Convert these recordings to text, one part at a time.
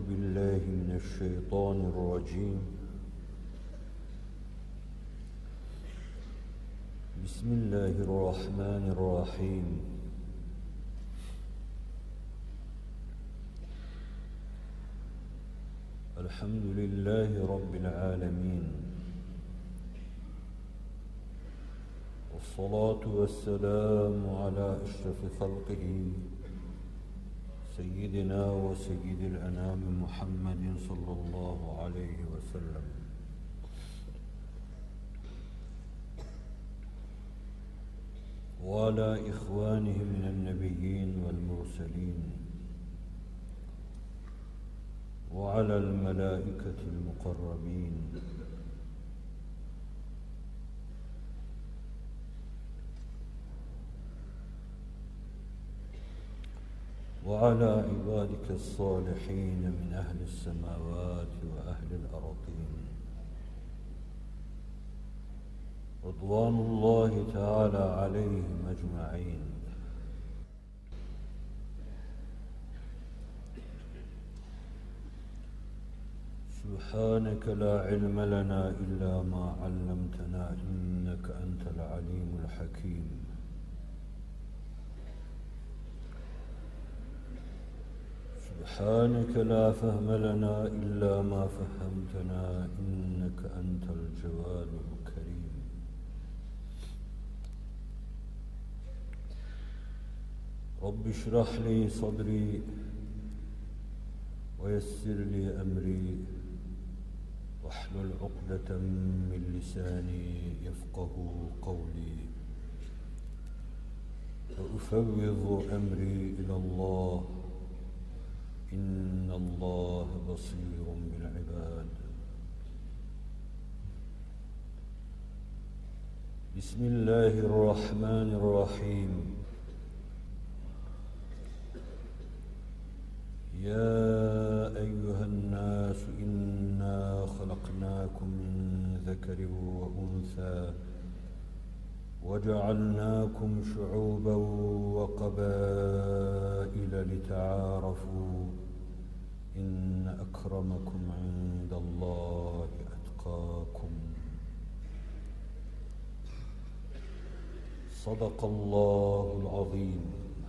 بالله من الشيطان الرجيم. بسم الله الرحمن الرحيم. الحمد لله رب العالمين، والصلاة والسلام على أشرف خلقه سيدنا وسيد الأنام محمد صلى الله عليه وسلم، وعلى إخوانه من النبيين والمرسلين، وعلى الملائكة المقربين، وعلى عبادك الصالحين من أهل السماوات وأهل الأرضين، رضوان الله تعالى عليهم أجمعين. سبحانك لا علم لنا إلا ما علمتنا إنك أنت العليم الحكيم. سبحانك لا فهم لنا إلا ما فهمتنا إنك أنت الجواد الكريم. رب اشرح لي صدري ويسر لي أمري واحلل عقدة من لساني يفقه قولي، وأفوض أمري إلى الله إن الله بصير بالعباد. بسم الله الرحمن الرحيم. يا أيها الناس إنا خلقناكم من ذكر وأنثى وجعلناكم شعوبا وقبائل لتعارفوا إن أكرمكم عند الله أتقاكم. صدق الله العظيم،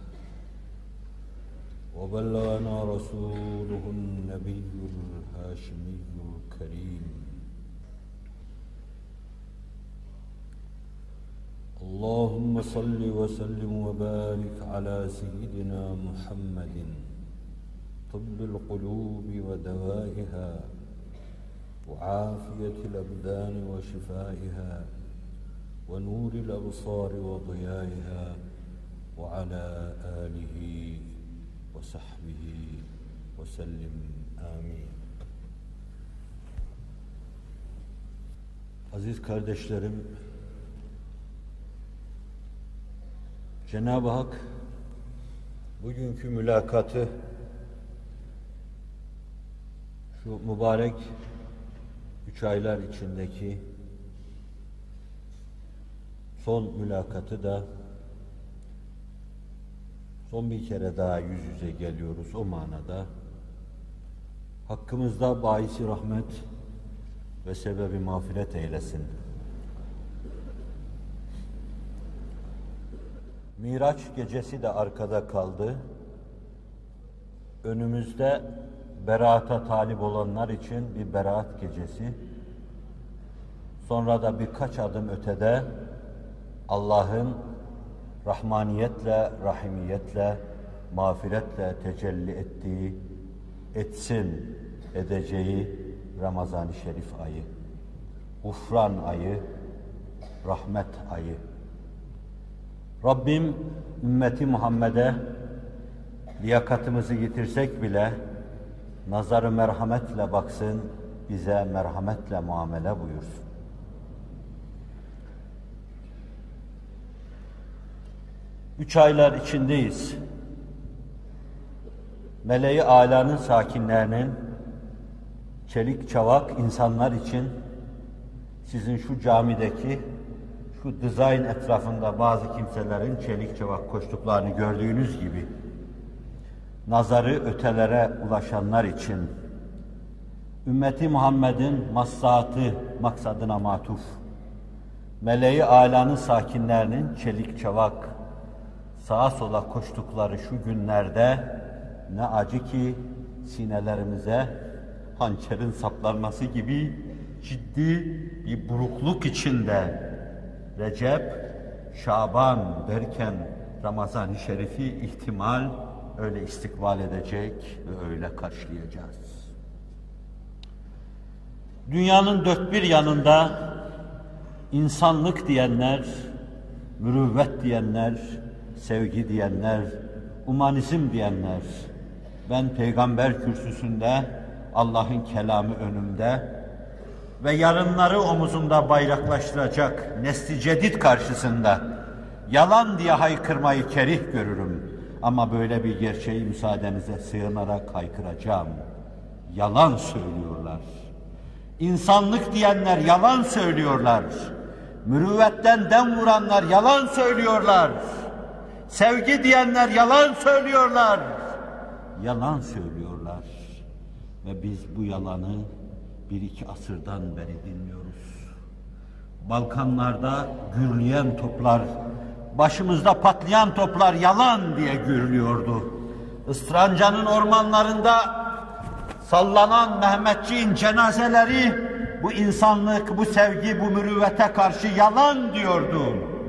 وبلغنا رسوله النبي الهاشمي الكريم. اللهم صل وسلم وبارك على سيدنا محمد طب القلوب ودوائها وعافية الأبدان وشفائها ونور الأبصار وضيائها وعلى آله وصحبه وسلم آمين. Aziz kardeşlerim, Cenab-ı Hak bugünkü mülakatı, şu mübarek 3 aylar içindeki son mülakatı da son bir kere daha yüz yüze geliyoruz o manada. Hakkımızda baisi rahmet ve sebebi mağfiret eylesin. Miraç gecesi de arkada kaldı. Önümüzde beraata talip olanlar için bir beraat gecesi. Sonra da birkaç adım ötede Allah'ın rahmaniyetle, rahimiyetle, mağfiretle tecelli ettiği, edeceği Ramazan-ı Şerif ayı, gufran ayı, rahmet ayı. Rabbim ümmeti Muhammed'e liyakatımızı yitirsek bile nazarı merhametle baksın, bize merhametle muamele buyursun. Üç aylar içindeyiz. Meleği âlânın sakinlerinin çelik çavak insanlar için sizin şu camideki şu dizayn etrafında bazı kimselerin çelik çavak koştuklarını gördüğünüz gibi nazarı ötelere ulaşanlar için Ümmeti Muhammed'in maslahatı maksadına matuf, meleği âlanın sakinlerinin çelik çavak, sağa sola koştukları şu günlerde ne acı ki sinelerimize hançerin saplanması gibi ciddi bir burukluk içinde Recep, Şaban derken Ramazan-ı Şerif'i ihtimal öyle istikbal edecek ve öyle karşılayacağız. Dünyanın dört bir yanında insanlık diyenler, mürüvvet diyenler, sevgi diyenler, humanizm diyenler, ben peygamber kürsüsünde, Allah'ın kelamı önümde ve yarınları omuzumda bayraklaştıracak nesli cedid karşısında yalan diye haykırmayı kerih görürüm. Ama böyle bir gerçeği müsaadenize sığınarak haykıracağım. Yalan söylüyorlar. İnsanlık diyenler yalan söylüyorlar. Mürüvvetten dem vuranlar yalan söylüyorlar. Sevgi diyenler yalan söylüyorlar. Yalan söylüyorlar. Ve biz bu yalanı bir iki asırdan beri dinliyoruz. Balkanlarda gürleyen toplar, başımızda patlayan toplar yalan diye gürlüyordu. Istranca'nın ormanlarında sallanan Mehmetçiğin cenazeleri bu insanlık, bu sevgi, bu mürüvvete karşı yalan diyordu.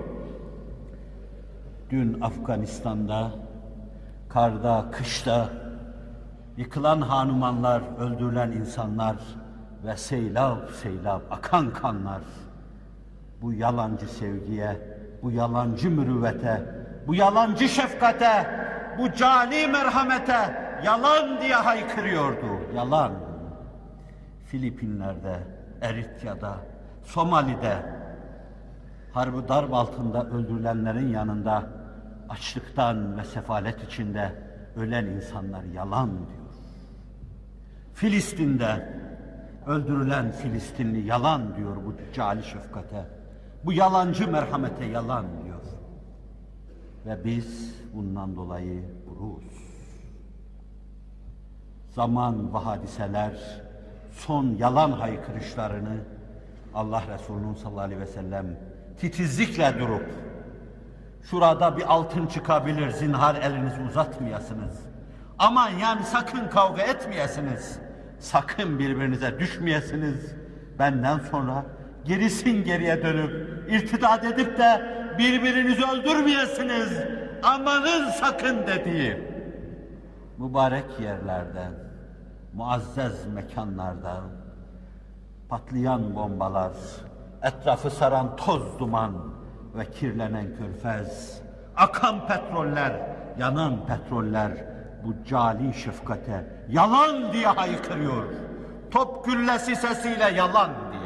Dün Afganistan'da, karda, kışta yıkılan hanumanlar, öldürülen insanlar ve seylap seylap akan kanlar bu yalancı sevgiye, bu yalancı mürüvvete, bu yalancı şefkate, bu cani merhamete yalan diye haykırıyordu. Yalan. Filipinler'de, Eritra'da, Somali'de harbi darp altında öldürülenlerin yanında açlıktan ve sefalet içinde ölen insanlar yalan diyor. Filistin'de öldürülen Filistinli yalan diyor bu cali şefkate. Bu yalancı merhamete yalan diyor. Ve biz bundan dolayı buruz. Zaman ve hadiseler son yalan haykırışlarını Allah Resulü'nün sallallahu aleyhi ve sellem titizlikle durup şurada bir altın çıkabilir, zinhar elinizi uzatmayasınız. Aman yani sakın kavga etmeyesiniz. Sakın birbirinize düşmeyesiniz. Benden sonra gerisin geriye dönüp irtidat edip de birbirinizi öldürmeyesiniz. Amanın sakın dediği mübarek yerlerde, muazzez mekanlarda patlayan bombalar, etrafı saran toz duman ve kirlenen körfez, akan petroller, yanan petroller bu cali şefkate yalan diye haykırıyor. Top güllesi sesiyle yalan diye.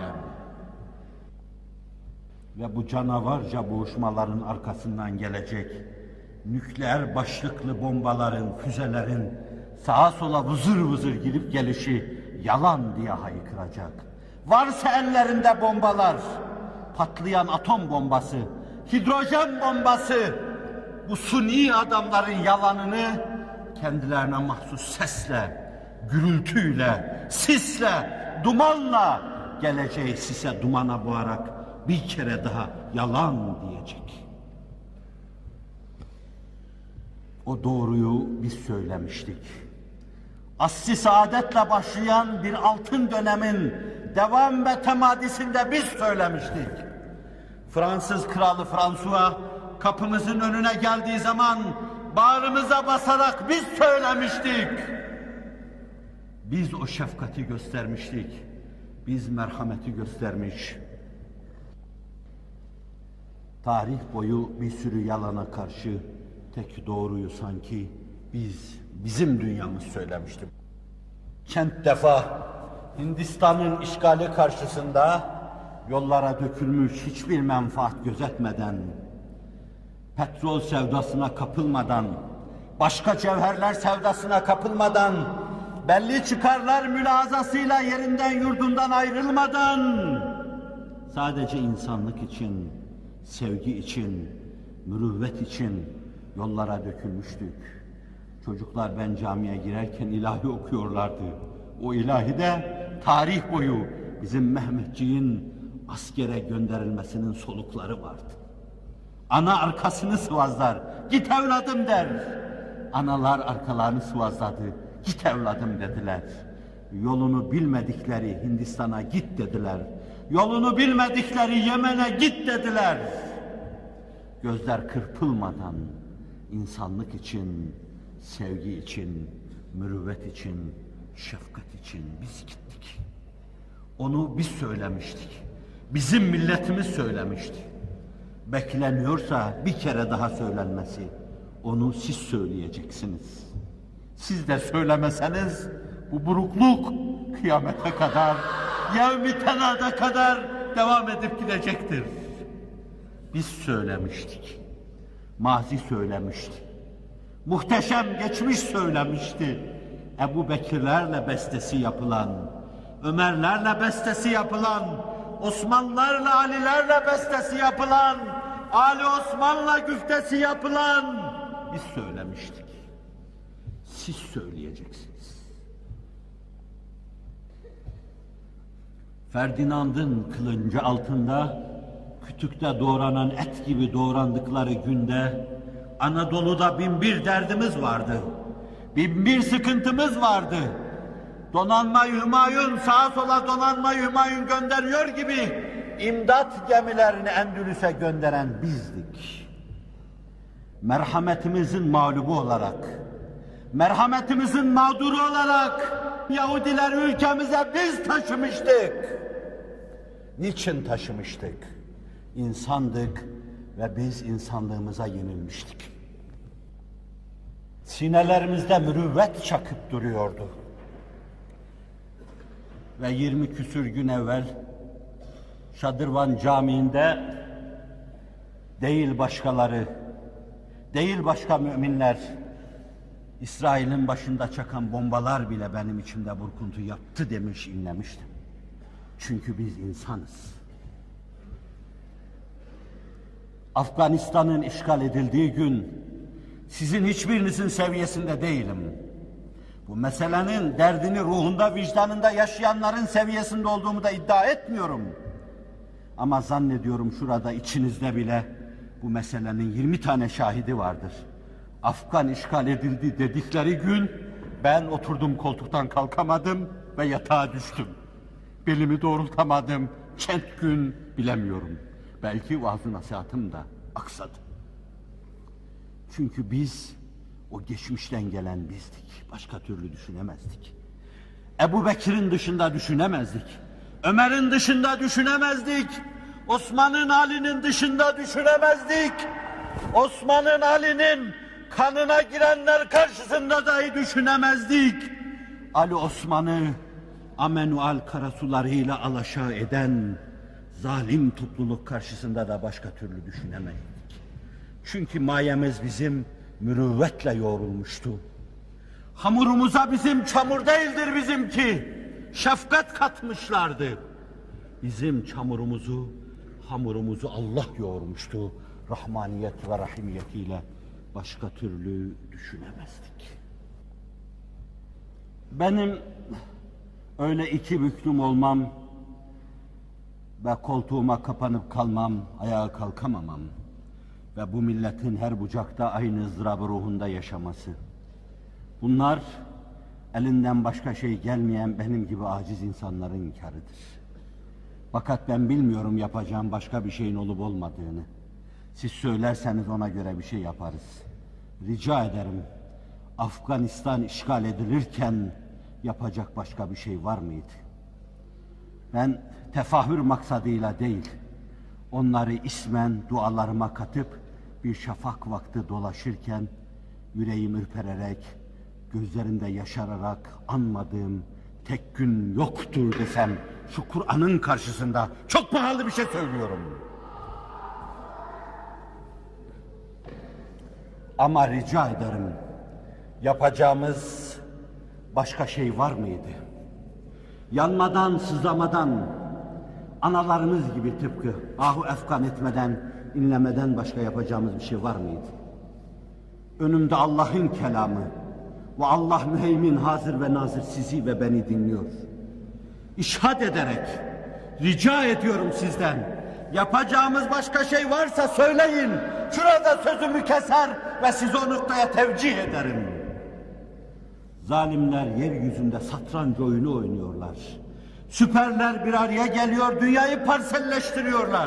Ve bu canavarca boğuşmaların arkasından gelecek nükleer başlıklı bombaların, füzelerin sağa sola vızır vızır girip gelişi yalan diye haykıracak. Varsa ellerinde bombalar, patlayan atom bombası, hidrojen bombası, bu suni adamların yalanını kendilerine mahsus sesle, gürültüyle, sisle, dumanla geleceği sise dumana boğarak bir kere daha yalan diyecek. O doğruyu biz söylemiştik. Asr-ı saadetle başlayan bir altın dönemin devam ve temadisinde biz söylemiştik. Fransız kralı François kapımızın önüne geldiği zaman bağrımıza basarak biz söylemiştik. Biz o şefkati göstermiştik. Biz merhameti göstermiş. Tarih boyu bir sürü yalana karşı tek doğruyu sanki bizim dünyamız söylemişti. Kent defa Hindistan'ın işgali karşısında yollara dökülmüş hiçbir menfaat gözetmeden, petrol sevdasına kapılmadan, başka cevherler sevdasına kapılmadan, belli çıkarlar mülazasıyla yerinden yurdundan ayrılmadan, sadece insanlık için, sevgi için, mürüvvet için yollara dökülmüştük. Çocuklar ben camiye girerken ilahi okuyorlardı. O ilahi de tarih boyu bizim Mehmetçiğin askere gönderilmesinin solukları vardı. Ana arkasını sıvazlar, git evladım der. Analar arkalarını sıvazladı, git evladım dediler. Yolunu bilmedikleri Hindistan'a git dediler. Yolunu bilmedikleri Yemen'e git dediler. Gözler kırpılmadan insanlık için, sevgi için, mürüvvet için, şefkat için biz gittik. Onu biz söylemiştik. Bizim milletimiz söylemişti. Bekleniyorsa bir kere daha söylenmesi, onu siz söyleyeceksiniz. Siz de söylemeseniz bu burukluk kıyamete kadar, yevmi tenada kadar devam edip gidecektir. Biz söylemiştik. Mazi söylemişti. Muhteşem geçmiş söylemişti. Ebu Bekirlerle bestesi yapılan, Ömerlerle bestesi yapılan, Osmanlılarla Alilerle bestesi yapılan, Ali Osman'la güftesi yapılan biz söylemiştik. Siz söyleyeceksiniz. Ferdinand'ın kılıncı altında, kütükte doğranan et gibi doğrandıkları günde Anadolu'da 1001 derdimiz vardı. 1001 sıkıntımız vardı. Donanma-i Hümayun, sağa sola donanma-i Hümayun gönderiyor gibi imdat gemilerini Endülüs'e gönderen bizdik. Merhametimizin mağlubu olarak, merhametimizin mağduru olarak Yahudileri ülkemize biz taşımıştık. Niçin taşımıştık? İnsandık ve biz insanlığımıza yenilmiştik. Sinelerimizde mürüvvet çakıp duruyordu. Ve 20 küsür gün evvel Şadırvan Camii'nde değil başkaları, değil başka müminler, İsrail'in başında çakan bombalar bile benim içimde burkuntu yaptı demiş, inlemiştim. Çünkü biz insanız. Afganistan'ın işgal edildiği gün sizin hiçbirinizin seviyesinde değilim. Bu meselenin derdini ruhunda, vicdanında yaşayanların seviyesinde olduğumu da iddia etmiyorum. Ama zannediyorum şurada içinizde bile bu meselenin 20 tane şahidi vardır. Afgan işgal edildi dedikleri gün ben oturdum, koltuktan kalkamadım ve yatağa düştüm. Belimi doğrultamadım, çent gün bilemiyorum. Belki vaaz-ı nasihatım da aksadı. Çünkü biz o geçmişten gelen bizdik. Başka türlü düşünemezdik. Ebu Bekir'in dışında düşünemezdik. Ömer'in dışında düşünemezdik. Osman'ın, Ali'nin dışında düşünemezdik. Osman'ın, Ali'nin kanına girenler karşısında dahi düşünemezdik. Ali Osman'ı Amenual karasularıyla alaşağı eden zalim topluluk karşısında da başka türlü düşünemezdik. Çünkü mayemiz bizim mürüvvetle yoğrulmuştu. Hamurumuza bizim çamur değildir bizimki, şefkat katmışlardı. Bizim hamurumuzu Allah yoğurmuştu. Rahmaniyet ve rahimiyetiyle başka türlü düşünemezdik. Benim öyle iki büklüm olmam ve koltuğuma kapanıp kalmam, ayağa kalkamamam ve bu milletin her bucakta aynı ızdırabı ruhunda yaşaması. Bunlar elinden başka şey gelmeyen benim gibi aciz insanların kârıdır. Fakat ben bilmiyorum yapacağım başka bir şeyin olup olmadığını. Siz söylerseniz ona göre bir şey yaparız. Rica ederim, Afganistan işgal edilirken yapacak başka bir şey var mıydı? Ben tefahür maksadıyla değil, onları ismen dualarıma katıp bir şafak vakti dolaşırken yüreğim ürpererek, gözlerinde yaşararak anmadığım tek gün yoktur desem şu Kur'an'ın karşısında çok pahalı bir şey söylüyorum. Ama rica ederim, yapacağımız başka şey var mıydı? Yanmadan, sızlamadan, analarımız gibi tıpkı ahu efkan etmeden, inlemeden başka yapacağımız bir şey var mıydı? Önümde Allah'ın kelamı ve Allah müheymin, hazır ve nazır sizi ve beni dinliyor. işhad ederek rica ediyorum sizden. Yapacağımız başka şey varsa söyleyin. Şurada sözümü keser ve sizi o noktaya tevcih ederim. Zalimler yeryüzünde satranç oyunu oynuyorlar. Süperler bir araya geliyor, dünyayı parselleştiriyorlar.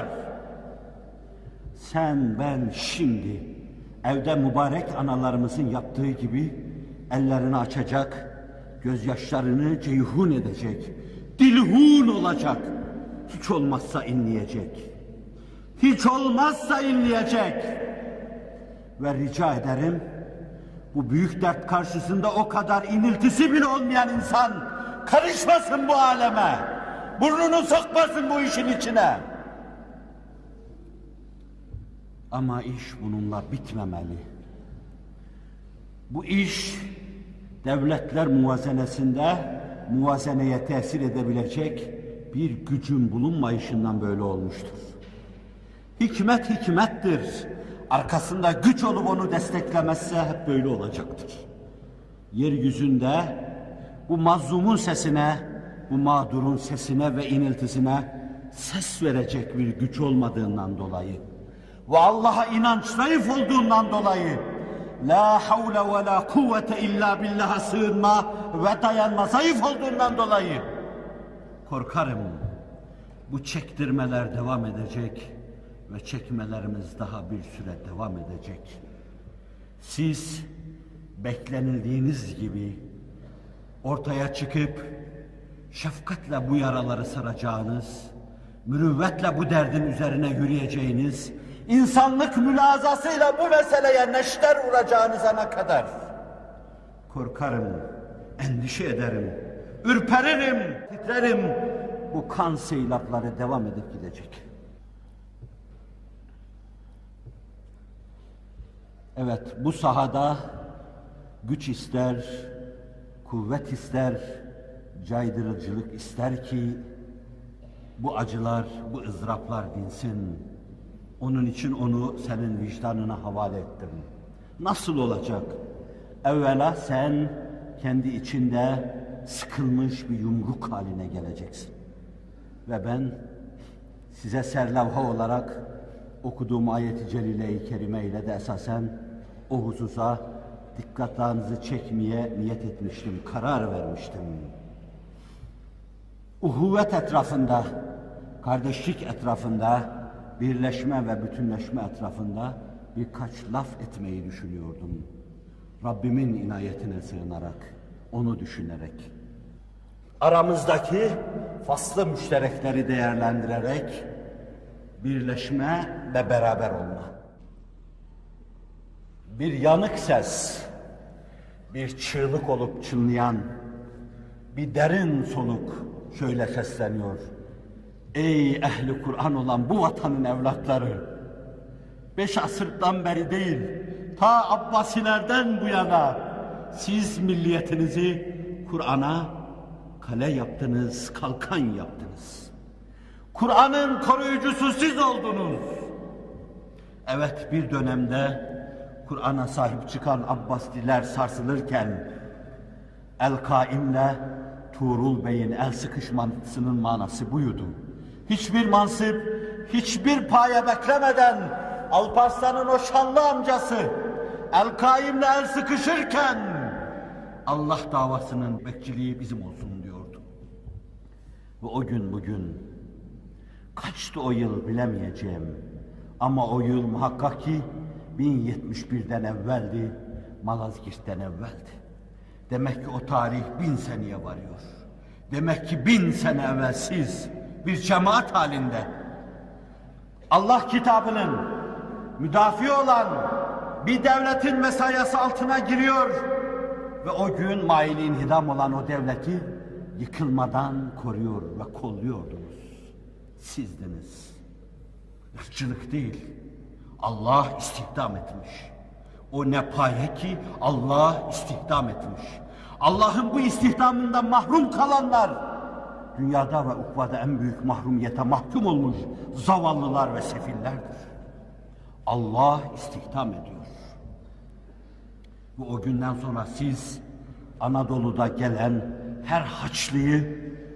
Sen, ben şimdi evde mübarek analarımızın yaptığı gibi ellerini açacak, gözyaşlarını ceyhun edecek, dilhun olacak, hiç olmazsa inleyecek. Hiç olmazsa inleyecek. Ve rica ederim, bu büyük dert karşısında o kadar iniltisi bile olmayan insan karışmasın bu aleme. Burnunu sokmasın bu işin içine. Ama iş bununla bitmemeli. Bu iş devletler muvazenesinde muvazeneye tesir edebilecek bir gücün bulunmayışından böyle olmuştur. Hikmet hikmettir. Arkasında güç olup onu desteklemezse hep böyle olacaktır. Yeryüzünde bu mazlumun sesine, bu mağdurun sesine ve iniltisine ses verecek bir güç olmadığından dolayı ve Allah'a inanç zayıf olduğundan dolayı la havle ve la kuvvete illa billah'a sığınma ve dayanma zayıf olduğundan dolayı korkarım bu çektirmeler devam edecek ve çekmelerimiz daha bir süre devam edecek. Siz beklenildiğiniz gibi ortaya çıkıp şefkatle bu yaraları saracağınız, mürüvvetle bu derdin üzerine yürüyeceğiniz, insanlık mülazasıyla bu meseleye neşter vuracağınız ana kadar korkarım, endişe ederim, ürperirim, titrerim. Bu kan seylapları devam edip gidecek. Evet, bu sahada güç ister, kuvvet ister, caydırıcılık ister ki bu acılar, bu ızdıraplar dinsin. Onun için onu senin vicdanına havale ettim. Nasıl olacak? Evvela sen kendi içinde sıkılmış bir yumruk haline geleceksin. Ve ben size serlevha olarak okuduğum ayet-i celile-i kerime ile de esasen o hususa dikkatlerinizi çekmeye niyet etmiştim, karar vermiştim. Uhuvvet etrafında, kardeşlik etrafında, birleşme ve bütünleşme etrafında birkaç laf etmeyi düşünüyordum. Rabbimin inayetine sığınarak, onu düşünerek. Aramızdaki faslı müşterekleri değerlendirerek birleşme ve beraber olma. Bir yanık ses, bir çığlık olup çınlayan, bir derin soluk şöyle sesleniyor. Ey ehli Kur'an olan bu vatanın evlatları! 5 asırdan beri değil, ta Abbasilerden bu yana siz milliyetinizi Kur'an'a kale yaptınız, kalkan yaptınız. Kur'an'ın koruyucusu siz oldunuz. Evet, bir dönemde Kur'an'a sahip çıkan Abbasiler sarsılırken El-Kaim'le Tuğrul Bey'in el sıkışmasının manası buydu. Hiçbir mansıp, hiçbir paye beklemeden Alparslan'ın o şanlı amcası El-Kaim'le el sıkışırken Allah davasının bekçiliği bizim olsun diyordu. Ve o gün bugün kaçtı o yıl bilemeyeceğim. Ama o yıl muhakkak ki 1071'den evveldi, Malazgirt'ten evveldi. Demek ki o tarih 1000 seneye varıyor. Demek ki 1000 sene evvel siz bir cemaat halinde Allah kitabının müdafi olan bir devletin mesayası altına giriyor ve o gün maili inhidam olan o devleti yıkılmadan koruyor ve kolluyordunuz. Sizdiniz. Irkçılık değil, Allah istihdam etmiş. O ne paye ki Allah istihdam etmiş. Allah'ın bu istihdamından mahrum kalanlar, dünyada ve ukvada en büyük mahrumiyete mahkum olmuş zavallılar ve sefillerdir. Allah istihdam ediyor. Ve o günden sonra siz Anadolu'da gelen her Haçlıyı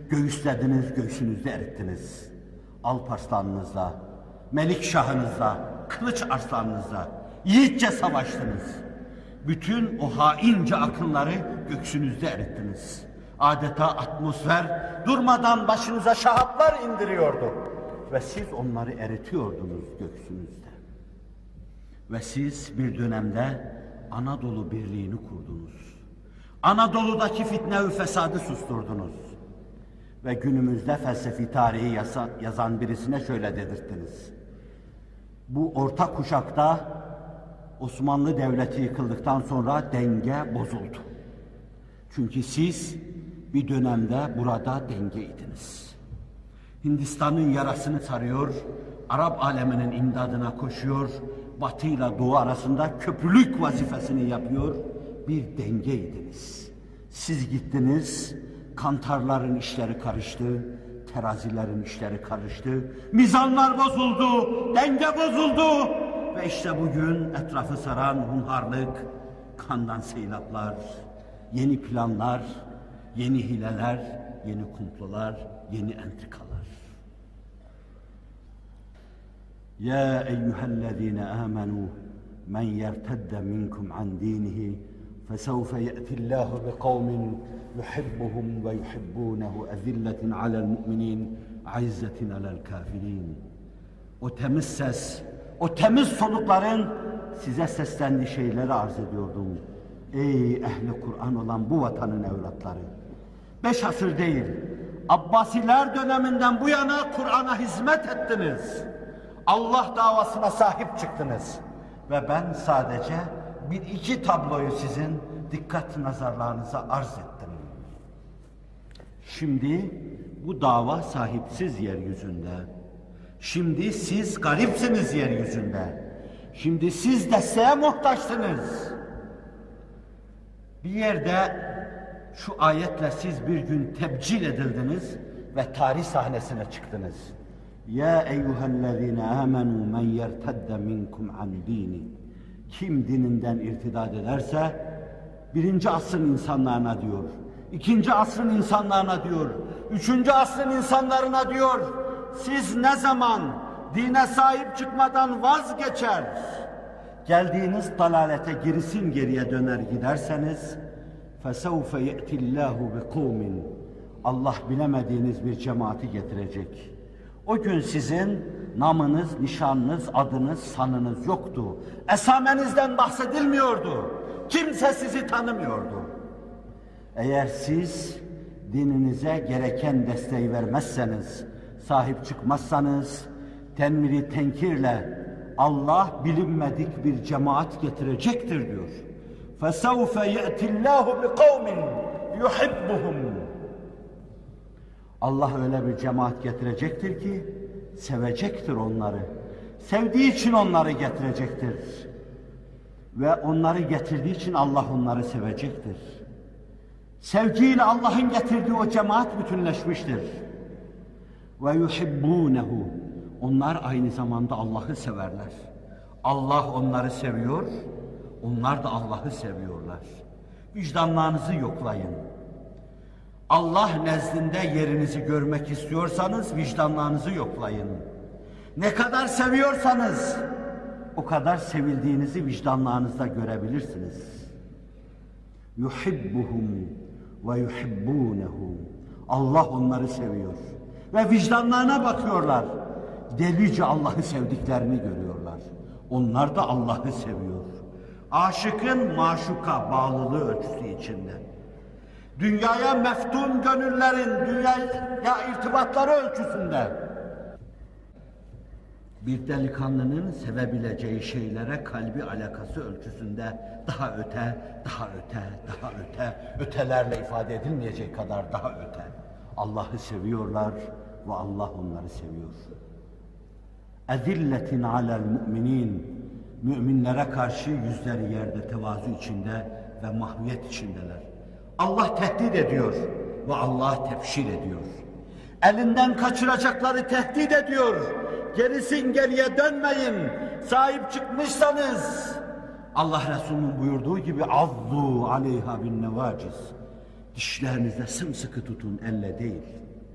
göğüslediniz, göğsünüzde erittiniz. Alparslanınızla, Melikşahınızla, Kılıç Arslanınızla yiğitçe savaştınız. Bütün o haince akınları göğsünüzde erittiniz. Adeta atmosfer durmadan başınıza şahaplar indiriyordu. Ve siz onları eritiyordunuz göğsünüzde. Ve siz bir dönemde Anadolu Birliği'ni kurdunuz. Anadolu'daki fitne ve fesadı susturdunuz. Ve günümüzde felsefi tarihi yazan birisine şöyle dedirttiniz. Bu orta kuşakta Osmanlı Devleti yıkıldıktan sonra denge bozuldu. Çünkü siz bir dönemde burada dengeydiniz. Hindistan'ın yarasını sarıyor, Arap aleminin imdadına koşuyor, Batı ile Doğu arasında köprülük vazifesini yapıyor, bir dengeydiniz. Siz gittiniz, kantarların işleri karıştı, terazilerin işleri karıştı, mizanlar bozuldu, denge bozuldu ve işte bugün etrafı saran hunharlık, kandan seylaplar, yeni planlar, yeni hileler, yeni kumplolar, yeni entrikalar. Ya eyyühellezine amenu men yertedde minkum an dinihi fesevfe ye'tillahu biqavmin yuhibbuhum ve yuhibbunehu ezilletin alel mu'minin aizzetin alel kafirin. O temiz ses, o temiz solukların size seslendiği şeyleri arz ediyordum. Ey ehli Kur'an olan bu vatanın evlatları! 5 asır değil, Abbasiler döneminden bu yana Kur'an'a hizmet ettiniz. Allah davasına sahip çıktınız. Ve ben sadece bir iki tabloyu sizin dikkat nazarlarınıza arz ettim. Şimdi bu dava sahipsiz yeryüzünde. Şimdi siz garipsiniz yeryüzünde. Şimdi siz desteğe muhtaçsınız. Bir yerde şu ayetle siz bir gün tebcil edildiniz ve tarih sahnesine çıktınız. Ya eyyühellezine amenu men yertedde minkum an dini. Kim dininden irtidad ederse, 1. asrın insanlarına diyor, 2. asrın insanlarına diyor, 3. asrın insanlarına diyor, siz ne zaman dine sahip çıkmadan vazgeçer, geldiğiniz dalalete gerisin geriye döner giderseniz, فَسَوْفَ يَأْتِ اللّٰهُ بِقَوْمٍ Allah bilemediğiniz bir cemaati getirecek. O gün sizin namınız, nişanınız, adınız, sanınız yoktu. Esamenizden bahsedilmiyordu. Kimse sizi tanımıyordu. Eğer siz dininize gereken desteği vermezseniz, sahip çıkmazsanız, tenmiri tenkirle Allah bilinmedik bir cemaat getirecektir diyor. فَسَوْفَ يَأْتِ اللّٰهُ بِقَوْمٍ يُحِبُّهُمْ Allah öyle bir cemaat getirecektir ki sevecektir onları. Sevdiği için onları getirecektir. Ve onları getirdiği için Allah onları sevecektir. Sevgiyle Allah'ın getirdiği o cemaat bütünleşmiştir. Ve yuhibbunehu onlar aynı zamanda Allah'ı severler. Allah onları seviyor, onlar da Allah'ı seviyorlar. Vicdanlarınızı yoklayın. Allah nezdinde yerinizi görmek istiyorsanız vicdanlarınızı yoklayın. Ne kadar seviyorsanız o kadar sevildiğinizi vicdanlarınızda görebilirsiniz. Yuhibbuhum ve yuhibbunehu Allah onları seviyor ve vicdanlarına bakıyorlar. Delice Allah'ı sevdiklerini görüyorlar. Onlar da Allah'ı seviyor. Aşıkın maşuka bağlılığı ölçüsü içinde. Dünyaya meftun gönüllerin dünyaya irtibatları ölçüsünde. Bir delikanlının sevebileceği şeylere kalbi alakası ölçüsünde daha öte, daha öte, daha öte, ötelerle ifade edilmeyecek kadar daha öte. Allah'ı seviyorlar ve Allah onları seviyor. Ezilletin alel müminin müminlere karşı yüzleri yerde tevazu içinde ve mahviyet içindeler. Allah tehdit ediyor ve Allah tebşir ediyor. Elinden kaçıracakları tehdit ediyor. Gerisin geriye dönmeyin. Sahip çıkmışsanız Allah Resulü'nün buyurduğu gibi azzu aleyha bin nevaciz. Dişlerinizle sımsıkı tutun, elle değil.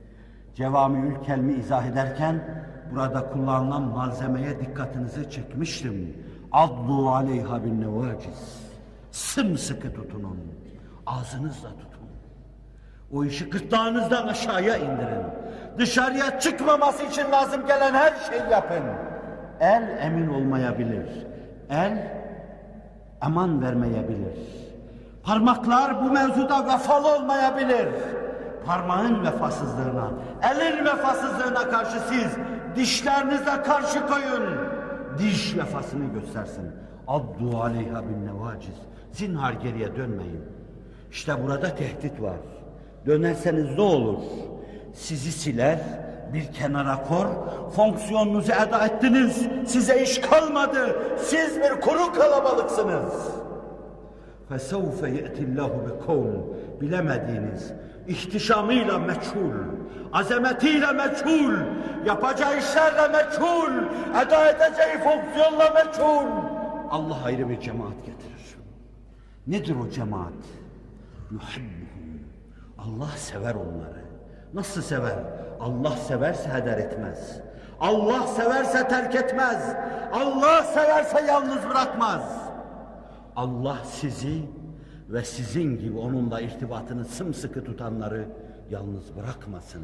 Cevamiül Kelim'i izah ederken burada kullanılan malzemeye dikkatinizi çekmiştim. Addu aleyha bin nevaciz. Sımsıkı tutunun. Ağzınızla tutun. O işi gırtlağınızdan aşağıya indirin. Dışarıya çıkmaması için lazım gelen her şeyi yapın. El emin olmayabilir. El eman vermeyebilir. Parmaklar bu mevzuda vefalı olmayabilir. Parmağın vefasızlığına, elin vefasızlığına karşı siz dişlerinizle karşı koyun. Diş vefasını göstersin. Addu aleyha bin nevaciz. Zinhar geriye dönmeyin. İşte burada tehdit var. Dönerseniz ne olur? Sizi siler, bir kenara kor, fonksiyonunuzu eda ettiniz. Size iş kalmadı. Siz bir kuru kalabalıksınız. فَسَوْفَ يَأْتِ اللّٰهُ بِقَوْمٍ Bilemediğiniz, ihtişamıyla meçhul, azametiyle meçhul, yapacağı işlerle meçhul, eda edeceği fonksiyonla meçhul. Allah ayrı bir cemaat getirir. Nedir o cemaat? Yuhibbuhum. Allah sever onları. Nasıl sever? Allah severse heder etmez. Allah severse terk etmez. Allah severse yalnız bırakmaz. Allah sizi ve sizin gibi onunla irtibatını sımsıkı tutanları yalnız bırakmasın.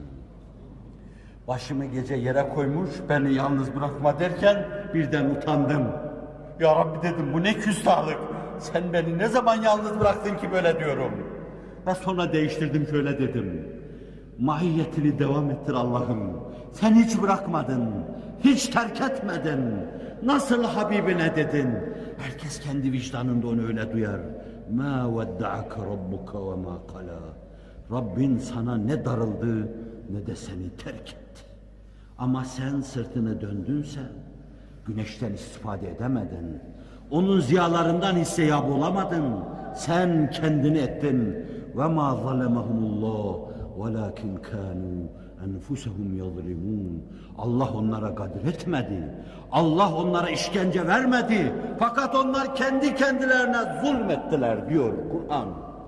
Başımı gece yere koymuş, beni yalnız bırakma derken birden utandım. Ya Rabbi dedim, bu ne küstahlık. Sen beni ne zaman yalnız bıraktın ki böyle diyorum. Ve sonra değiştirdim, şöyle dedim. Mahiyetini devam ettir Allah'ım. Sen hiç bırakmadın, hiç terk etmedin. Nasıl Habibine dedin? Herkes kendi vicdanında onu öyle duyar. مَا وَدَّعَكَ رَبُّكَ وَمَا قَلَى Rabbin sana ne darıldı ne de seni terk etti. Ama sen sırtını döndünse güneşten istifade edemedin. Onun ziyalarından hisseyab olamadın. Sen kendini ettin. وَمَا ظَلَمَهُمُ اللّٰهُ وَلَاكِنْ كَانُوا اَنْفُسَهُمْ يَظْلِمُونَ Allah onlara kadir etmedi. Allah onlara işkence vermedi. Fakat onlar kendi kendilerine zulmettiler diyor Kur'an.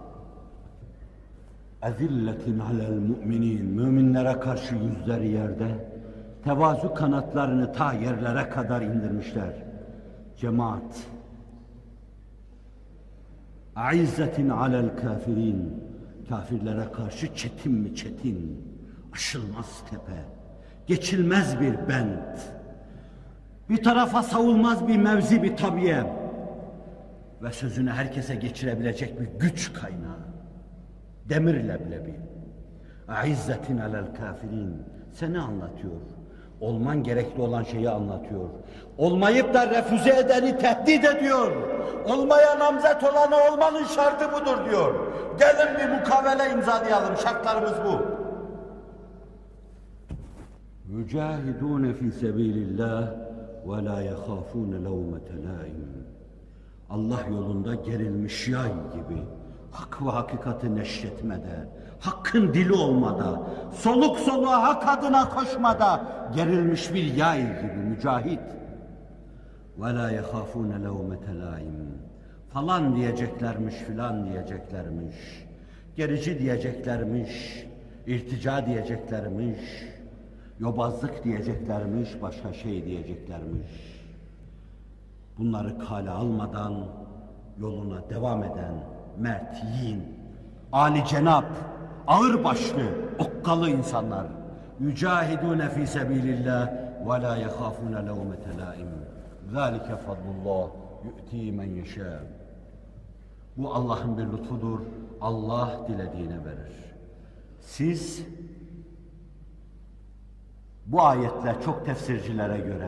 اَذِلَّةٍ عَلَى الْمُؤْمِنِينَ Müminlere karşı yüzleri yerde, tevazu kanatlarını ta yerlere kadar indirmişler. Cemaat. اَعِزَّةٍ عَلَى الْكَافِرِينَ Kafirlere karşı çetin mi çetin, aşılmaz tepe, geçilmez bir bent, bir tarafa savulmaz bir mevzi, bir tabiye ve sözünü herkese geçirebilecek bir güç kaynağı. Demir leblebi. اَعِزَّةٍ عَلَى الْكَافِرِينَ Seni anlatıyor. Olman gerekli olan şeyi anlatıyor. Olmayıp da refüze edeni tehdit ediyor. Olmaya namzet olanı olmanın şartı budur diyor. Gelin bir mukavele imzalayalım. Şartlarımız bu. Mücahidûne fî sebîlillâh ve lâ yehâfûne levmete lâim. Allah yolunda gerilmiş yay gibi, hak ve hakikati neşretmede, hakkın dili olmada, soluk soluğa hak adına koşmada gerilmiş bir yay gibi mücahit. وَلَا يَخَافُونَ لَوْمَةَ لَائِمٍ Falan diyeceklermiş, filan diyeceklermiş, gerici diyeceklermiş, irtica diyeceklermiş, yobazlık diyeceklermiş, başka şey diyeceklermiş. Bunları kale almadan yoluna devam eden mert, yiğin, âli cenap, ağırbaşlı, okkalı insanlar. Yücahidûne fî sebîlillâh ve lâ yehâfûne levmete lâim. ذَٰلِكَ فَضْلُ اللّٰهِ يُؤْتِي مَنْ يَشَاءُ Bu Allah'ın bir lütfudur. Allah dilediğine verir. Siz bu ayetle çok tefsircilere göre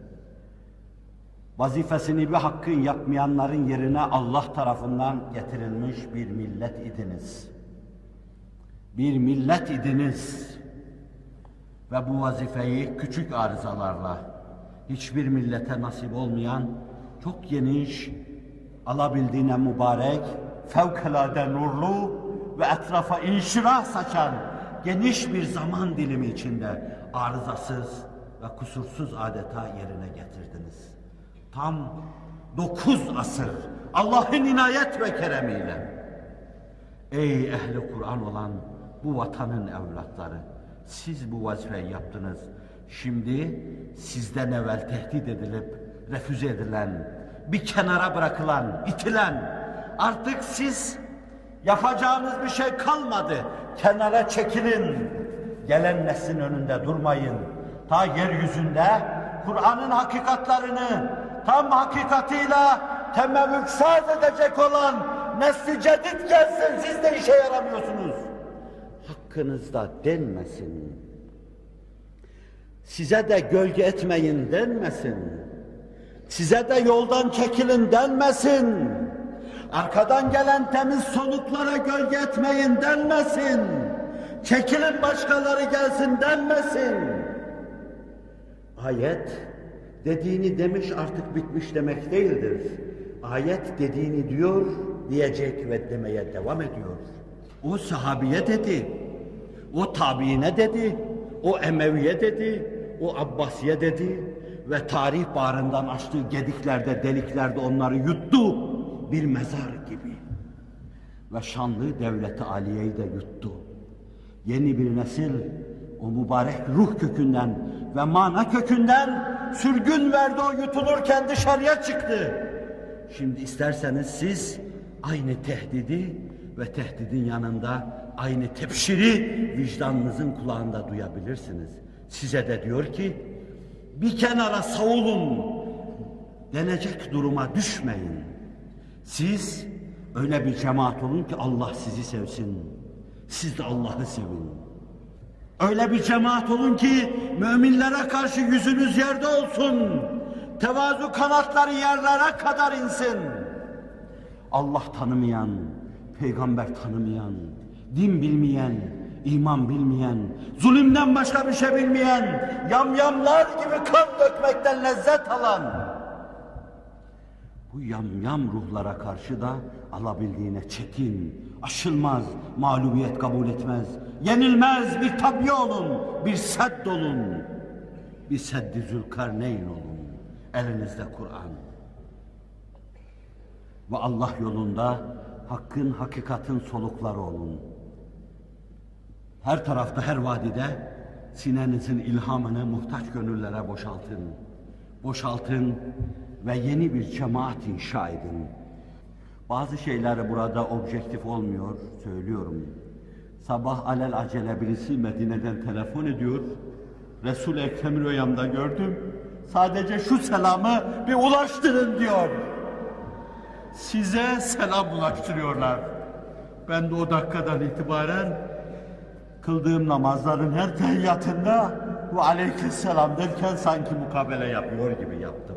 vazifesini bir hakkın yapmayanların yerine Allah tarafından getirilmiş bir millet idiniz. Bir millet idiniz. Ve bu vazifeyi küçük arızalarla, hiçbir millete nasip olmayan, çok geniş, alabildiğine mübarek, fevkalade nurlu ve etrafa inşirah saçan geniş bir zaman dilimi içinde arızasız ve kusursuz adeta yerine getirdiniz. Tam 9 asır Allah'ın inayet ve keremiyle. Ey ehli Kur'an olan bu vatanın evlatları, Siz bu vazifeyi yaptınız. Şimdi sizden evvel tehdit edilip refüze edilen, bir kenara bırakılan, itilen, artık siz yapacağınız bir şey kalmadı. Kenara çekilin. Gelen neslin önünde durmayın. Ta yeryüzünde Kur'an'ın hakikatlarını tam hakikatiyle temevvüksaz edecek olan nesli cedid gelsin. Siz de işe yaramıyorsunuz. Hakkınızda denmesin. Size de gölge etmeyin denmesin. Size de yoldan çekilin denmesin. Arkadan gelen temiz soluklara gölge etmeyin denmesin. Çekilin başkaları gelsin denmesin. Ayet dediğini demiş artık bitmiş demek değildir. Ayet dediğini diyor, diyecek ve demeye devam ediyor. O sahabiye dedi, o tabiine dedi, o Emeviye dedi, o Abbasiye dedi ve tarih bağrından açtığı gediklerde, deliklerde onları yuttu bir mezar gibi. Ve şanlı devlet-i aliyeyi de yuttu. Yeni bir nesil o mübarek ruh kökünden ve mana kökünden sürgün verdi, o yutulurken dışarıya çıktı. Şimdi isterseniz siz aynı tehdidi ve tehdidin yanında aynı tebşiri vicdanınızın kulağında duyabilirsiniz. Size de diyor ki bir kenara savulun, denecek duruma düşmeyin. Siz öyle bir cemaat olun ki Allah sizi sevsin. Siz de Allah'ı sevin. Öyle bir cemaat olun ki müminlere karşı yüzünüz yerde olsun. Tevazu kanatları yerlere kadar insin. Allah tanımayan, peygamber tanımayan, din bilmeyen, iman bilmeyen, zulümden başka bir şey bilmeyen, yamyamlar gibi kan dökmekten lezzet alan, bu yamyam ruhlara karşı da alabildiğine çetin, aşılmaz, mağlubiyet kabul etmez, yenilmez bir tabi olun, bir sedd olun, bir seddi Zülkarneyn olun, elinizde Kur'an. Ve Allah yolunda hakkın, hakikatin solukları olun. Her tarafta, her vadide sinenizin ilhamını muhtaç gönüllere boşaltın. Boşaltın ve yeni bir cemaat inşa edin. Bazı şeyler burada objektif olmuyor, söylüyorum. Sabah alelacele birisi Medine'den telefon ediyor. Resul-i Ekrem'i rüyamda gördüm. Sadece şu selamı bir ulaştırın diyor. Size selam ulaştırıyorlar. Ben de o dakikadan itibaren kıldığım namazların her tehiyyatında ve aleykümselam derken sanki mukabele yapıyor gibi yaptım.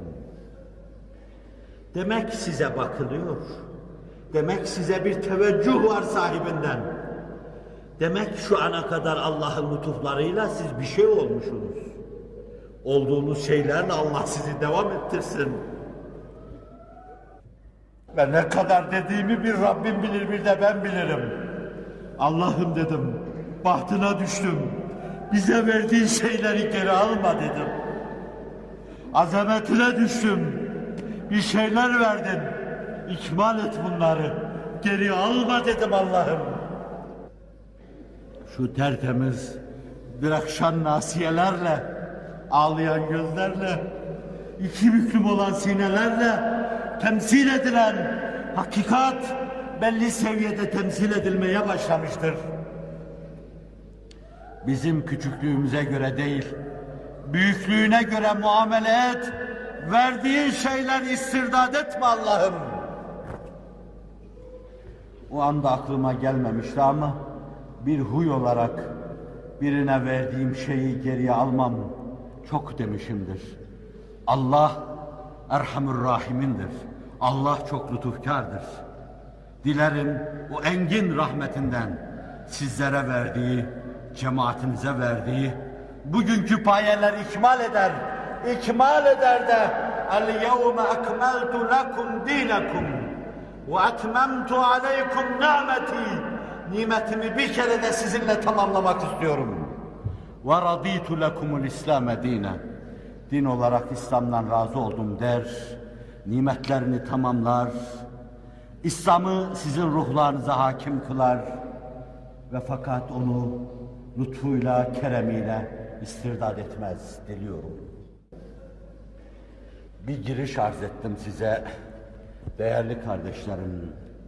Demek size bakılıyor. Demek size bir teveccüh var sahibinden. Demek şu ana kadar Allah'ın lütuflarıyla siz bir şey olmuşsunuz. Olduğunuz şeylerle Allah sizi devam ettirsin. Ve ne kadar dediğimi bir Rabbim bilir, bir de ben bilirim. Allah'ım dedim, bahtına düştüm. Bize verdiğin şeyleri geri alma dedim. Azametine düştüm. Bir şeyler verdin. İkmal et bunları. Geri alma dedim Allah'ım. Şu tertemiz bir akşam nasiyelerle, ağlayan gözlerle, iki büklüm olan sinelerle temsil edilen hakikat belli seviyede temsil edilmeye başlamıştır. Bizim küçüklüğümüze göre değil, büyüklüğüne göre muamele et, verdiğin şeyler istirdat etme Allah'ım. O anda aklıma gelmemişti ama bir huy olarak birine verdiğim şeyi geriye almam çok demişimdir. Allah Erhamur Rahim'indir. Allah çok lütufkardır. Dilerim o engin rahmetinden sizlere verdiği, cemaatinize verdiği bugünkü payeler ikmal eder de el-yevme ekmeltu lekum dinekum ve etmemtu aleykum nimetimi bir kere de sizinle tamamlamak istiyorum. Ve raditu lekumul İslam'e dinen. Din olarak İslam'dan razı oldum der, nimetlerini tamamlar, İslam'ı sizin ruhlarınıza hakim kılar ve fakat onu lütfuyla, keremiyle istirdat etmez diliyorum. Bir giriş arz ettim size, değerli kardeşlerim.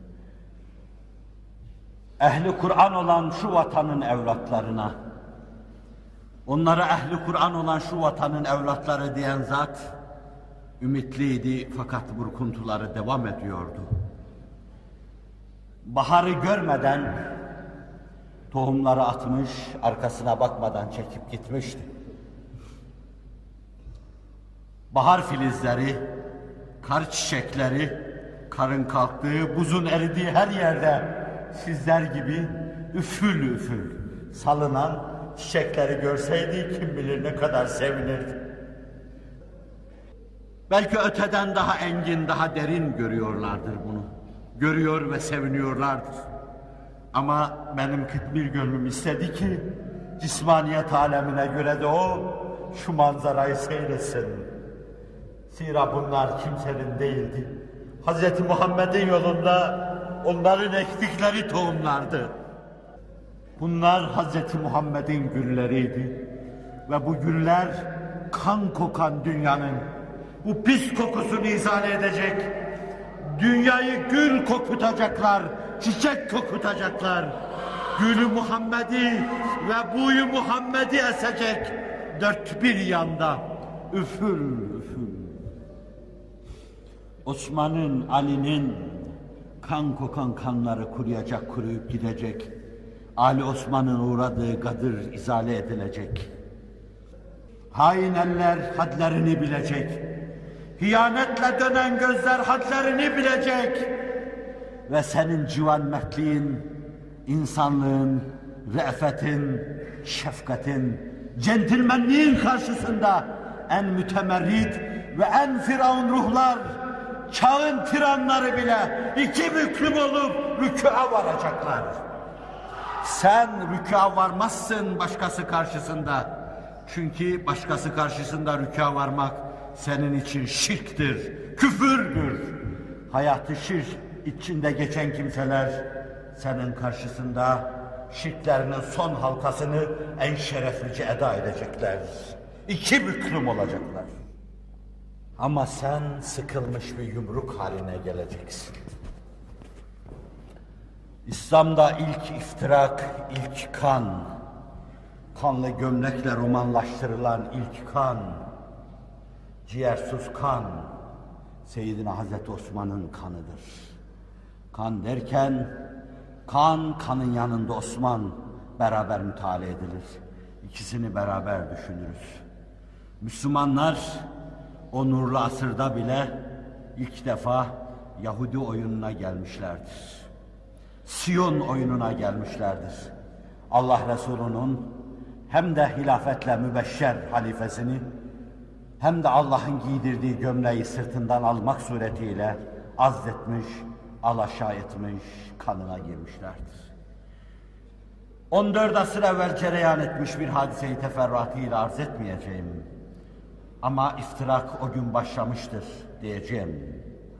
Ehli Kur'an olan şu vatanın evlatlarına, onlara ehli Kur'an olan şu vatanın evlatları diyen zat, ümitliydi fakat burkuntuları devam ediyordu. Baharı görmeden tohumları atmış, arkasına bakmadan çekip gitmişti. Bahar filizleri, kar çiçekleri, karın kalktığı, buzun eridiği her yerde sizler gibi üfül üfül salınan çiçekleri görseydi kim bilir ne kadar sevinirdi. Belki öteden daha engin, daha derin görüyorlardır bunu. Görüyor ve seviniyorlardır. Ama benim kıtmir gönlüm istedi ki cismaniyet alemine göre de o şu manzarayı seyretsin. Zira bunlar kimsenin değildi. Hz. Muhammed'in yolunda onların ektikleri tohumlardı. Bunlar Hz. Muhammed'in gülleriydi. Ve bu güller kan kokan dünyanın bu pis kokusunu izale edecek, dünyayı gül kokutacaklar, çiçek kokutacaklar. Gülü Muhammed'i ve buyu Muhammed'i esecek dört bir yanda üfül üfül. Osman'ın, Ali'nin kan kokan kanları kuruyacak, kuruyup gidecek. Ali Osman'ın uğradığı gadır izale edilecek. Hain eller hadlerini bilecek. Hiyanetle dönen gözler hadlerini bilecek. Ve senin civan mertliğin, insanlığın, re'fetin, şefkatin, centilmenliğin karşısında en mütemerrit ve en firavun ruhlar, çağın tiranları bile iki büklüm olup rükûa varacaklar. Sen rükûa varmazsın başkası karşısında. Çünkü başkası karşısında rükûa varmak senin için şirktir, küfürdür. Hayatı şirk içinde geçen kimseler senin karşısında şirklerinin son halkasını en şereflice eda edecekler. İki büklüm olacaklar. Ama sen sıkılmış bir yumruk haline geleceksin. İslam'da ilk iftirak, ilk kan, kanlı gömlekle romanlaştırılan ilk kan, ciğersuz kan, Seyyidina Hazreti Osman'ın kanıdır. Kan derken, kanın yanında Osman beraber müteala edilir. İkisini beraber düşünürüz. Müslümanlar o nurlu asırda bile ilk defa Yahudi oyununa gelmişlerdir. Siyon oyununa gelmişlerdir. Allah Resulü'nün hem de hilafetle mübeşşer halifesini hem de Allah'ın giydirdiği gömleği sırtından almak suretiyle azletmiş, alaşağı etmiş, kanına girmişlerdir. 14 asır evvel cereyan etmiş bir hadiseyi teferruatıyla arz etmeyeceğim. Ama iftirak o gün başlamıştır diyeceğim.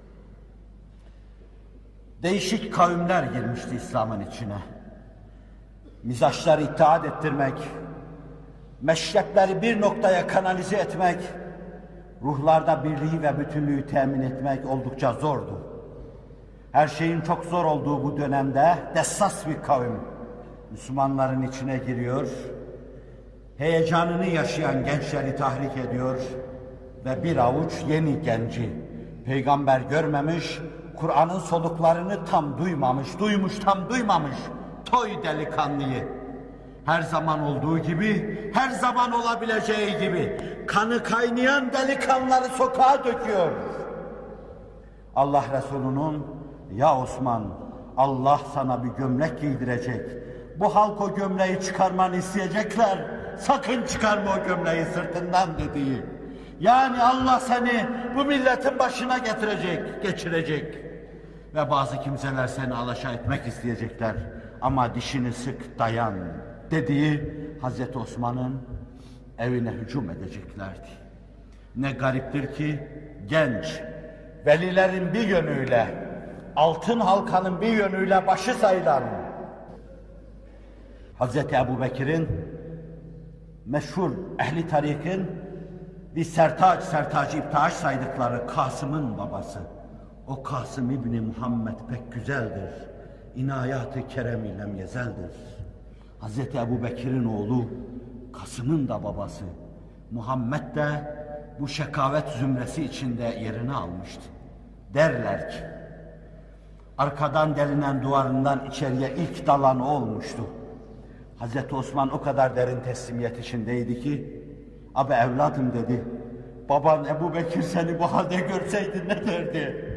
Değişik kavimler girmişti İslam'ın içine. Mizaçları itaat ettirmek, meşrepleri bir noktaya kanalize etmek, ruhlarda birliği ve bütünlüğü temin etmek oldukça zordu. Her şeyin çok zor olduğu bu dönemde dessas bir kavim Müslümanların içine giriyor, heyecanını yaşayan gençleri tahrik ediyor ve bir avuç yeni genci, peygamber görmemiş, Kur'an'ın soluklarını tam duymuş tam duymamış, toy delikanlıyı, her zaman olduğu gibi, her zaman olabileceği gibi, kanı kaynayan delikanlıları sokağa döküyor. Allah Resulü'nün, ya Osman, Allah sana bir gömlek giydirecek, bu halk o gömleği çıkarmanı isteyecekler, sakın çıkarma o gömleği sırtından dediği. Yani Allah seni bu milletin başına geçirecek. Ve bazı kimseler seni alaşağı etmek isteyecekler. Ama dişini sık dayan dediği Hazreti Osman'ın evine hücum edeceklerdi. Ne gariptir ki genç, velilerin bir yönüyle, altın halkanın bir yönüyle başı sayılan, Hazreti Ebubekir'in meşhur ehli tarikin bir sertaç İptaş saydıkları Kasım'ın babası. O Kasım İbni Muhammed pek güzeldir. İnayat-ı kerem-i lem yezeldir. Hazreti Ebubekir'in oğlu Kasım'ın da babası. Muhammed de bu şekavet zümresi içinde yerini almıştı. Derler ki, arkadan delinen duvarından içeriye ilk dalan o olmuştu. Hazreti Osman o kadar derin teslimiyet içindeydi ki, "Abi evladım," dedi, "baban Ebubekir seni bu halde görseydi ne derdi?"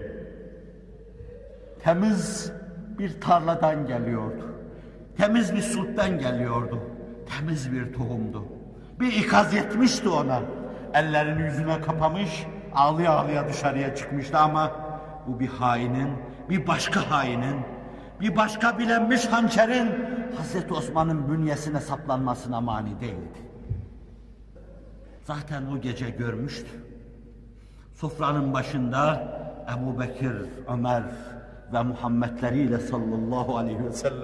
Temiz bir tarladan geliyordu. Temiz bir sulptan geliyordu. Temiz bir tohumdu. Bir ikaz yetmişti ona. Ellerini yüzüne kapamış, ağlaya ağlaya dışarıya çıkmıştı ama bu bir hainin, bir başka hainin, bir başka bilenmiş hançerin Hazreti Osman'ın bünyesine saplanmasına mani değildi. Zaten o gece görmüştü. Sofranın başında Ebubekir, Ömer ve Muhammedleriyle sallallahu aleyhi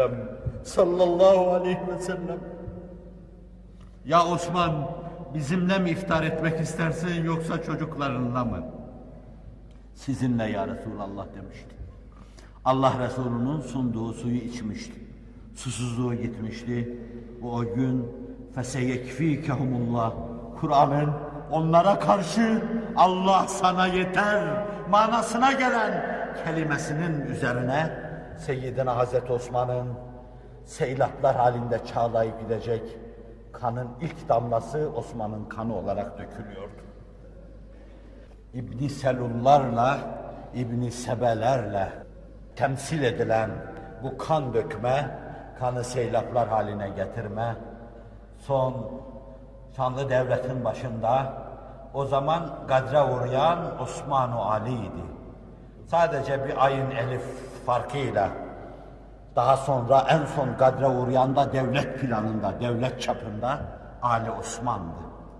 ve sellem. "Ya Osman, bizimle mi iftar etmek istersin yoksa çocuklarınla mı?" "Sizinle ya Resulallah," demişti. Allah Resulü'nün sunduğu suyu içmişti. Susuzluğu gitmişti. O gün "Feseyekfikehumullah," Kur'an'ın onlara karşı "Allah sana yeter" manasına gelen kelimesinin üzerine Seyyidina Hazreti Osman'ın seylaplar halinde çağlayıp gidecek kanın ilk damlası Osman'ın kanı olarak dökülüyordu. İbn-i Selullarla, İbn-i Sebelerle temsil edilen bu kan dökme, kanı seylaplar haline getirme, son şanlı devletin başında o zaman gadre uğrayan Osman-ı Ali'ydi. Sadece bir ayın elif farkıyla daha sonra en son gadre uğrayan da devlet planında, devlet çapında Ali Osman'dı.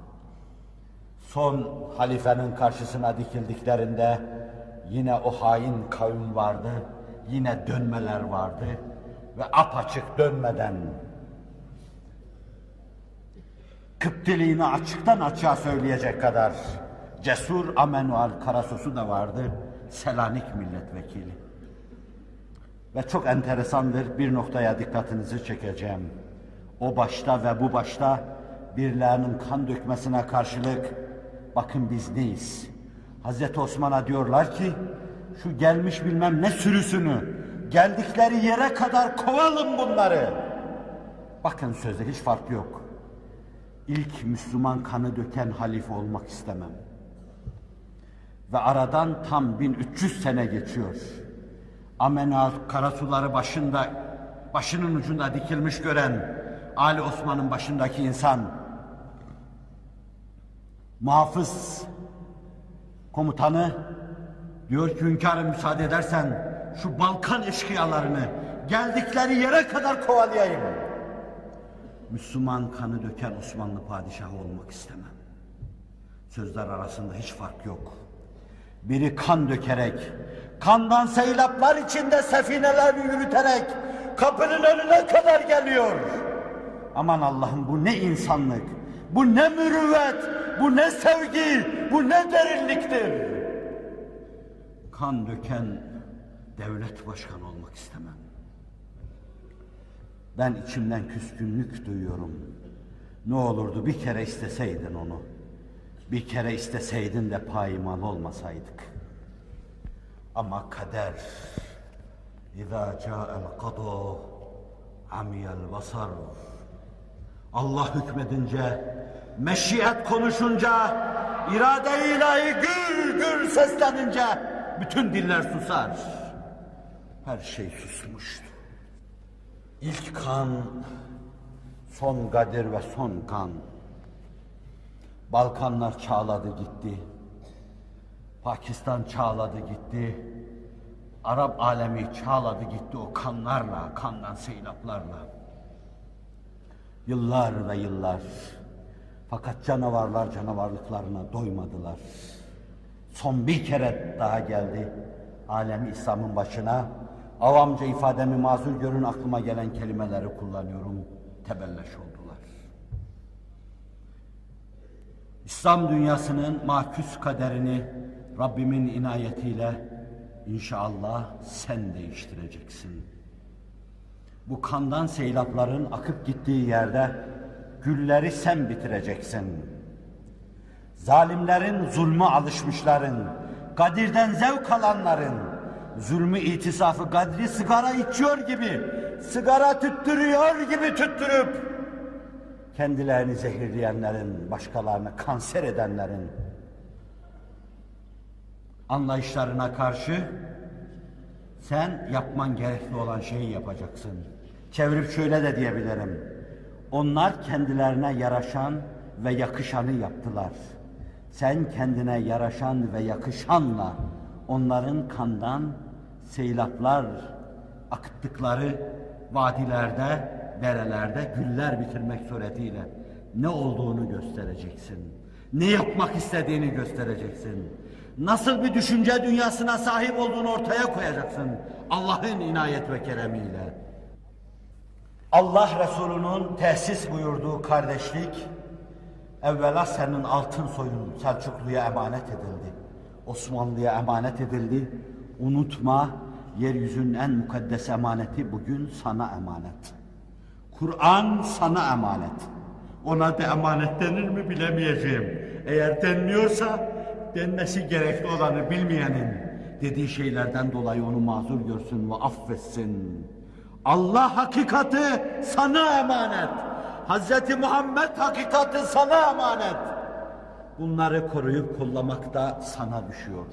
Son halifenin karşısına dikildiklerinde yine o hain kavim vardı, yine dönmeler vardı ve apaçık dönmeden Kıptiliğini açıktan açığa söyleyecek kadar cesur Amenuel Karasos'u da vardı, Selanik milletvekili. Ve çok enteresandır, bir noktaya dikkatinizi çekeceğim. O başta ve bu başta birilerinin kan dökmesine karşılık, bakın biz neyiz? Hazreti Osman'a diyorlar ki, şu gelmiş bilmem ne sürüsünü, geldikleri yere kadar kovalım bunları. Bakın sözde hiç fark yok. İlk Müslüman kanı döken halife olmak istemem. Ve aradan tam 1300 sene geçiyor. Amenal karasuları başının ucunda dikilmiş gören Ali Osman'ın başındaki insan, muhafız komutanı diyor ki, hünkârım müsaade edersen şu Balkan eşkıyalarını geldikleri yere kadar kovalayayım. Müslüman kanı döken Osmanlı padişahı olmak istemem. Sözler arasında hiç fark yok. Biri kan dökerek, kandan seylaplar içinde sefineler yürüterek kapının önüne kadar geliyor. Aman Allah'ım, bu ne insanlık, bu ne mürüvvet, bu ne sevgi, bu ne derinliktir. Kan döken devlet başkanı olmak istemem. Ben içimden küskünlük duyuyorum. Ne olurdu bir kere isteseydin onu. Bir kere isteseydin de payimal olmasaydık. Ama kader, İzâ câ'el qadâ amiyel basar. Allah hükmedince, meşiyet konuşunca, irade-i ilahi gür gür seslenince bütün diller susar. Her şey susmuştu. İlk kan, son gadir ve son kan. Balkanlar çağladı gitti. Pakistan çağladı gitti. Arap alemi çağladı gitti o kanlarla, kandan seylaplarla. Yıllar ve yıllar. Fakat canavarlar canavarlıklarına doymadılar. Son bir kere daha geldi alemi İslam'ın başına. Avamca ifademi mazur görün, aklıma gelen kelimeleri kullanıyorum. tebelleş oldular. İslam dünyasının maküs kaderini Rabbimin inayetiyle inşallah sen değiştireceksin. Bu kandan seylapların akıp gittiği yerde gülleri sen bitireceksin. Zalimlerin, zulmü alışmışların, Kadir'den zevk alanların, zulmü itisafı Kadri sigara içiyor gibi, sigara tüttürüyor gibi tüttürüp, kendilerini zehirleyenlerin, başkalarını kanser edenlerin anlayışlarına karşı sen yapman gerekli olan şeyi yapacaksın. Çevirip şöyle de diyebilirim. Onlar kendilerine yaraşan ve yakışanı yaptılar. Sen kendine yaraşan ve yakışanla onların kandan seylaplar akıttıkları vadilerde, derelerde güller bitirmek suretiyle ne olduğunu göstereceksin. Ne yapmak istediğini göstereceksin. Nasıl bir düşünce dünyasına sahip olduğunu ortaya koyacaksın. Allah'ın inayet ve keremiyle. Allah Resulü'nün tesis buyurduğu kardeşlik, evvela senin altın soyun Selçuklu'ya emanet edildi. Osmanlı'ya emanet edildi. Unutma, yeryüzünün en mukaddes emaneti bugün sana emanet. Kur'an sana emanet. Ona da emanet denir mi bilemeyeceğim. Eğer denmiyorsa, denmesi gerekli olanı bilmeyenin dediği şeylerden dolayı onu mazur görsün ve affetsin. Allah hakikati sana emanet. Hz. Muhammed hakikati sana emanet. Bunları koruyup kollamak da sana düşüyor.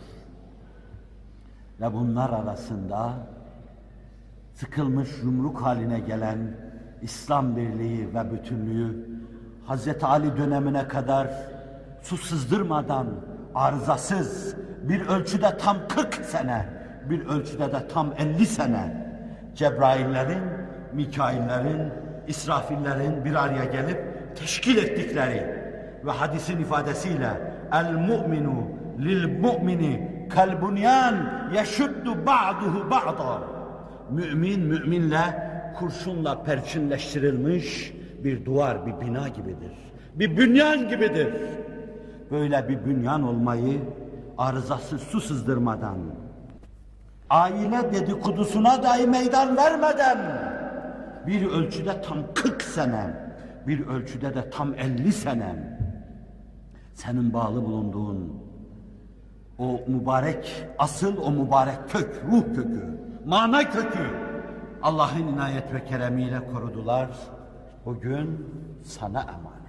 Ve bunlar arasında sıkılmış yumruk haline gelen İslam birliği ve bütünlüğü Hz. Ali dönemine kadar su sızdırmadan, arızasız, bir ölçüde tam 40 sene, bir ölçüde de tam 50 sene Cebraillerin, Mikaillerin, İsrafillerin bir araya gelip teşkil ettikleri ve hadisin ifadesiyle el-mu'minu lil-mu'mini kal-bunyan yeşuddu ba'duhu ba'da. Mümin, müminle kurşunla perçinleştirilmiş bir duvar, bir bina gibidir. Bir bünyan gibidir. Böyle bir bünyan olmayı arızasız su sızdırmadan, aile dedikodusuna dahi meydan vermeden, bir ölçüde tam 40 sene, bir ölçüde de tam 50 sene senin bağlı bulunduğun o mübarek, asıl o mübarek kök, ruh kökü, mana kökü Allah'ın inayet ve keremiyle korudular. Bugün sana emanet.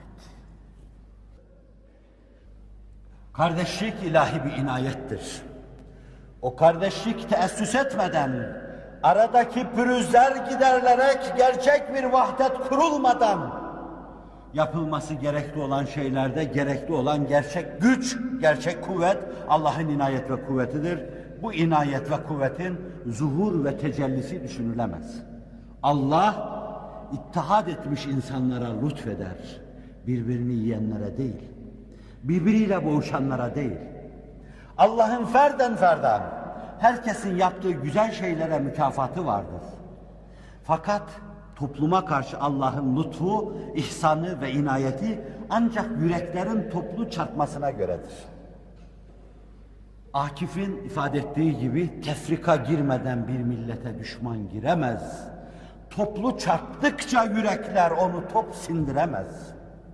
Kardeşlik ilahi bir inayettir. O kardeşlik teessüs etmeden, aradaki pürüzler giderilerek gerçek bir vahdet kurulmadan, yapılması gerekli olan şeylerde gerekli olan gerçek güç, gerçek kuvvet Allah'ın inayet ve kuvvetidir. Bu inayet ve kuvvetin zuhur ve tecellisi düşünülemez. Allah ittihad etmiş insanlara lütfeder. Birbirini yiyenlere değil, birbiriyle boğuşanlara değil. Allah'ın ferden ferdan herkesin yaptığı güzel şeylere mükafatı vardır. Fakat topluma karşı Allah'ın lütfu, ihsanı ve inayeti ancak yüreklerin toplu çarpmasına göredir. Akif'in ifade ettiği gibi tefrika girmeden bir millete düşman giremez. Toplu çarptıkça yürekler onu top sindiremez.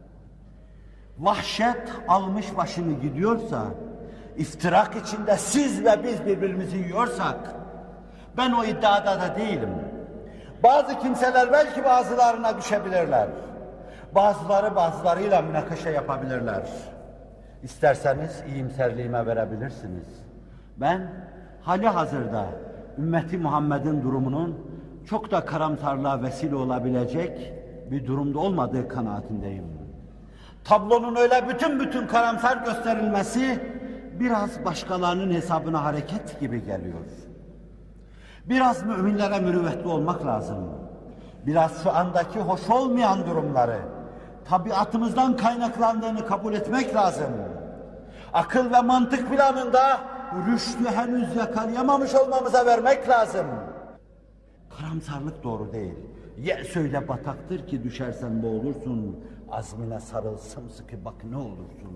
Vahşet almış başını gidiyorsa, iftirak içinde siz ve biz birbirimizi yiyorsak, ben o iddiada da değilim. Bazı kimseler belki bazılarına düşebilirler. Bazıları bazılarıyla münakaşa yapabilirler. İsterseniz iyimserliğime verebilirsiniz. Ben hali hazırda ümmeti Muhammed'in durumunun çok da karamsarlığa vesile olabilecek bir durumda olmadığı kanaatindeyim. Tablonun öyle bütün karamsar gösterilmesi biraz başkalarının hesabına hareket gibi geliyor. Biraz müminlere mürüvvetli olmak lazım. Biraz şu andaki hoş olmayan durumları, tabiatımızdan kaynaklandığını kabul etmek lazım. Akıl ve mantık planında rüştü henüz yakalayamamış olmamıza vermek lazım. Karamsarlık doğru değil. Ye söyle bataktır ki düşersen boğulursun. Azmine sarıl sımsıkı bak ne olursun.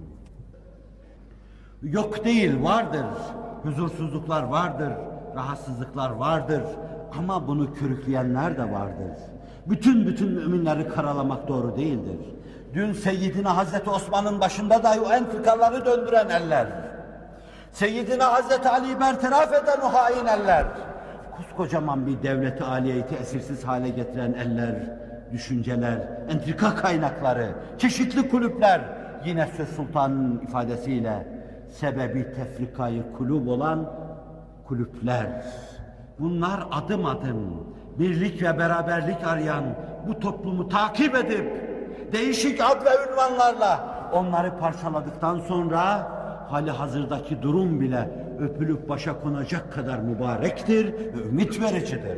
Yok değil, vardır. Huzursuzluklar vardır, rahatsızlıklar vardır. Ama bunu körükleyenler de vardır. Bütün müminleri karalamak doğru değildir. Dün Seyyidina Hazreti Osman'ın başında dahi o entrikaları döndüren eller, Seyyidina Hazreti Ali'yi bertaraf eden o hain eller, koskocaman bir devleti aliyeyi tesirsiz hale getiren eller, düşünceler, entrika kaynakları, çeşitli kulüpler, yine Söz Sultan'ın ifadesiyle sebebi tefrikayı kulüp olan kulüpler. Bunlar adım adım birlik ve beraberlik arayan bu toplumu takip edip değişik ad ve ünvanlarla onları parçaladıktan sonra hali hazırdaki durum bile öpülüp başa konacak kadar mübarektir ve ümit vericidir.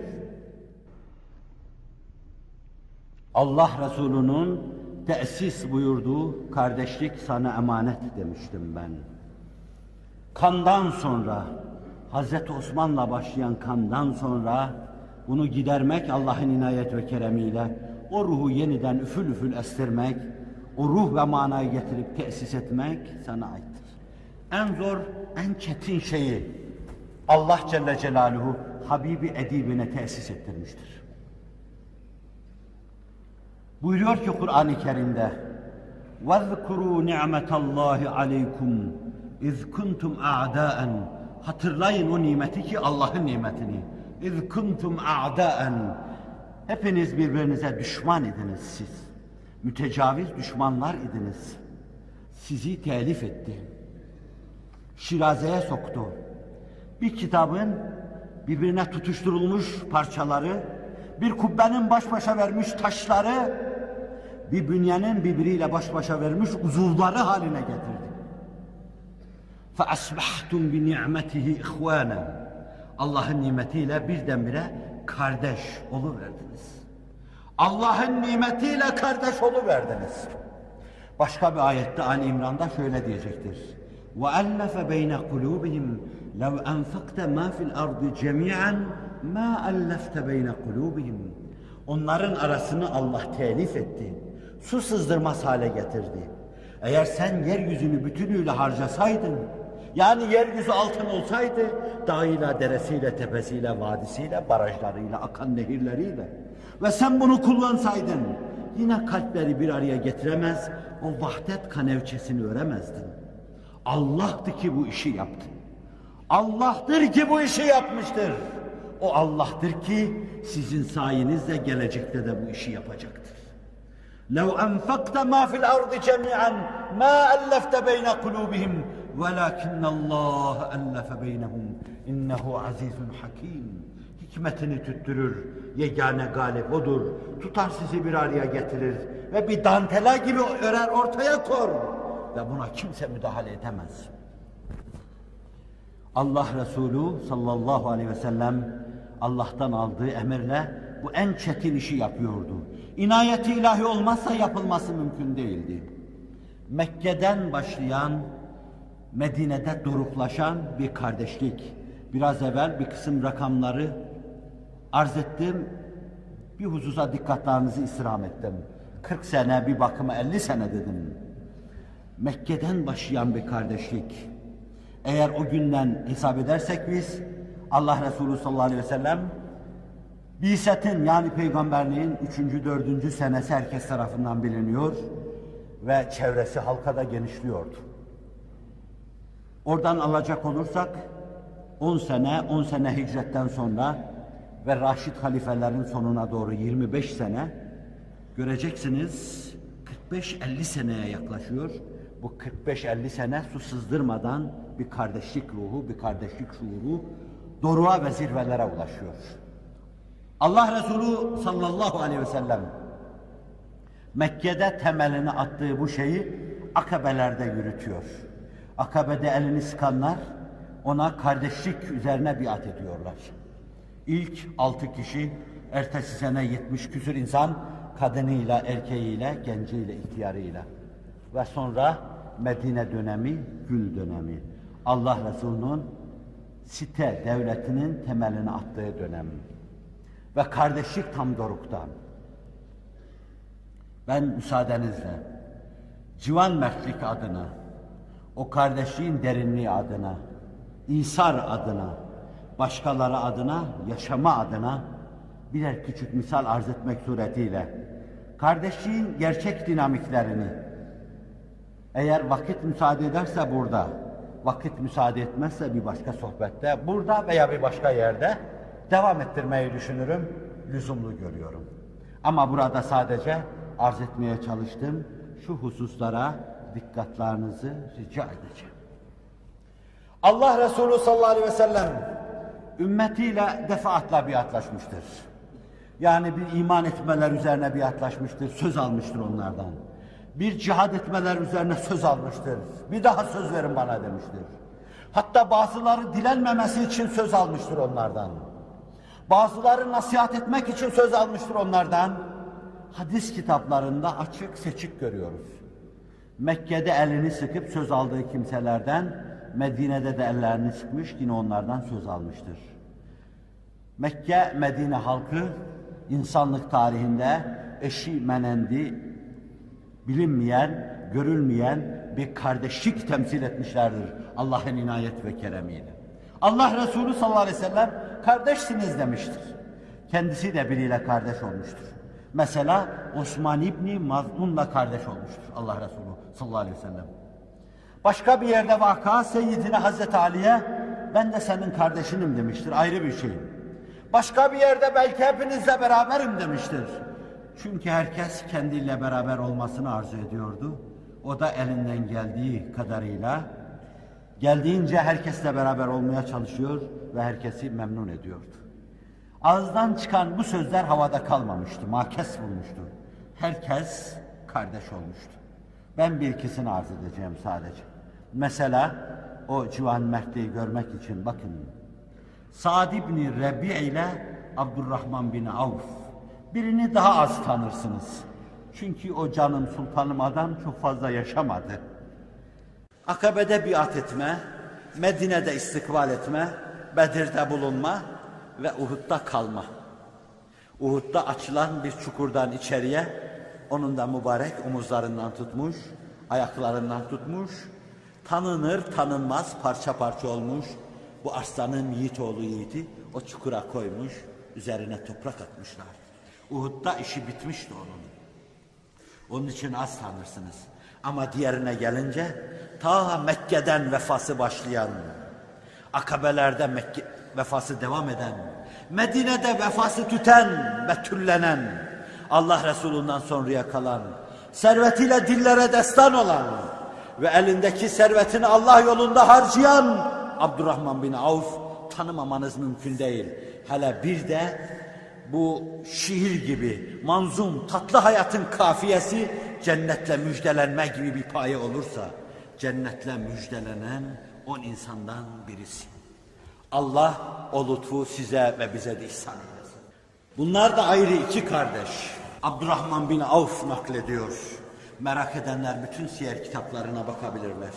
Allah Resulü'nün tesis buyurduğu kardeşlik sana emanet demiştim ben. Kandan sonra, Hazreti Osman'la başlayan kandan sonra bunu gidermek Allah'ın inayet ve keremiyle, o ruhu yeniden üfül üfül estirmek, o ruh ve manayı getirip tesis etmek sana aittir. En zor, en çetin şeyi Allah Celle Celaluhu Habibi edibine tesis ettirmiştir. Buyuruyor ki Kur'an-ı Kerim'de وَذْكُرُوا نِعْمَةَ اللّٰهِ عَلَيْكُمْ اِذْ كُنْتُمْ اَعْدَاءً Hatırlayın o nimeti ki Allah'ın nimetini. اِذْ كُنْتُمْ اَعْدَاءً Hepiniz birbirinize düşman idiniz siz. Mütecaviz düşmanlar idiniz. Sizi telif etti. Şirazeye soktu. Bir kitabın birbirine tutuşturulmuş parçaları, bir kubbenin baş başa vermiş taşları, bir bünyenin birbiriyle baş başa vermiş uzuvları haline getirdi. فَأَصْبَحْتُمْ بِنِعْمَتِهِ اِخْوَانًا Allah'ın nimetiyle birdenbire kardeş oluverdiniz. Allah'ın nimetiyle kardeş oluverdiniz. Başka bir ayette Ali İmran'da şöyle diyecektir. وَأَلَّفَ بَيْنَ قُلُوبِهِمْ لَوْ أَنْفَقْتَ مَا فِي الْأَرْضِ جَمِيعًا مَا أَلَّفْتَ بَيْنَ قُلُوبِهِمْ Onların arasını Allah telif etti. Su sızdırmaz hale getirdi. Eğer sen yeryüzünü bütünüyle harcasaydın, yani yeryüzü altın olsaydı, dağıyla, deresiyle, tepesiyle, vadisiyle, barajlarıyla, akan nehirleriyle ve sen bunu kullansaydın, yine kalpleri bir araya getiremez, o vahdet kanevçesini öremezdin. Allah'tı ki bu işi yaptı. Allah'tır ki bu işi yapmıştır. O Allah'tır ki sizin sayenizde gelecekte de bu işi yapacaktır. لَوْ أَنْفَقْتَ مَا فِي الْأَرْضِ جَمِيعًا مَا أَلَّفْتَ بَيْنَ قُلُوبِهِمْ وَلَكِنَّ اللّٰهَ أَلَّفَ بَيْنَهُمْ اِنَّهُ عَزِيزٌ حَكِيمٌ Hikmetini tüttürür, yegane galip odur, tutar sizi bir araya getirir ve bir dantela gibi örer ortaya kor ve buna kimse müdahale edemez. Allah Resulü sallallahu aleyhi ve sellem Allah'tan aldığı emirle bu en çetin işi yapıyordu. İnayeti ilahi olmazsa yapılması mümkün değildi. Mekke'den başlayan, Medine'de doruklaşan bir kardeşlik. Biraz evvel bir kısım rakamları arz ettim. Bir hususa dikkatlerinizi istirham ettim. 40 sene, bir bakıma 50 sene dedim. Mekke'den başlayan bir kardeşlik. Eğer o günden hesap edersek biz, Allah Resulü sallallahu aleyhi ve sellem Bi'setin yani peygamberliğin 3. 4. senesi herkes tarafından biliniyor ve çevresi halkada genişliyordu. Oradan alacak olursak 10 sene hicretten sonra ve Raşid halifelerin sonuna doğru 25 sene göreceksiniz 45-50 seneye yaklaşıyor. Bu 45-50 sene su sızdırmadan bir kardeşlik ruhu, bir kardeşlik şuuru doruğa ve zirvelere ulaşıyor. Allah Resulü sallallahu aleyhi ve sellem Mekke'de temelini attığı bu şeyi akabelerde yürütüyor. Akabede elini sıkanlar ona kardeşlik üzerine biat ediyorlar. İlk 6 kişi, ertesi sene 70 küsur insan, kadınıyla, erkeğiyle, genciyle, ihtiyarıyla. Ve sonra Medine dönemi, Gül dönemi. Allah Resulü'nün site devletinin temelini attığı dönem. Ve kardeşlik tam dorukta. Ben müsaadenizle civan mertlik adına, o kardeşliğin derinliği adına, İsar adına, başkaları adına, yaşama adına birer küçük misal arz etmek suretiyle kardeşliğin gerçek dinamiklerini, eğer vakit müsaade ederse burada, vakit müsaade etmezse bir başka sohbette, burada veya bir başka yerde devam ettirmeyi düşünürüm, lüzumlu görüyorum. Ama burada sadece arz etmeye çalıştım, şu hususlara dikkatlerinizi rica edeceğim. Allah Resulü sallallahu aleyhi ve sellem ümmetiyle defaatle biatlaşmıştır. Yani bir iman etmeler üzerine biatlaşmıştır, söz almıştır onlardan. Bir cihad etmeler üzerine söz almıştır. Bir daha söz verin bana demiştir. Hatta bazıları dilenmemesi için söz almıştır onlardan. Bazıları nasihat etmek için söz almıştır onlardan. Hadis kitaplarında açık seçik görüyoruz. Mekke'de elini sıkıp söz aldığı kimselerden, Medine'de de ellerini sıkmış, yine onlardan söz almıştır. Mekke, Medine halkı insanlık tarihinde eşi menendi, bilinmeyen, görülmeyen bir kardeşlik temsil etmişlerdir Allah'ın inayet ve keremiyle. Allah Resulü sallallahu aleyhi ve sellem kardeşsiniz demiştir. Kendisi de biriyle kardeş olmuştur. Mesela Osman İbni Maz'un'la kardeş olmuştur Allah Resulü sallallahu aleyhi ve sellem. Başka bir yerde vaka Seyyidine Hazreti Ali'ye ben de senin kardeşinim demiştir, ayrı bir şey. Başka bir yerde belki hepinizle beraberim demiştir. Çünkü herkes kendiyle beraber olmasını arzu ediyordu. O da elinden geldiği kadarıyla, geldiğince herkesle beraber olmaya çalışıyor ve herkesi memnun ediyordu. Ağızdan çıkan bu sözler havada kalmamıştı, makes bulmuştu. Herkes kardeş olmuştu. Ben bir ikisini arz edeceğim sadece. Mesela o civan mertliği görmek için bakın. Sa'd ibn Rebi ile Abdurrahman bin Avf. Birini daha az tanırsınız. Çünkü o canım sultanım adam çok fazla yaşamadı. Akabe'de biat etme, Medine'de istikbal etme, Bedir'de bulunma ve Uhud'da kalma. Uhud'da açılan bir çukurdan içeriye, onun da mübarek omuzlarından tutmuş, ayaklarından tutmuş, tanınır tanınmaz parça parça olmuş, bu aslanın yiğit oğlu yiğidi o çukura koymuş, üzerine toprak atmışlar. Uhud'da işi bitmişti onun. Onun için az tanırsınız. Ama diğerine gelince, ta Mekke'den vefası başlayan, akabelerde vefası devam eden, Medine'de vefası tüten ve tüllenen, Allah Resulü'nden sonraya kalan, servetiyle dillere destan olan ve elindeki servetini Allah yolunda harcayan Abdurrahman bin Avf tanımamanız mümkün değil. Hele bir de bu şiir gibi manzum tatlı hayatın kafiyesi cennetle müjdelenme gibi bir paye olursa, cennetle müjdelenen 10 insandan birisi. Allah o lütfu size ve bize de ihsan eylesin. Bunlar da ayrı iki kardeş. Abdurrahman bin Avf naklediyor. Merak edenler bütün siyer kitaplarına bakabilirler.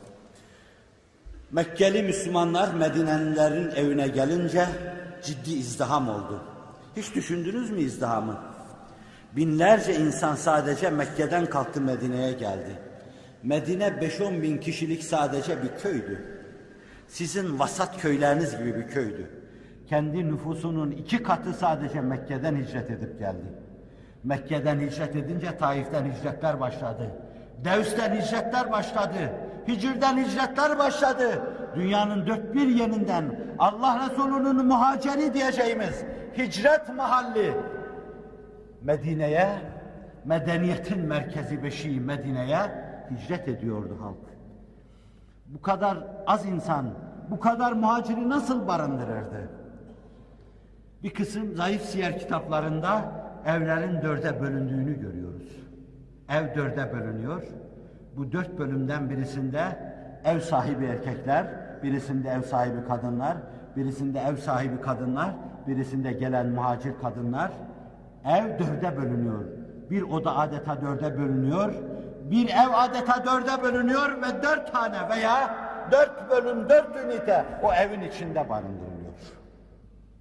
Mekkeli Müslümanlar Medinelilerin evine gelince ciddi izdiham oldu. Hiç düşündünüz mü izdihamı? Binlerce insan sadece Mekke'den kalktı Medine'ye geldi. Medine 5-10 bin kişilik sadece bir köydü. Sizin vasat köyleriniz gibi bir köydü. Kendi nüfusunun 2 katı sadece Mekke'den hicret edip geldi. Mekke'den hicret edince Taif'ten hicretler başladı. Devs'ten hicretler başladı. Hicr'den hicretler başladı. Dünyanın dört bir yerinden Allah Resulü'nün muhaciri diyeceğimiz hicret mahalli Medine'ye, medeniyetin merkezi beşiği Medine'ye hicret ediyordu halk. Bu kadar az insan, bu kadar muhaciri nasıl barındırırdı? Bir kısım zayıf siyer kitaplarında evlerin 4'e bölündüğünü görüyoruz. Ev 4'e bölünüyor. Bu 4 bölümden birisinde ev sahibi erkekler, birisinde ev sahibi kadınlar, birisinde ev sahibi kadınlar, birisinde gelen muhacir kadınlar. Ev 4'e bölünüyor. Bir oda adeta 4'e bölünüyor. Bir ev adeta 4'e bölünüyor ve 4 tane veya 4 bölüm, 4 ünite o evin içinde barındırılıyor.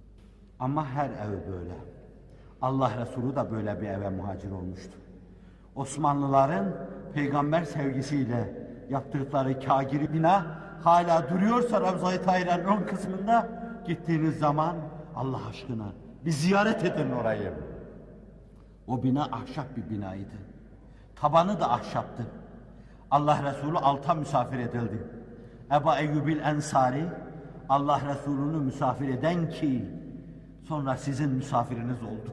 Ama her ev böyle. Allah Resulü da böyle bir eve muhacir olmuştu. Osmanlıların peygamber sevgisiyle yaptıkları kâgiri bina hala duruyorsa Ravza-i Tahire'nin ön kısmında, gittiğiniz zaman Allah aşkına bir ziyaret edin orayı. O bina ahşap bir binaydı. Tabanı da ahşaptı. Allah Resulü alta misafir edildi. Ebu Eyyubil Ensari, Allah Resulü'nü misafir eden ki sonra sizin misafiriniz oldu.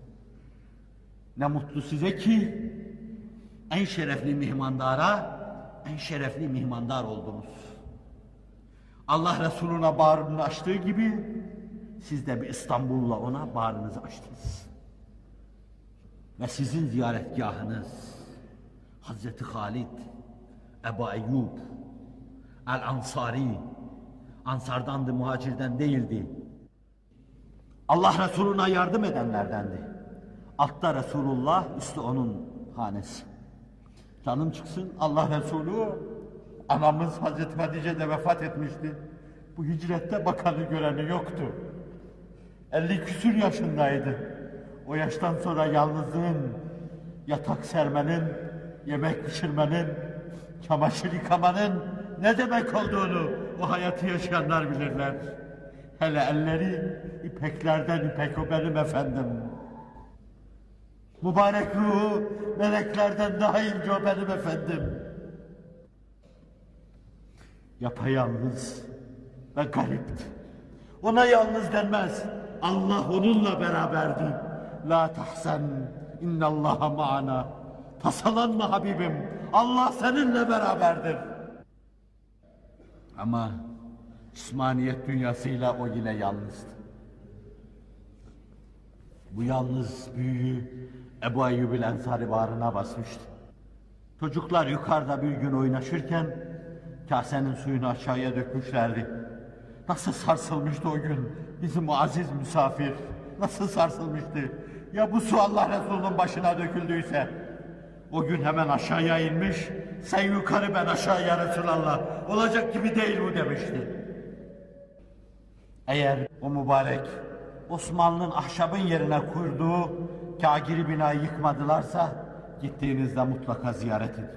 Ne mutlu size ki en şerefli mihmandara en şerefli mihmandar oldunuz. Allah Resulü'ne bağrını açtığı gibi siz de bir İstanbul'la ona bağrınızı açtınız. Ve sizin ziyaretgahınız Hazreti Halid, Ebu Eyyub, El-Ansari, Ansardandı, muhacirden değildi. Allah Resulü'ne yardım edenlerdendi. Altta Resulullah, üstü onun hanesi. Canım çıksın, Allah Resulü, anamız Hazreti Hatice de vefat etmişti. Bu hicrette bakanı göreni yoktu. 50 küsur yaşındaydı. O yaştan sonra yalnızlığın, yatak sermenin, yemek pişirmenin, çamaşır yıkamanın ne demek olduğunu o hayatı yaşayanlar bilirler. Hele elleri ipeklerden ipek, o benim efendim. Mübarek ruhu meleklerden daha ince, o benim efendim. Yapayalnız ve garipti. Ona yalnız denmez. Allah onunla beraberdi. La tahsen innallaha ma'ana. Tasalanma Habibim. Allah seninle beraberdir. Ama cismaniyet dünyasıyla o yine yalnızdı. Bu yalnız büyüğü Ebu Eyyubil Ensari bağrına basmıştı. Çocuklar yukarıda bir gün oynaşırken kasenin suyunu aşağıya dökmüşlerdi. Nasıl sarsılmıştı o gün bizim o aziz misafir, nasıl sarsılmıştı. Ya bu su Allah Resulü'nün başına döküldüyse, o gün hemen aşağıya inmiş, sen yukarı ben aşağıya Resulallah, olacak gibi değil bu demişti. Eğer o mübarek Osmanlı'nın ahşabın yerine kurduğu kâgiri binayı yıkmadılarsa, gittiğinizde mutlaka ziyaret edin.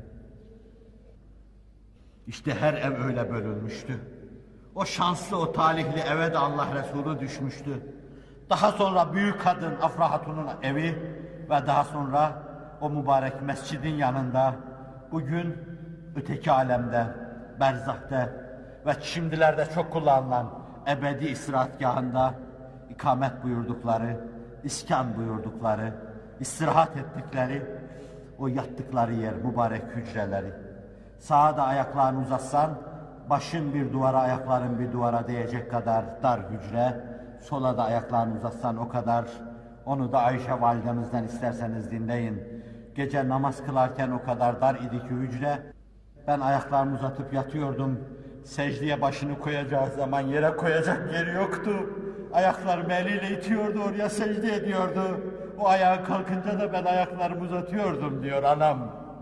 İşte her ev öyle bölünmüştü. O şanslı, o talihli eve de Allah Resulü düşmüştü. Daha sonra büyük kadın Afra Hatun'un evi ve daha sonra o mübarek mescidin yanında, bugün öteki alemde, berzahte ve şimdilerde çok kullanılan ebedi istirahatgahında ikamet buyurdukları, iskan buyurdukları, istirahat ettikleri, o yattıkları yer, mübarek hücreleri. Sağa da ayaklarını uzatsan, başın bir duvara, ayakların bir duvara değecek kadar dar hücre, sola da ayaklarını uzatsan o kadar. Onu da Ayşe validemizden isterseniz dinleyin. Gece namaz kılarken o kadar dar idi ki hücre, ben ayaklarımı uzatıp yatıyordum. Secdeye başını koyacağı zaman yere koyacak yeri yoktu. Ayaklarımı eliyle itiyordu, oraya secde ediyordu. O ayağa kalkınca da ben ayaklarımı uzatıyordum diyor anam.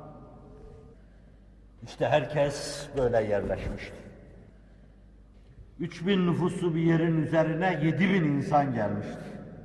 İşte herkes böyle yerleşmişti. 3000 nüfuslu bir yerin üzerine 7000 insan gelmişti.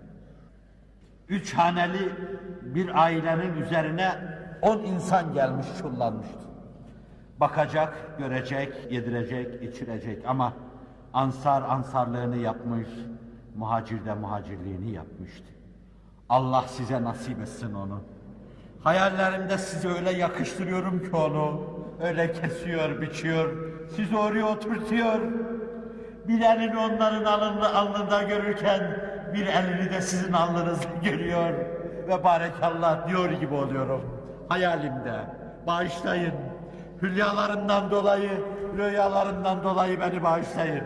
3 haneli bir ailenin üzerine 10 insan gelmiş, çullanmıştı. Bakacak, görecek, yedirecek, içirecek ama ansar ansarlığını yapmış, muhacir de muhacirliğini yapmıştı. Allah size nasip etsin onu. Hayallerimde size öyle yakıştırıyorum ki onu, öyle kesiyor, biçiyor, sizi oraya oturtuyor. Bir elini onların alnında görürken, bir elini de sizin alnınızda görüyor ve barekallah diyor gibi oluyorum. Hayalimde, bağışlayın, hülyalarından dolayı, rüyalarından dolayı beni bağışlayın.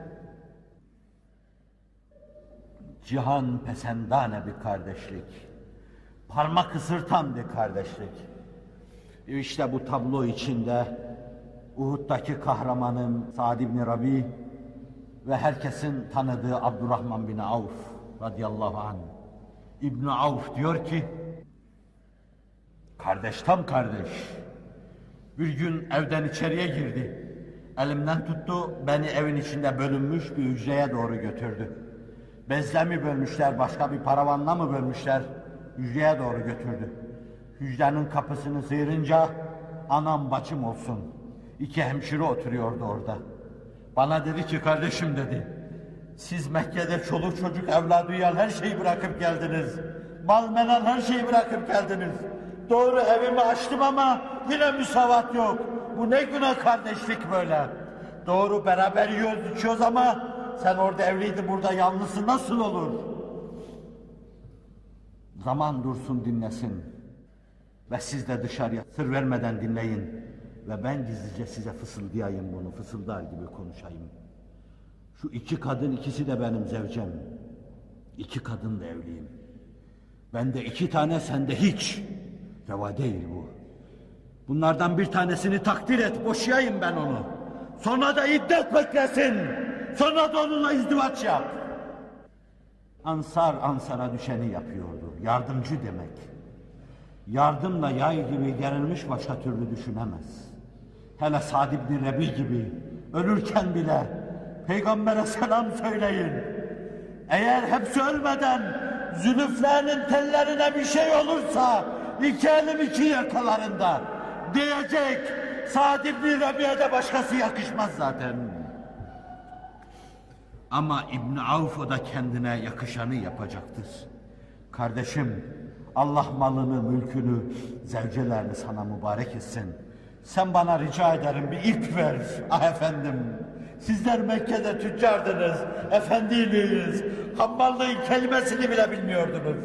Cihan pesendane bir kardeşlik, parmak ısırtan bir kardeşlik. İşte bu tablo içinde Uhud'daki kahramanım Sa'd ibn Rabi ve herkesin tanıdığı Abdurrahman bin Avf radıyallahu anh. İbn Avf diyor ki, kardeş tam kardeş. Bir gün evden içeriye girdi. Elimden tuttu, beni evin içinde bölünmüş bir hücreye doğru götürdü. Bezle mi bölmüşler, başka bir paravanla mı bölmüşler, hücreye doğru götürdü. Hücrenin kapısını sıyırınca anam bacım olsun. İki hemşire oturuyordu orada. Bana dedi ki kardeşim dedi, siz Mekke'de çoluk çocuk evladı uyal her şeyi bırakıp geldiniz. Mal menal her şeyi bırakıp geldiniz. Doğru evimi açtım ama yine müsavat yok. Bu ne günah kardeşlik böyle. Doğru beraber yiyoruz içiyoruz ama sen orada evliydin burada yalnızsın nasıl olur? Zaman dursun dinlesin. Ve siz de dışarıya sır vermeden dinleyin. Ve ben gizlice size fısıldayayım bunu, fısıldar gibi konuşayım. Şu iki kadın ikisi de benim zevcem. İki kadınla evliyim. Bende iki tane, sende hiç. Reva değil bu. Bunlardan bir tanesini takdir et, boşayayım ben onu. Sonra da iddet beklesin. Sonra da onunla izdivaç yap. Ansar ansara düşeni yapıyordu. Yardımcı demek. Yardımla yay gibi gerilmiş başka türlü düşünemez. Hele Sa'd ibn Rebi gibi ölürken bile Peygamber'e selam söyleyin. Eğer hepsi ölmeden zülüflerinin tellerine bir şey olursa iki elim iki yakalarında diyecek. Sa'd ibn Rebi'ye de başkası yakışmaz zaten. Ama İbn Avf o da kendine yakışanı yapacaktır. Kardeşim, Allah malını, mülkünü, zevcelerini sana mübarek etsin. Sen bana rica ederim bir ip ver. Ah efendim, sizler Mekke'de tüccardınız, efendiydiniz. Hammallığın kelimesini bile bilmiyordunuz.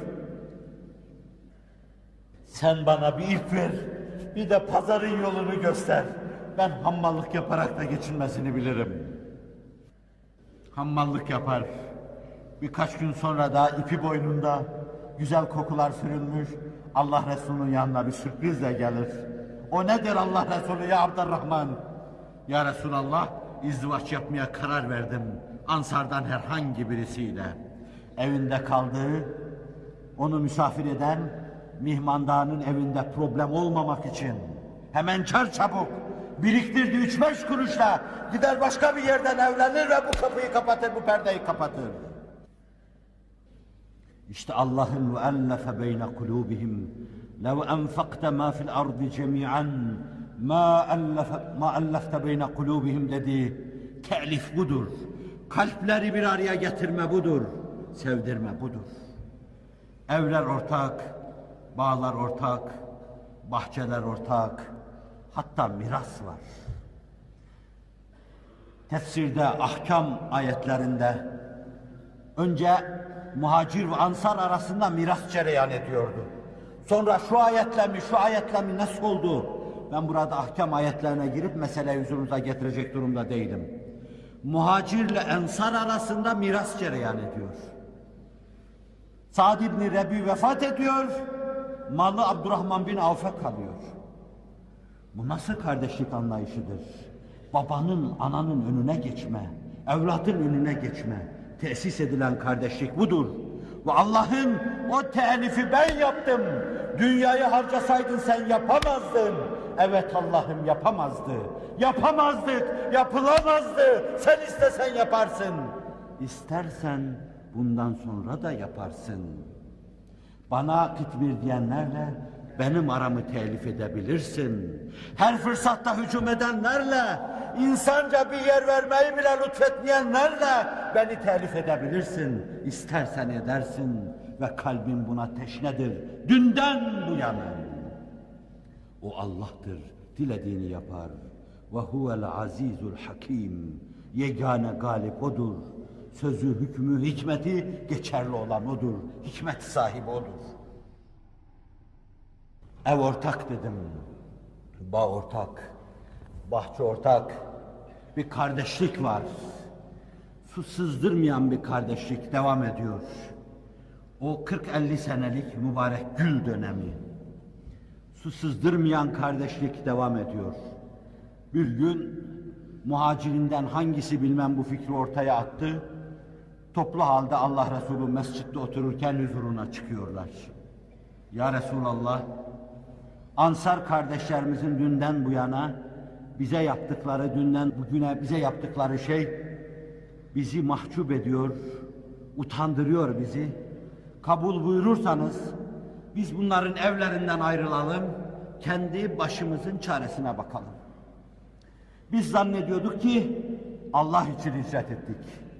Sen bana bir ip ver, bir de pazarın yolunu göster. Ben hammallık yaparak da geçinmesini bilirim. Hammallık yapar. Birkaç gün sonra da ipi boynunda güzel kokular sürülmüş Allah Resulü'nün yanına bir sürprizle gelir. O nedir Allah Resulü ya Abdurrahman? Ya Resulallah, izdivaç yapmaya karar verdim. Ansardan herhangi birisiyle. Evinde kaldığı, onu misafir eden mihmandarının evinde problem olmamak için hemen çarçabuk biriktirdi 3-5 kuruşla gider başka bir yerden evlenir ve bu kapıyı kapatır, bu perdeyi kapatır. İşte Allah'ın muallafe beyne kulubihim lev enfakte ma fil ardı cemi'an ma allafte beyne kulubihim dediği telif budur. Kalpleri bir araya getirme budur. Sevdirme budur. Evler ortak, bağlar ortak, bahçeler ortak, hatta miras var. Tefsirde, ahkam ayetlerinde önce muhacir ve ansar arasında miras cereyan ediyordu. Sonra şu ayetle mi nasıl oldu? Ben burada ahkam ayetlerine girip meseleyi huzurunuza getirecek durumda değilim. Muhacirle ensar arasında miras cereyan ediyor. Sa'd ibn Rebi vefat ediyor, malı Abdurrahman bin Avf'a kalıyor. Bu nasıl kardeşlik anlayışıdır? Babanın, ananın önüne geçme, evlatın önüne geçme. Tesis edilen kardeşlik budur. Ve Allah'ın o telifi ben yaptım. Dünyayı harcasaydın sen yapamazdın. Evet Allah'ım yapamazdı. Yapamazdık, yapılamazdı. Sen istesen yaparsın. İstersen bundan sonra da yaparsın. Bana kıtmir diyenlerle benim aramı telif edebilirsin. Her fırsatta hücum edenlerle, insanca bir yer vermeyi bile lütfetmeyenlerle beni telif edebilirsin. İstersen edersin ve kalbin buna teşnedir. Dünden bu yana. O Allah'tır, dilediğini yapar. Ve huvel azizul hakim. Yegane galip odur. Sözü, hükmü, hikmeti geçerli olan odur. Hikmet sahibi odur. Ev ortak dedim, bağ ortak, bahçe ortak, bir kardeşlik var. Su sızdırmayan bir kardeşlik devam ediyor. O 40-50 senelik mübarek gül dönemi. Su sızdırmayan kardeşlik devam ediyor. Bir gün muhacirinden hangisi bilmem bu fikri ortaya attı. Toplu halde Allah Resulü mescitte otururken huzuruna çıkıyorlar. Ya Resulallah, Ansar kardeşlerimizin dünden bu yana bize yaptıkları, dünden bugüne bize yaptıkları şey bizi mahcup ediyor, utandırıyor bizi. Kabul buyurursanız Biz bunların evlerinden ayrılalım, kendi başımızın çaresine bakalım. Biz zannediyorduk ki Allah için hicret ettik.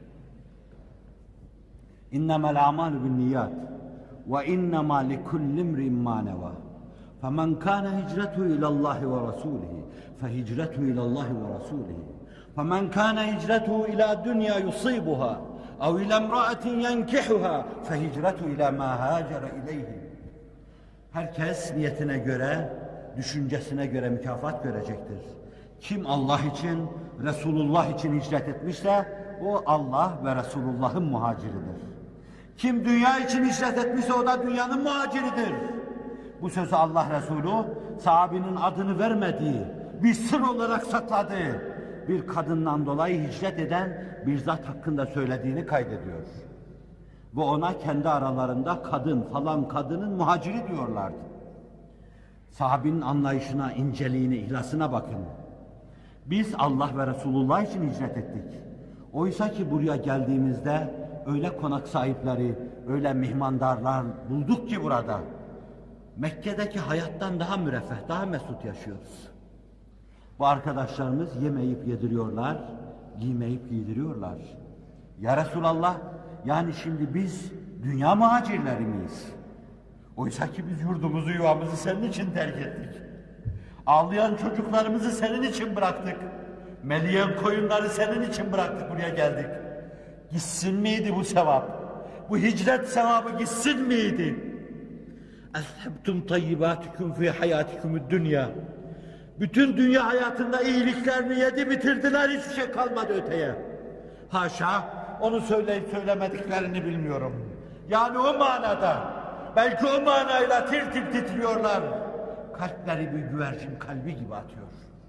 İnnemel a'malu binniyat ve innema likulli imrin ma neva. Femen kana hicretu ilallahi ve rasulihi fehicretu ilallahi ve rasulihi. Femen kana hicretu ila dunya yusibuha ev ila imra'atin yenkihuha fehicretu ila ma hacera ileyhi. Herkes niyetine göre, düşüncesine göre mükafat görecektir. Kim Allah için, Resulullah için hicret etmişse o Allah ve Resulullah'ın muhaciridir. Kim dünya için hicret etmişse o da dünyanın muhaciridir. Bu sözü Allah Resulü sahabenin adını vermediği, bir sır olarak sakladığı bir kadından dolayı hicret eden bir zat hakkında söylediğini kaydediyor. Ve ona kendi aralarında kadın falan kadının muhaciri diyorlardı. Sahabenin anlayışına, inceliğine, ihlasına bakın. Biz Allah ve Resulullah için hicret ettik. Oysa ki buraya geldiğimizde öyle konak sahipleri, öyle mihmandarlar bulduk ki burada. Mekke'deki hayattan daha müreffeh, daha mesut yaşıyoruz. Bu arkadaşlarımız yemeyip yediriyorlar, giymeyip giydiriyorlar. Ya Resulallah, yani şimdi biz dünya muhacirleri miyiz? Oysa ki biz yurdumuzu, yuvamızı senin için terk ettik. Ağlayan çocuklarımızı senin için bıraktık. Meleyen koyunları senin için bıraktık, buraya geldik. Gitsin miydi bu sevap? Bu hicret sevabı gitsin miydi? اَذْهَبْتُمْ طَيِّبَاتِكُمْ فِي حَيَاتِكُمُ dünya. Bütün dünya hayatında iyiliklerini yedi bitirdiler, hiçbir şey kalmadı öteye. Haşa, onu söyleyip söylemediklerini bilmiyorum. Yani o manada, belki o manayla tir tir titriyorlar. Kalpleri bir güvercin kalbi gibi atıyor.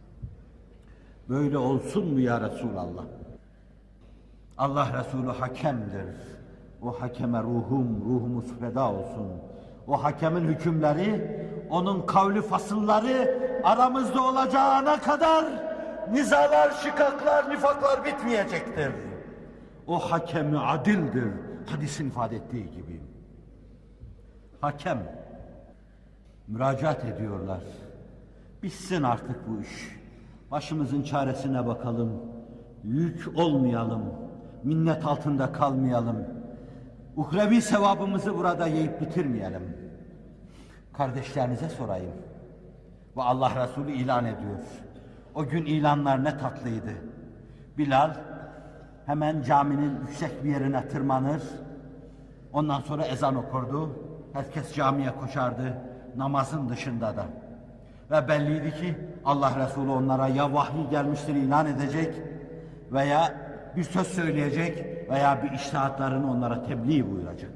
Böyle olsun mu ya Resulallah? Allah Resulü hakemdir. O hakeme ruhumuz feda olsun. O hakemin hükümleri, onun kavli fasılları aramızda olacağına kadar nizalar, şikaklar, nifaklar bitmeyecektir. O hakemi adildir, hadisin ifade ettiği gibi. Hakem, müracaat ediyorlar. Bitsin artık bu iş. Başımızın çaresine bakalım. Yük olmayalım. Minnet altında kalmayalım. Uhrevi sevabımızı burada yiyip bitirmeyelim. Kardeşlerinize sorayım. Ve Allah Resulü ilan ediyor. O gün ilanlar ne tatlıydı. Bilal hemen caminin yüksek bir yerine tırmanır. Ondan sonra ezan okurdu. Herkes camiye koşardı. Namazın dışında da. Ve belliydi ki Allah Resulü onlara ya vahiy gelmiştir ilan edecek veya bir söz söyleyecek veya bir içtihatlarını onlara tebliğ buyuracak.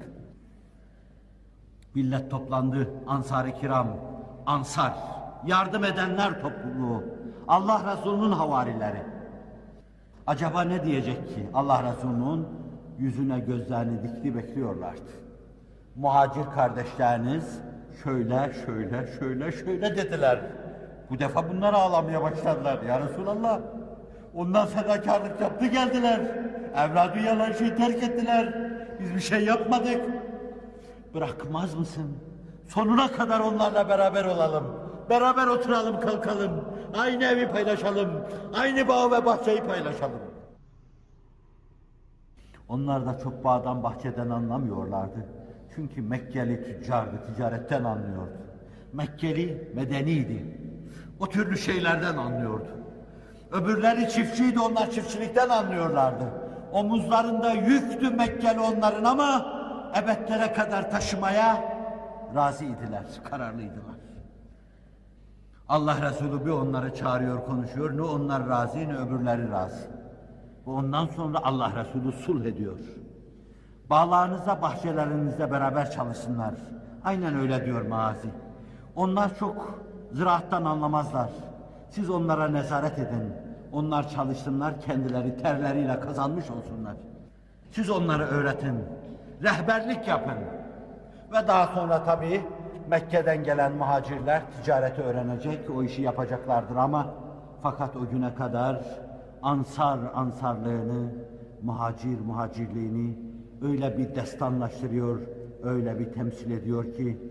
Millet toplandı, Ansar-ı Kiram, Ansar, yardım edenler topluluğu, Allah Resulü'nün havarileri. Acaba ne diyecek ki? Allah Resulü'nün yüzüne gözlerini dikti bekliyorlardı. Muhacir kardeşleriniz şöyle dediler. Bu defa bunlar ağlamaya başladılar. Ya Resulallah, ondan fedakarlık yaptı geldiler. Evladı yalan şey terk ettiler. Biz bir şey yapmadık. Bırakmaz mısın? Sonuna kadar onlarla beraber olalım. Beraber oturalım, kalkalım. Aynı evi paylaşalım. Aynı bağ ve bahçeyi paylaşalım. Onlar da çok bağdan bahçeden anlamıyorlardı. Çünkü Mekkeli tüccardı, ticaretten anlıyordu. Mekkeli medeniydi. O türlü şeylerden anlıyordu. Öbürleri çiftçiydi, onlar çiftçilikten anlıyorlardı. Omuzlarında yüktü Mekkeli onların ama ebedlere kadar taşımaya razıydılar, kararlıydılar. Allah Resulü bir onları çağırıyor, konuşuyor. Ne onlar razı, ne öbürleri razı. Ve ondan sonra Allah Resulü sulh ediyor. Bağlarınızda, bahçelerinizde beraber çalışsınlar. Aynen öyle diyor Maazi. Onlar çok ziraattan anlamazlar. Siz onlara nezaret edin. Onlar çalışsınlar, kendileri terleriyle kazanmış olsunlar. Siz onları öğretin. Rehberlik yapın. Ve daha sonra tabii Mekke'den gelen muhacirler ticareti öğrenecek, o işi yapacaklardır ama fakat o güne kadar Ansar ansarlığını, muhacir muhacirliğini öyle bir destanlaştırıyor, öyle bir temsil ediyor ki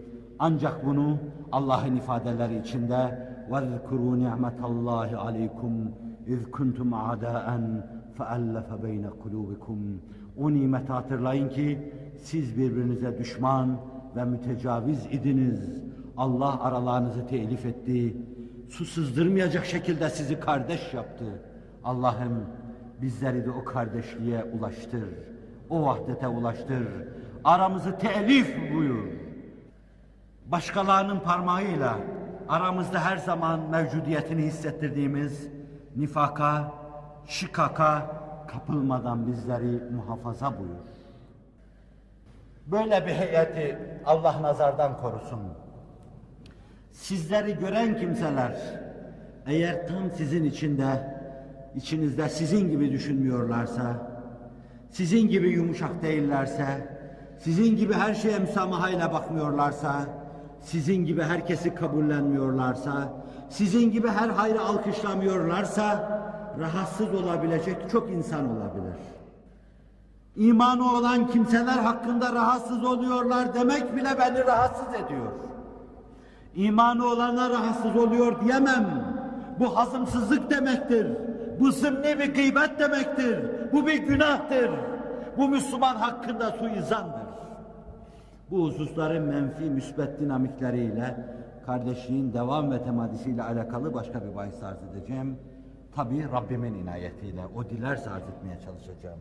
Ancak bunu Allah'ın ifadeleri içinde وَذْكُرُوا نِعْمَةَ اللّٰهِ عَلَيْكُمْ اِذْ كُنْتُمْ عَدَاءً فَأَلَّفَ بَيْنَ قُلُوبِكُمْ. O nimeti hatırlayın ki siz birbirinize düşman ve mütecaviz idiniz. Allah aralarınızı telif etti. Su sızdırmayacak şekilde sizi kardeş yaptı. Allah'ım bizleri de o kardeşliğe ulaştır. O vahdete ulaştır. Aramızı telif buyur. Başkalarının parmağıyla aramızda her zaman mevcudiyetini hissettirdiğimiz nifaka, şikaka kapılmadan bizleri muhafaza buyur. Böyle bir heyeti Allah nazardan korusun. Sizleri gören kimseler eğer tam sizin içinizde sizin gibi düşünmüyorlarsa, sizin gibi yumuşak değillerse, sizin gibi her şeye müsamahayla bakmıyorlarsa, sizin gibi herkesi kabullenmiyorlarsa, sizin gibi her hayrı alkışlamıyorlarsa, rahatsız olabilecek çok insan olabilir. İmanı olan kimseler hakkında rahatsız oluyorlar demek bile beni rahatsız ediyor. İmanı olanlar rahatsız oluyor diyemem. Bu hazımsızlık demektir. Bu zımni bir gıybet demektir. Bu bir günahtır. Bu Müslüman hakkında suizandır. Bu hususların menfi müsbet dinamikleriyle kardeşliğin devam ve temadisiyle alakalı başka bir bahis arz edeceğim. Tabii Rabbimin inayetiyle, o dilerse arz etmeye çalışacağım.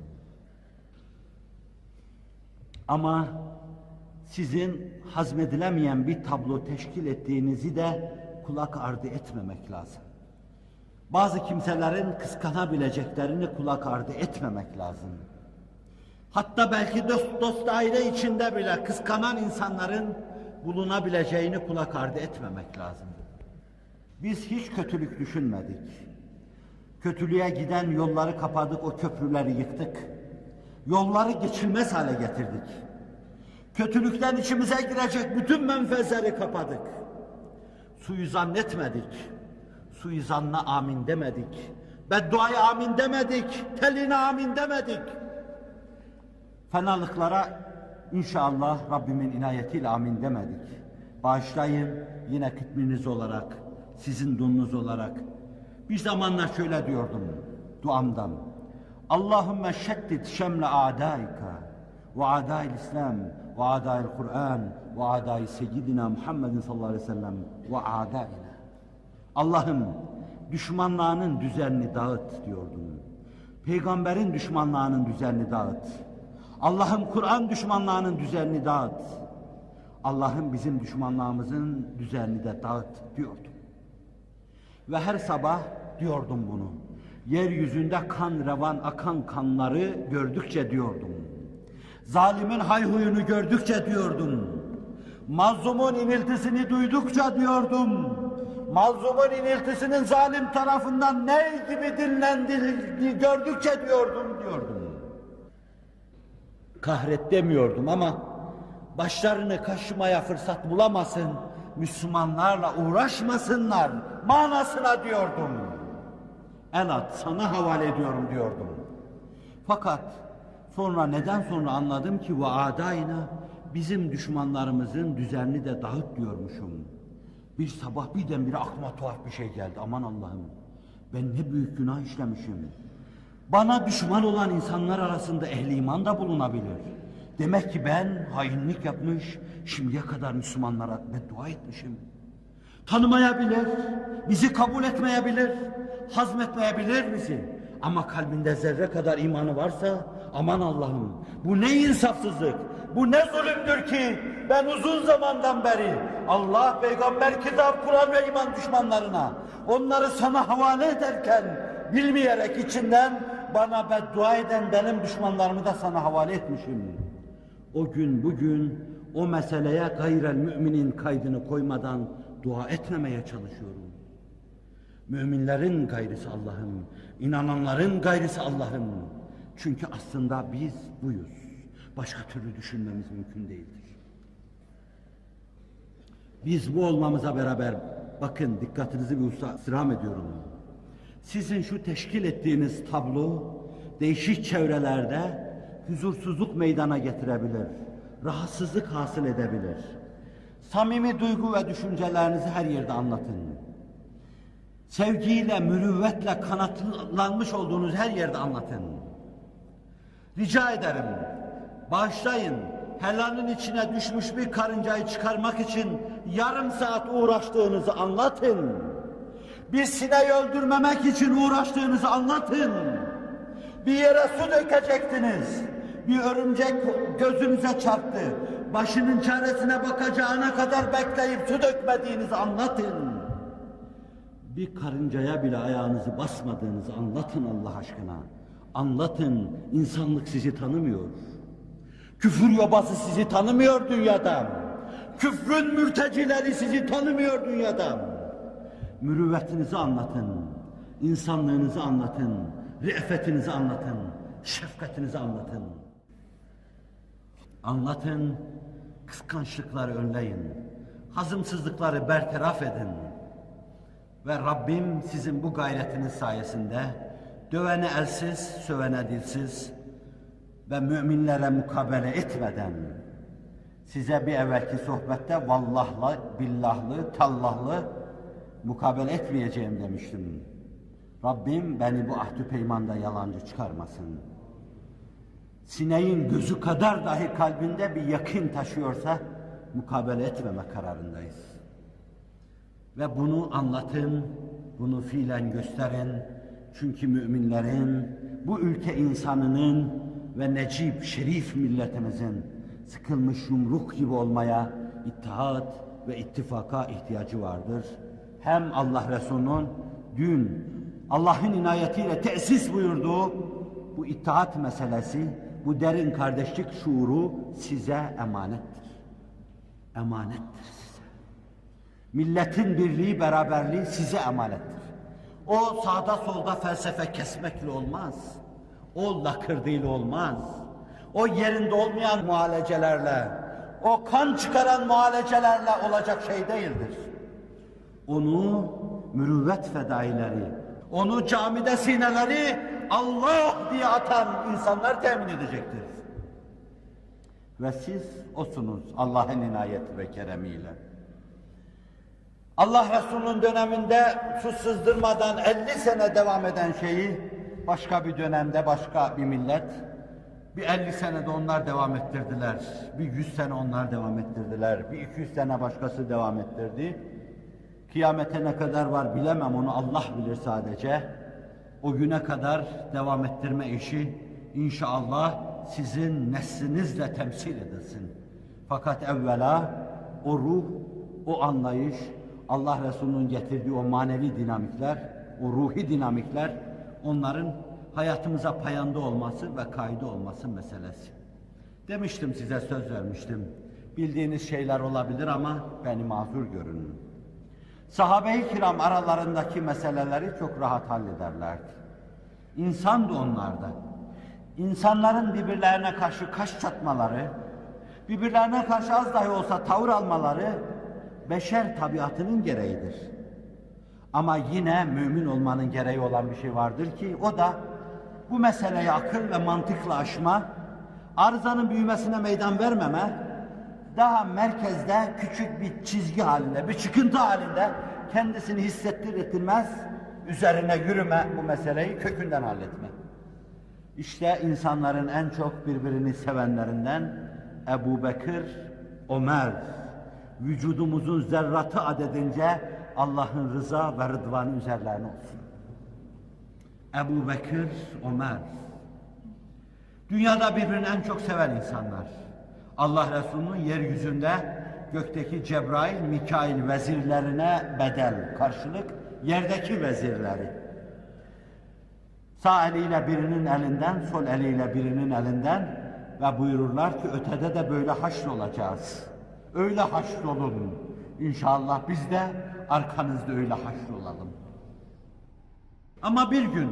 Ama sizin hazmedilemeyen bir tablo teşkil ettiğinizi de kulak ardı etmemek lazım. Bazı kimselerin kıskanabileceklerini kulak ardı etmemek lazım. Hatta belki dost daire içinde bile kıskanan insanların bulunabileceğini kulak ardı etmemek lazım. Biz hiç kötülük düşünmedik. Kötülüğe giden yolları kapadık, o köprüleri yıktık. Yolları geçilmez hale getirdik. Kötülükten içimize girecek bütün menfezleri kapadık. Suizan etmedik. Suizanla amin demedik. Bedduaya amin demedik. Teline amin demedik. Fenalıklara inşallah Rabbimin inayetiyle amin demedik. Bağışlayın yine kıtminiz olarak, sizin dununuz olarak. Bir zamanlar şöyle diyordum duamdan. Allahümme şeddid şemle a'daika ve a'da'il İslam ve a'da'il Kur'an ve a'da'i seyyidina Muhammedin sallallahu aleyhi ve sellem ve a'da'ina. Allah'ım düşmanlarının düzenini dağıt diyordum. Peygamberin düşmanlarının düzenini dağıt. Allah'ım Kur'an düşmanlarının düzenini dağıt. Allah'ım bizim düşmanlarımızın düzenini de dağıt diyordum. Ve her sabah diyordum bunu. Yeryüzünde kan revan akan kanları gördükçe diyordum. Zalimin hayhuyunu gördükçe diyordum. Mazlumun iniltisini duydukça diyordum. Mazlumun iniltisinin zalim tarafından ne gibi dinlendiğini gördükçe diyordum. Kahret demiyordum ama başlarını kaşımaya fırsat bulamasın, Müslümanlarla uğraşmasınlar manasına diyordum. El at, sana havale ediyorum diyordum. Fakat neden sonra anladım ki ve adayna bizim düşmanlarımızın düzenini de dağıt diyormuşum. Bir sabah birdenbire aklıma tuhaf bir şey geldi. Aman Allah'ım, ben ne büyük günah işlemişim. Bana düşman olan insanlar arasında ehli iman da bulunabilir. Demek ki ben hainlik yapmış, şimdiye kadar Müslümanlara beddua etmişim. Tanımayabilir, bizi kabul etmeyebilir, hazmetmeyebilir bizi. Ama kalbinde zerre kadar imanı varsa, aman Allah'ım, bu ne insafsızlık, bu ne zulümdür ki ben uzun zamandan beri Allah, peygamber, kitap, Kur'an ve iman düşmanlarına onları sana havale ederken bilmeyerek içinden bana beddua eden benim düşmanlarımı da sana havale etmişim. O gün bugün o meseleye gayrel müminin kaydını koymadan dua etmemeye çalışıyorum. Müminlerin gayrısı Allah'ım, inananların gayrısı Allah'ım. Çünkü aslında biz buyuz. Başka türlü düşünmemiz mümkün değildir. Biz bu olmamıza beraber, bakın dikkatinizi bir hususa istirham ediyorum. Sizin şu teşkil ettiğiniz tablo değişik çevrelerde huzursuzluk meydana getirebilir, rahatsızlık hasıl edebilir. Samimi duygu ve düşüncelerinizi her yerde anlatın. Sevgiyle, mürüvvetle kanatlanmış olduğunuz her yerde anlatın. Rica ederim, bağışlayın, helalin içine düşmüş bir karıncayı çıkarmak için yarım saat uğraştığınızı anlatın. Bir sineği öldürmemek için uğraştığınızı anlatın. Bir yere su dökecektiniz. Bir örümcek gözünüze çarptı. Başının çaresine bakacağına kadar bekleyip su dökmediğinizi anlatın. Bir karıncaya bile ayağınızı basmadığınızı anlatın Allah aşkına. Anlatın, insanlık sizi tanımıyor. Küfür yobası sizi tanımıyor dünyada. Küfrün mürtecileri sizi tanımıyor dünyada. Mürüvvetinizi anlatın, insanlığınızı anlatın, re'fetinizi anlatın, şefkatinizi anlatın. Anlatın, kıskançlıkları önleyin, hazımsızlıkları bertaraf edin. Ve Rabbim sizin bu gayretiniz sayesinde dövene elsiz, sövene dilsiz ve müminlere mukabele etmeden size bir evvelki sohbette vallahlı, billahlı, tallahlı mukabele etmeyeceğim demiştim. Rabbim beni bu ahdü peymanda yalancı çıkarmasın. Sineğin gözü kadar dahi kalbinde bir yakın taşıyorsa mukabele etmeme kararındayız. Ve bunu anlatın, bunu fiilen gösterin. Çünkü müminlerin, bu ülke insanının ve necip, şerif milletimizin sıkılmış yumruk gibi olmaya ittihat ve ittifaka ihtiyacı vardır. Hem Allah Resulü'nün dün Allah'ın inayetiyle tesis buyurduğu bu ittihat meselesi, bu derin kardeşlik şuuru size emanettir. Emanettir size. Milletin birliği, beraberliği size emanettir. O sağda solda felsefe kesmekle olmaz. O lakırdıyla olmaz. O yerinde olmayan muhalecelerle, o kan çıkaran muhalecelerle olacak şey değildir. Onu mürüvvet fedaileri, onu camide sineleri Allah diye atan insanlar temin edecektir. Ve siz osunuz Allah'ın inayeti ve keremiyle. Allah Resulü'nün döneminde su sızdırmadan 50 sene devam eden şeyi başka bir dönemde başka bir millet bir 50 senede onlar devam ettirdiler. Bir 100 sene onlar devam ettirdiler. Bir 200 sene başkası devam ettirdi. Kıyamete ne kadar var bilemem, onu Allah bilir sadece. O güne kadar devam ettirme işi inşallah sizin neslinizle temsil edilsin. Fakat evvela o ruh, o anlayış, Allah Resulü'nün getirdiği o manevi dinamikler, o ruhi dinamikler, onların hayatımıza payanda olması ve kaydı olması meselesi. Demiştim, size söz vermiştim. Bildiğiniz şeyler olabilir ama beni mazur görün. Sahabe-i kiram aralarındaki meseleleri çok rahat hallederlerdi. İnsan da onlarda. İnsanların birbirlerine karşı kaş çatmaları, birbirlerine karşı az dahi olsa tavır almaları beşer tabiatının gereğidir. Ama yine mümin olmanın gereği olan bir şey vardır ki o da bu meseleyi akıl ve mantıkla aşma, arızanın büyümesine meydan vermeme, daha merkezde küçük bir çizgi halinde, bir çıkıntı halinde kendisini hissettirmez, üzerine yürüme, bu meseleyi kökünden halletme. İşte insanların en çok birbirini sevenlerinden Ebu Bekir, Ömer, vücudumuzun zerratı adedince Allah'ın rıza ve rıdvanı üzerlerine olsun. Ebu Bekir, Ömer, dünyada birbirini en çok seven insanlar. Allah Resulü'nün yeryüzünde gökteki Cebrail, Mikail vezirlerine bedel, karşılık yerdeki vezirleri. Sağ eliyle birinin elinden, sol eliyle birinin elinden ve buyururlar ki ötede de böyle haşrolacağız. Öyle haşrolun. İnşallah biz de arkanızda öyle haşrolalım. Ama bir gün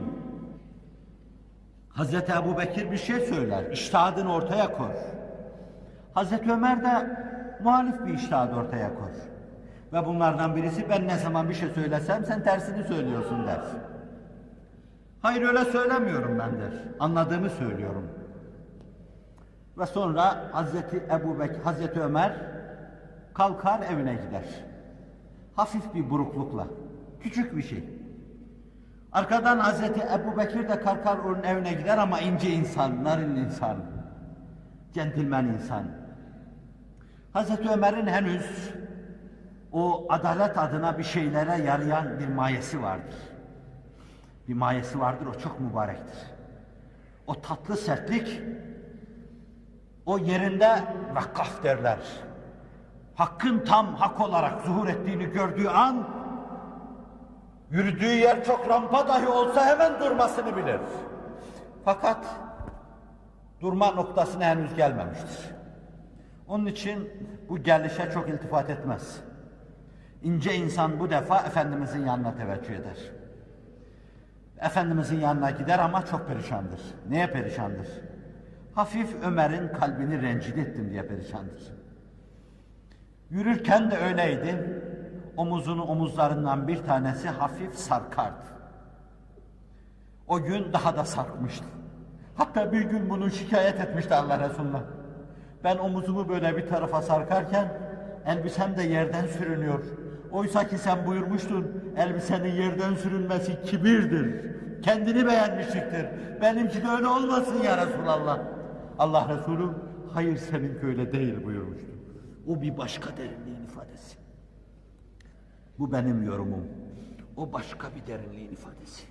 Hazreti Ebubekir bir şey söyler, içtihadını ortaya koy. Hazreti Ömer de muhalif bir içtihadı ortaya koy. Ve bunlardan birisi ben ne zaman bir şey söylesem sen tersini söylüyorsun der. Hayır öyle söylemiyorum ben der. Anladığımı söylüyorum. Ve sonra Hazreti Ebubekir, Hazreti Ömer Kalkar evine gider. Hafif bir buruklukla, küçük bir şey. Arkadan Hazreti Ebubekir de kalkar onun evine gider ama ince insan, narin insan, centilmen insan. Hazreti Ömer'in henüz o adalet adına bir şeylere yarayan bir mayesi vardır. Bir mayesi vardır, o çok mübarektir. O tatlı sertlik, o yerinde vakkaf derler. Hakkın tam hak olarak zuhur ettiğini gördüğü an, yürüdüğü yer çok rampa dahi olsa hemen durmasını bilir. Fakat durma noktasına henüz gelmemiştir. Onun için bu gelişe çok iltifat etmez. İnce insan bu defa Efendimizin yanına teveccüh eder. Efendimizin yanına gider ama çok perişandır. Neye perişandır? Hafif Ömer'in kalbini rencide ettim diye perişandır. Yürürken de öyleydi. Omuzlarından bir tanesi hafif sarkardı. O gün daha da sarkmıştı. Hatta bir gün bunu şikayet etmişti Allah Resulü'ne. Ben omuzumu böyle bir tarafa sarkarken elbisem de yerden sürünüyor. Oysa ki sen buyurmuştun, elbisenin yerden sürünmesi kibirdir. Kendini beğenmişliktir. Benimki de öyle olmasın ya Resulallah. Allah Resulü, hayır seninki öyle değil buyurmuştu. O bir başka derinliğin ifadesi. Bu benim yorumum. O başka bir derinliğin ifadesi.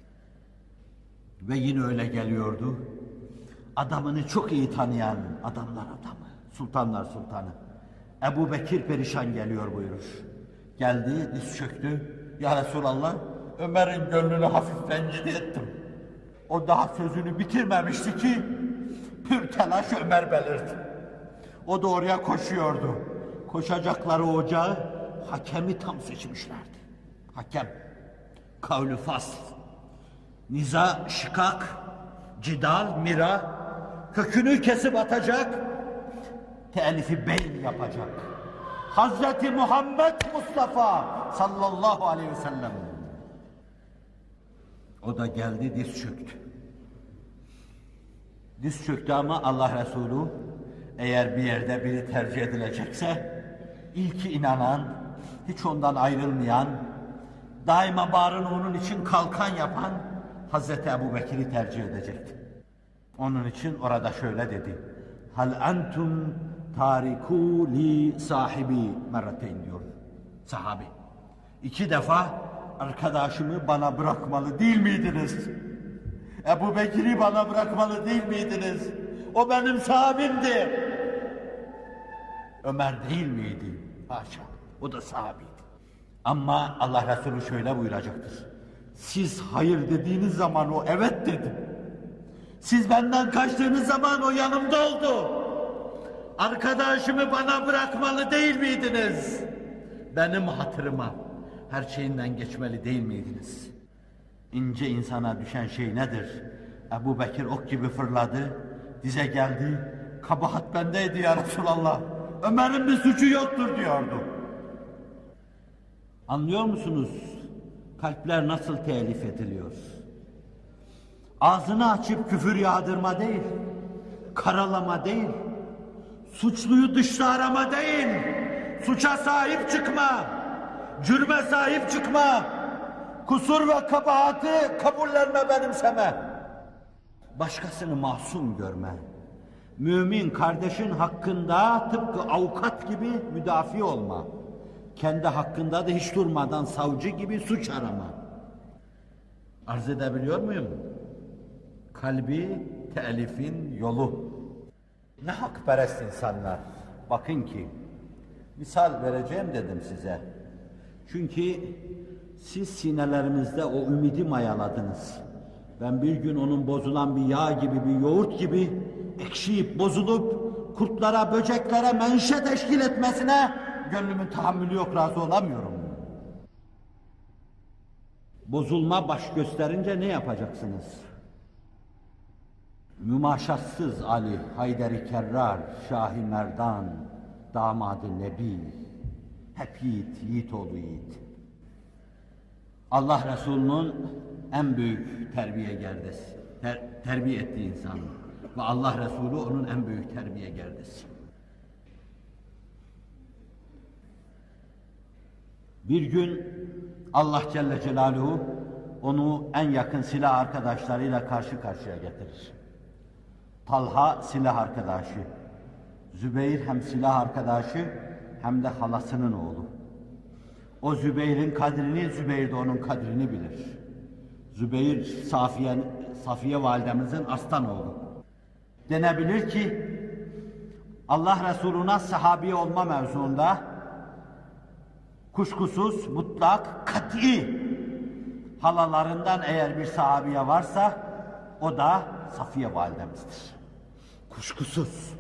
Ve yine öyle geliyordu. Adamını çok iyi tanıyan adamlar adamı, sultanlar sultanı. Ebubekir perişan geliyor buyurur. Geldi, diz çöktü. Ya Resulallah, Ömer'in gönlünü hafif rencide ettim. O daha sözünü bitirmemişti ki pür telaş Ömer belirdi. O da oraya koşuyordu. Koşacakları ocağı hakemi tam seçmişlerdi. Hakem, kavl-ü fasl, niza, şikak, cidal, mira, kökünü kesip atacak, telif-i beyn yapacak. Hazreti Muhammed Mustafa sallallahu aleyhi ve sellem. O da geldi, diz çöktü. Diz çöktü ama Allah Resulü eğer bir yerde biri tercih edilecekse ilki inanan, hiç ondan ayrılmayan, daima bağrını onun için kalkan yapan Hazreti Ebubekir'i tercih edecekti. Onun için orada şöyle dedi. Hal entum tariku li sahibi merrateyn diyor sahabi. 2 defa arkadaşımı bana bırakmalı değil miydiniz? Ebubekir'i bana bırakmalı değil miydiniz? O benim sahabimdi. Ömer değil miydi? Haşa. O da sahabiydi. Ama Allah Resulü şöyle buyuracaktır. Siz hayır dediğiniz zaman o evet dedi. Siz benden kaçtığınız zaman o yanımda oldu. Arkadaşımı bana bırakmalı değil miydiniz? Benim hatırıma her şeyinden geçmeli değil miydiniz? İnce insana düşen şey nedir? Ebubekir ok gibi fırladı, dize geldi. Kabahat bendeydi ya Resulallah. Ömer'in bir suçu yoktur diyordu. Anlıyor musunuz? Kalpler nasıl telif ediliyor? Ağzını açıp küfür yağdırma değil, karalama değil, suçluyu dışta arama değil, suça sahip çıkma, cürme sahip çıkma, kusur ve kabahati kabullenme, benimseme. Başkasını masum görme. Mümin kardeşin hakkında tıpkı avukat gibi müdafi olma. Kendi hakkında da hiç durmadan savcı gibi suç arama. Arz edebiliyor muyum? Kalbi telifin yolu. Ne hakperest insanlar. Bakın ki, misal vereceğim dedim size. Çünkü siz sinelerimizde o ümidi mayaladınız. Ben bir gün onun bozulan bir yağ gibi, bir yoğurt gibi ekşiyip bozulup kurtlara, böceklere menşe teşkil etmesine gönlümün tahammülü yok, razı olamıyorum. Bozulma baş gösterince ne yapacaksınız? Mümaşatsız Ali, Haydar-ı Kerrar, Şah-ı Merdan, damadı Nebi, hep yiğit, yiğit oğlu yiğit. Allah Resulü'nün en büyük terbiye gerdesi, terbiye ettiği insan ve Allah Resulü onun en büyük terbiye gerdesi. Bir gün Allah Celle Celaluhu onu en yakın silah arkadaşlarıyla karşı karşıya getirir. Talha silah arkadaşı, Zübeyir hem silah arkadaşı hem de halasının oğlu. O Zübeyir'in kadrini, Zübeyir de onun kadrini bilir. Zübeyir Safiye validemizin aslan oğlu. Denebilir ki Allah Resulü'ne sahabi olma mevzuunda kuşkusuz, mutlak, kat'i halalarından eğer bir sahabiye varsa o da Safiye validemizdir. Kuşkusuz.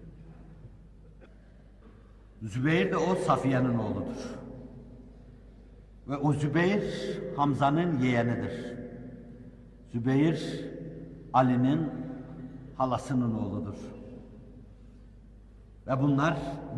Zübeyir de o Safiye'nin oğludur. Ve o Zübeyir Hamza'nın yeğenidir. Zübeyir Ali'nin halasının oğludur. Ve bunlar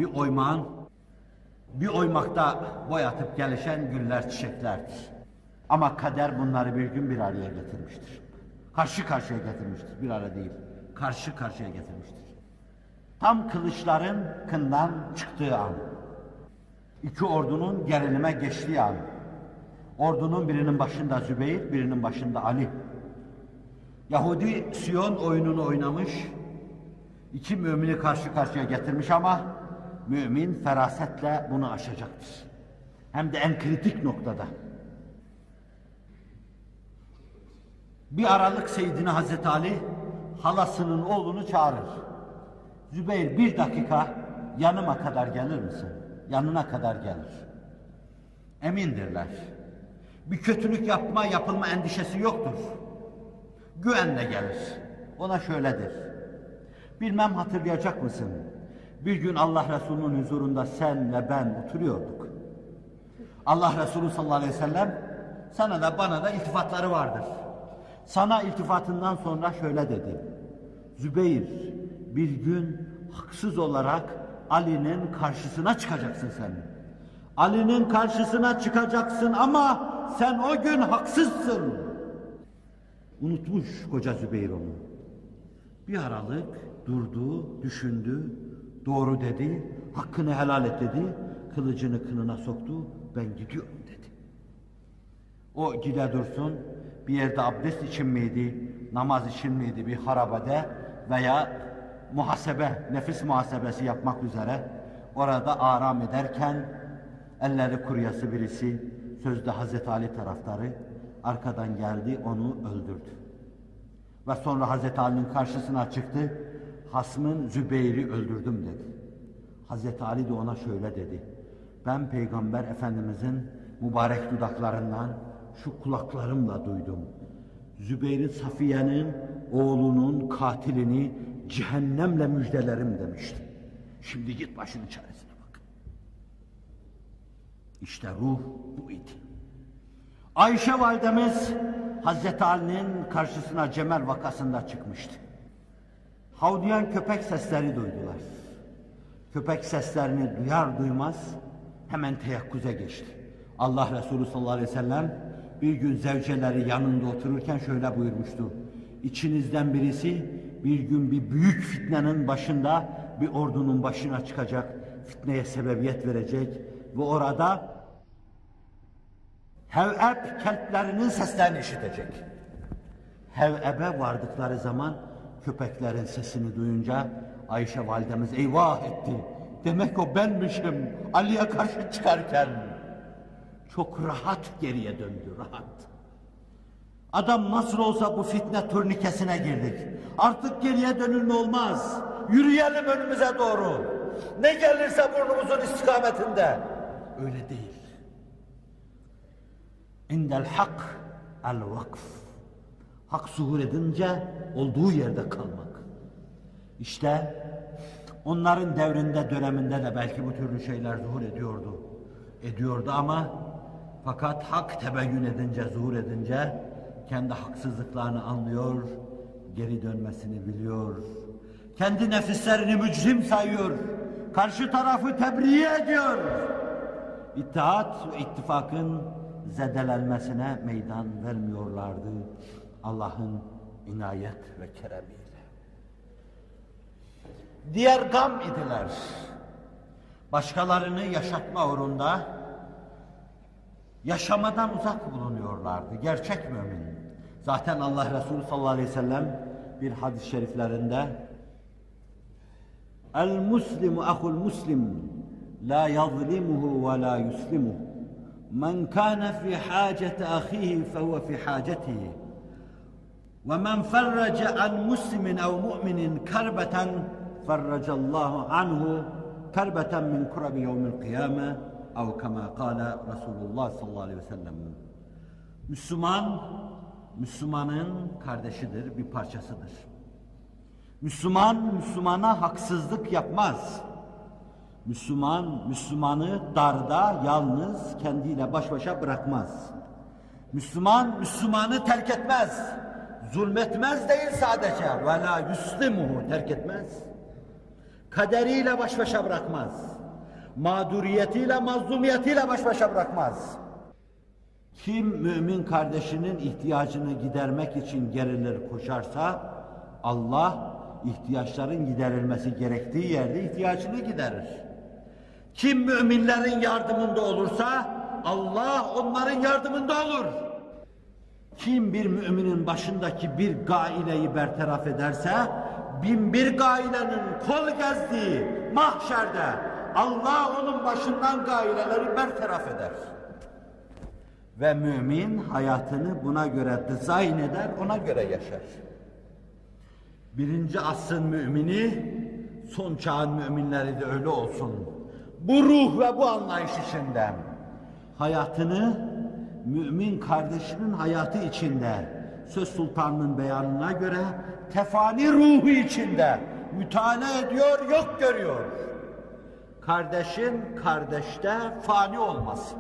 bir oymakta boyatıp gelişen güller, çiçeklerdir. Ama kader bunları bir gün bir araya getirmiştir. Karşı karşıya getirmiştir, bir ara değil. Karşı karşıya getirmiştir. Tam kılıçların kından çıktığı an. İki ordunun gerilime geçtiği an. Ordunun birinin başında Zübeyir, birinin başında Ali. Yahudi Siyon oyununu oynamış, iki mümini karşı karşıya getirmiş ama mümin ferasetle bunu aşacaktır. Hem de en kritik noktada. Bir aralık Seyyidina Hazreti Ali halasının oğlunu çağırır. Zübeyir, bir dakika yanıma kadar gelir misin? Yanına kadar gelir. Emindirler. Bir kötülük yapılma endişesi yoktur. Güvenle gelir. Ona şöyledir. Bilmem hatırlayacak mısın? Bir gün Allah Resulü'nün huzurunda senle ben oturuyorduk. Allah Resulü sallallahu aleyhi ve sellem sana da bana da iltifatları vardır. Sana iltifatından sonra şöyle dedi. Zübeyir, bir gün haksız olarak Ali'nin karşısına çıkacaksın sen. Ali'nin karşısına çıkacaksın ama sen o gün haksızsın. Unutmuş koca Zübeyir onu. Bir aralık durdu, düşündü, doğru dedi, hakkını helal et dedi, kılıcını kınına soktu, ben gidiyorum dedi. O gide dursun, bir yerde abdest için miydi, namaz için miydi bir harabede veya nefis muhasebesi yapmak üzere orada aram ederken elleri kuruyası birisi, sözde Hazreti Ali taraftarı arkadan geldi, onu öldürdü. Ve sonra Hazreti Ali'nin karşısına çıktı, hasmın Zübeyir'i öldürdüm dedi. Hazreti Ali de ona şöyle dedi, ben Peygamber Efendimizin mübarek dudaklarından şu kulaklarımla duydum. Zübeyir Safiye'nin oğlunun katilini cehennemle müjdelerim demişti. Şimdi git başının çaresine bak. İşte ruh bu idi. Ayşe validemiz Hazreti Ali'nin karşısına Cemel vakasında çıkmıştı. Havlayan köpek sesleri duydular. Köpek seslerini duyar duymaz hemen teyakkuze geçti. Allah Resulü sallallahu aleyhi ve sellem bir gün zevceleri yanında otururken şöyle buyurmuştu. İçinizden birisi bir gün bir büyük fitnenin başında bir ordunun başına çıkacak, fitneye sebebiyet verecek ve orada Hev'eb kelplerinin seslerini işitecek. Hev'eb'e vardıkları zaman köpeklerin sesini duyunca Ayşe validemiz eyvah etti. Demek o benmişim Ali'ye karşı çıkarken. Çok rahat geriye döndü, rahat. Adam nasıl olsa bu fitne turnikesine girdik. Artık geriye dönülme olmaz. Yürüyelim önümüze doğru. Ne gelirse burnumuzun istikametinde. Öyle değil. İndel hak el vakf. Hak zuhur edince olduğu yerde kalmak. İşte onların devrinde, döneminde de belki bu türlü şeyler zuhur ediyordu. Ediyordu ama fakat hak tebeyyün edince, zuhur edince kendi haksızlıklarını anlıyor, geri dönmesini biliyor. Kendi nefislerini mücrim sayıyor. Karşı tarafı tebriğe ediyor. İttihat ve ittifakın zedelenmesine meydan vermiyorlardı Allah'ın inayet ve keremiyle. Diğer gam idiler. Başkalarını yaşatma uğrunda yaşamadan uzak bulunuyorlardı. Gerçek mümin. Zaten Allah Resulü sallallahu aleyhi ve sellem bir hadis-i şeriflerinde El-Muslimu ahul muslim la yazlimuhu ve la yuslimuhu men kana fi haceti ahihi fehuve fi hacetihi ve men ferraca an muslimin ev mu'minin kerbeten ferracallahu anhu kerbeten min kurabi yevmil kıyame ev kema kâle Resulullah sallallahu aleyhi ve sellem. Müslüman, Müslümanın kardeşidir, bir parçasıdır. Müslüman, Müslümana haksızlık yapmaz. Müslüman, Müslümanı darda, yalnız, kendiyle baş başa bırakmaz. Müslüman, Müslümanı terk etmez. Zulmetmez değil sadece. Ve la yuslimuhu, terk etmez. Kaderiyle baş başa bırakmaz. Mağduriyetiyle, mazlumiyetiyle baş başa bırakmaz. Kim mümin kardeşinin ihtiyacını gidermek için gerilir koşarsa, Allah ihtiyaçların giderilmesi gerektiği yerde ihtiyacını giderir. Kim müminlerin yardımında olursa, Allah onların yardımında olur. Kim bir müminin başındaki bir gaileyi bertaraf ederse, bin bir gailenin kol gezdiği mahşerde, Allah onun başından gaileleri bertaraf eder. Ve mümin hayatını buna göre dizayn eder, ona göre yaşar. Birinci asrın mümini, son çağın müminleri de öyle olsun. Bu ruh ve bu anlayış içinden hayatını mümin kardeşinin hayatı içinde, Söz Sultanı'nın beyanına göre tefani ruhu içinde mütalaa ediyor, yok görüyor. Kardeşin kardeşte fani olması,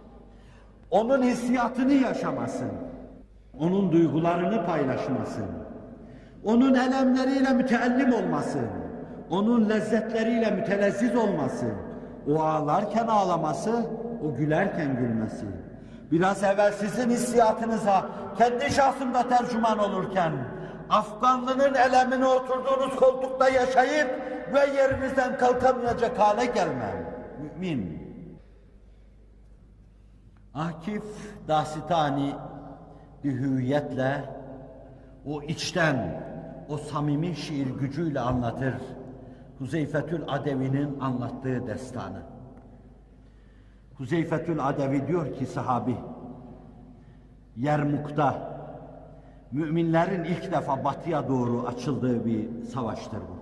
onun hissiyatını yaşaması, onun duygularını paylaşması, onun elemleriyle müteellim olması, onun lezzetleriyle mütelezziz olması, o ağlarken ağlaması, o gülerken gülmesi. Biraz evvel sizin hissiyatınıza kendi şahsımda tercüman olurken, Afganlının elemini oturduğunuz koltukta yaşayıp ve yerinizden kalkamayacak hale gelmem. Mümin. Akif Dasitani bir hüviyetle, o içten, o samimi şiir gücüyle anlatır Huzeyfetül Adevi'nin anlattığı destanı. Huzeyfetül Adevi diyor ki sahabi, Yermuk'ta müminlerin ilk defa batıya doğru açıldığı bir savaştır bu.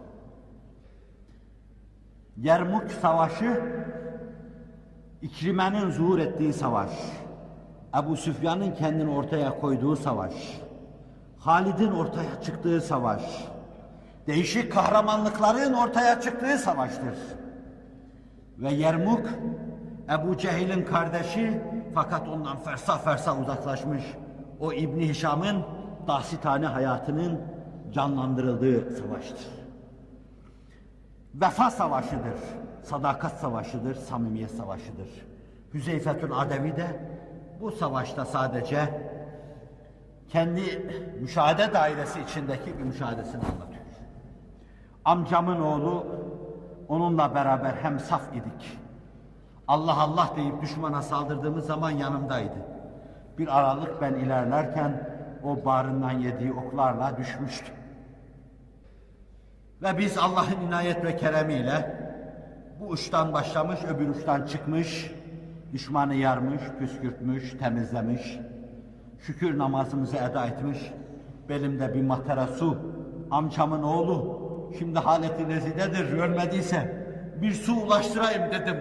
Yermuk Savaşı, İkrime'nin zuhur ettiği savaş, Ebu Süfyan'ın kendini ortaya koyduğu savaş, Halid'in ortaya çıktığı savaş, değişik kahramanlıkların ortaya çıktığı savaştır. Ve Yermuk, Ebu Cehil'in kardeşi fakat ondan fersah fersah uzaklaşmış o İbn Hişam'ın Dasitane hayatının canlandırıldığı savaştır. Vefa savaşıdır, sadakat savaşıdır, samimiyet savaşıdır. Hüzeyfetül Adevi de bu savaşta sadece kendi müşahede dairesi içindeki bir müşahedesini anlatıyor. Amcamın oğlu, onunla beraber hem saf idik. Allah Allah deyip düşmana saldırdığımız zaman yanımdaydı. Bir aralık ben ilerlerken o bağrından yediği oklarla düşmüştü. Ve biz Allah'ın inayet ve keremiyle bu uçtan başlamış, öbür uçtan çıkmış, düşmanı yarmış, püskürtmüş, temizlemiş, şükür namazımızı eda etmiş, belimde bir matara su, amcamın oğlu, şimdi haleti rezidedir, ölmediyse bir su ulaştırayım dedim.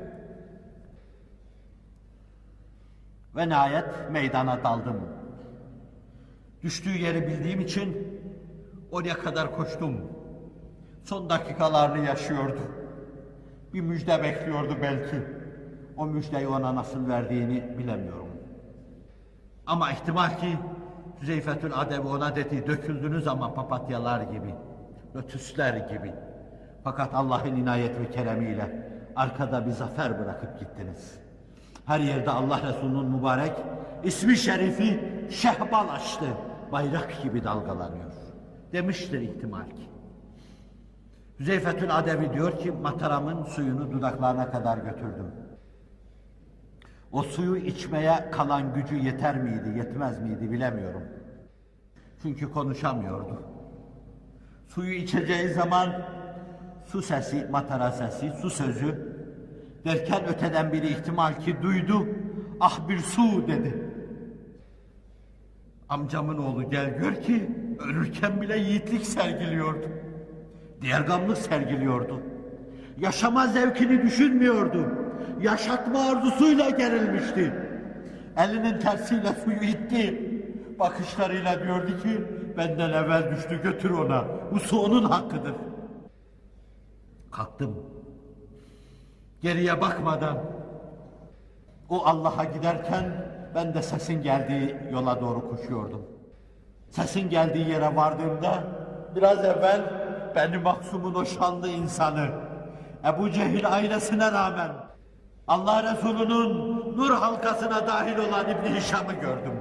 Ve nihayet meydana daldım. Düştüğü yeri bildiğim için oraya kadar koştum. Son dakikalarını yaşıyordu. Bir müjde bekliyordu belki. O müjdeyi ona nasıl verdiğini bilemiyorum. Ama ihtimal ki Hüzeyfetül Adevi ona dedi, döküldünüz ama papatyalar gibi, lötüsler gibi. Fakat Allah'ın inayet ve keremiyle arkada bir zafer bırakıp gittiniz. Her yerde Allah Resulü'nün mübarek ismi şerifi şehbal açtı, bayrak gibi dalgalanıyor demiştir ihtimal ki. Hüzeyfetül Adevi diyor ki, mataramın suyunu dudaklarına kadar götürdüm. O suyu içmeye kalan gücü yeter miydi, yetmez miydi bilemiyorum. Çünkü konuşamıyordu. Suyu içeceği zaman su sesi, matara sesi, su sözü derken öteden biri ihtimal ki duydu. Ah bir su dedi. Amcamın oğlu gel gör ki ölürken bile yiğitlik sergiliyordu. Diğergamlık sergiliyordu. Yaşama zevkini düşünmüyordu. Yaşatma arzusuyla gerilmişti. Elinin tersiyle suyu itti. Bakışlarıyla diyordu ki benden evvel düştü, götür ona. Bu su onun hakkıdır. Kalktım. Geriye bakmadan o Allah'a giderken ben de sesin geldiği yola doğru koşuyordum. Sesin geldiği yere vardığımda biraz evvel Beni Maksum'un o şanlı insanı, Ebu Cehil ailesine rağmen Allah Resulü'nün nur halkasına dahil olan İbn Hişam'ı gördüm.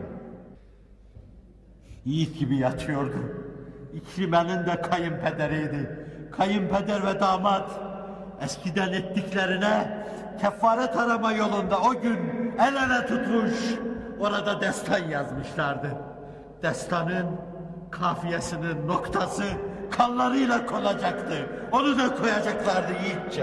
Yiğit gibi yatıyordu. İkrime'nin de kayınpederiydi. Kayınpeder ve damat eskiden ettiklerine kefaret arama yolunda o gün el ele tutmuş, orada destan yazmışlardı. Destanın kafiyesinin noktası kanlarıyla konacaktı. Onu da koyacaklardı yiğitçe.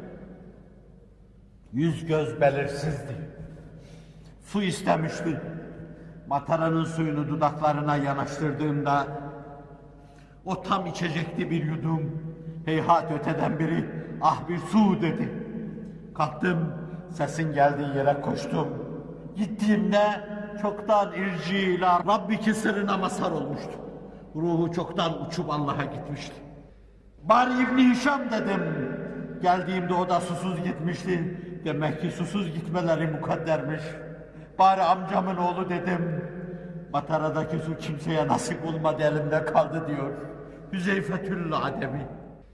Yüz göz belirsizdi. Su istemişti. Mataranın suyunu dudaklarına yanaştırdığımda o tam içecekti bir yudum. Heyhat öteden biri ah bir su dedi. Kalktım, sesin geldiği yere koştum. Gittiğimde çoktan irci'la Rabbiki sırrına mazhar olmuştu. Ruhu çoktan uçup Allah'a gitmişti. Bari İbn Hişam dedim. Geldiğimde o da susuz gitmişti. Demek ki susuz gitmeleri mukaddermiş. Bari amcamın oğlu dedim. Mataradaki su kimseye nasip olmadı, elimde kaldı diyor Hüzeyfetül Ademi.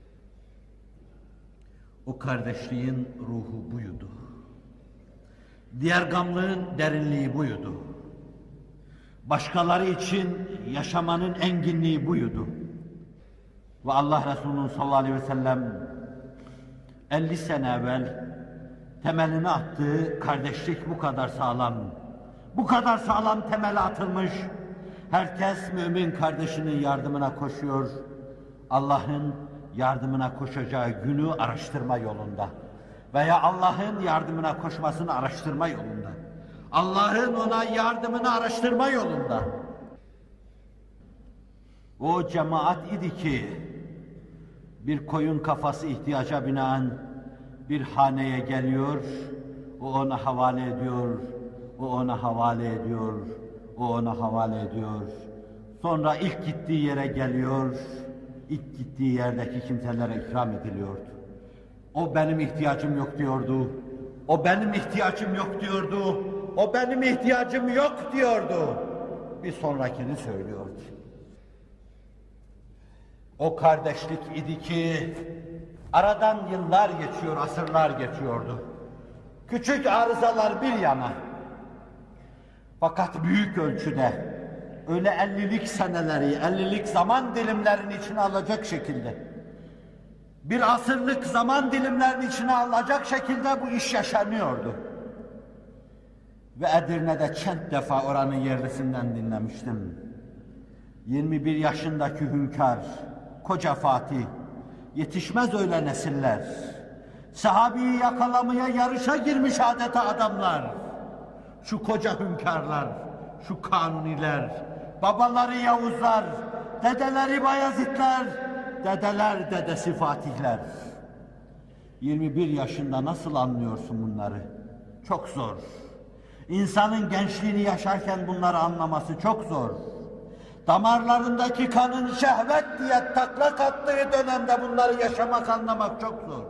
O kardeşliğin ruhu buydu. Diğer gamlığın derinliği buydu. Başkaları için yaşamanın enginliği buydu. Ve Allah Resulü sallallahu aleyhi ve sellem 50 sene evvel temelini attığı kardeşlik bu kadar sağlam. Bu kadar sağlam temeli atılmış. Herkes mümin kardeşinin yardımına koşuyor. Allah'ın yardımına koşacağı günü araştırma yolunda. Veya Allah'ın yardımına koşmasını araştırma yolunda. Allah'ın ona yardımını araştırma yolunda. O cemaat idi ki bir koyun kafası ihtiyaca binaen bir haneye geliyor, o ona havale ediyor, o ona havale ediyor, o ona havale ediyor. Sonra ilk gittiği yere geliyor, ilk gittiği yerdeki kimselere ikram ediliyordu. O benim ihtiyacım yok diyordu, o benim ihtiyacım yok diyordu, o benim ihtiyacım yok diyordu. Bir sonrakini söylüyordu. O kardeşlik idi ki aradan yıllar geçiyor, asırlar geçiyordu. Küçük arızalar bir yana. Fakat büyük ölçüde öyle 50'lik seneleri, 50'lik zaman dilimlerini içine alacak şekilde, bir asırlık zaman dilimlerini içine alacak şekilde bu iş yaşanıyordu. Ve Edirne'de çent defa oranın yerlisinden dinlemiştim. 21 yaşındaki hünkâr, koca Fatih, yetişmez öyle nesiller, sahabeyi yakalamaya yarışa girmiş adeta adamlar, şu koca hünkârlar, şu kanuniler, babaları Yavuzlar, dedeleri Bayezidler, dedeler dedesi Fatihler. 21 yaşında nasıl anlıyorsun bunları? Çok zor. İnsanın gençliğini yaşarken bunları anlaması çok zor. Damarlarındaki kanın şehvet diye taklak attığı dönemde bunları yaşamak, anlamak çok zor.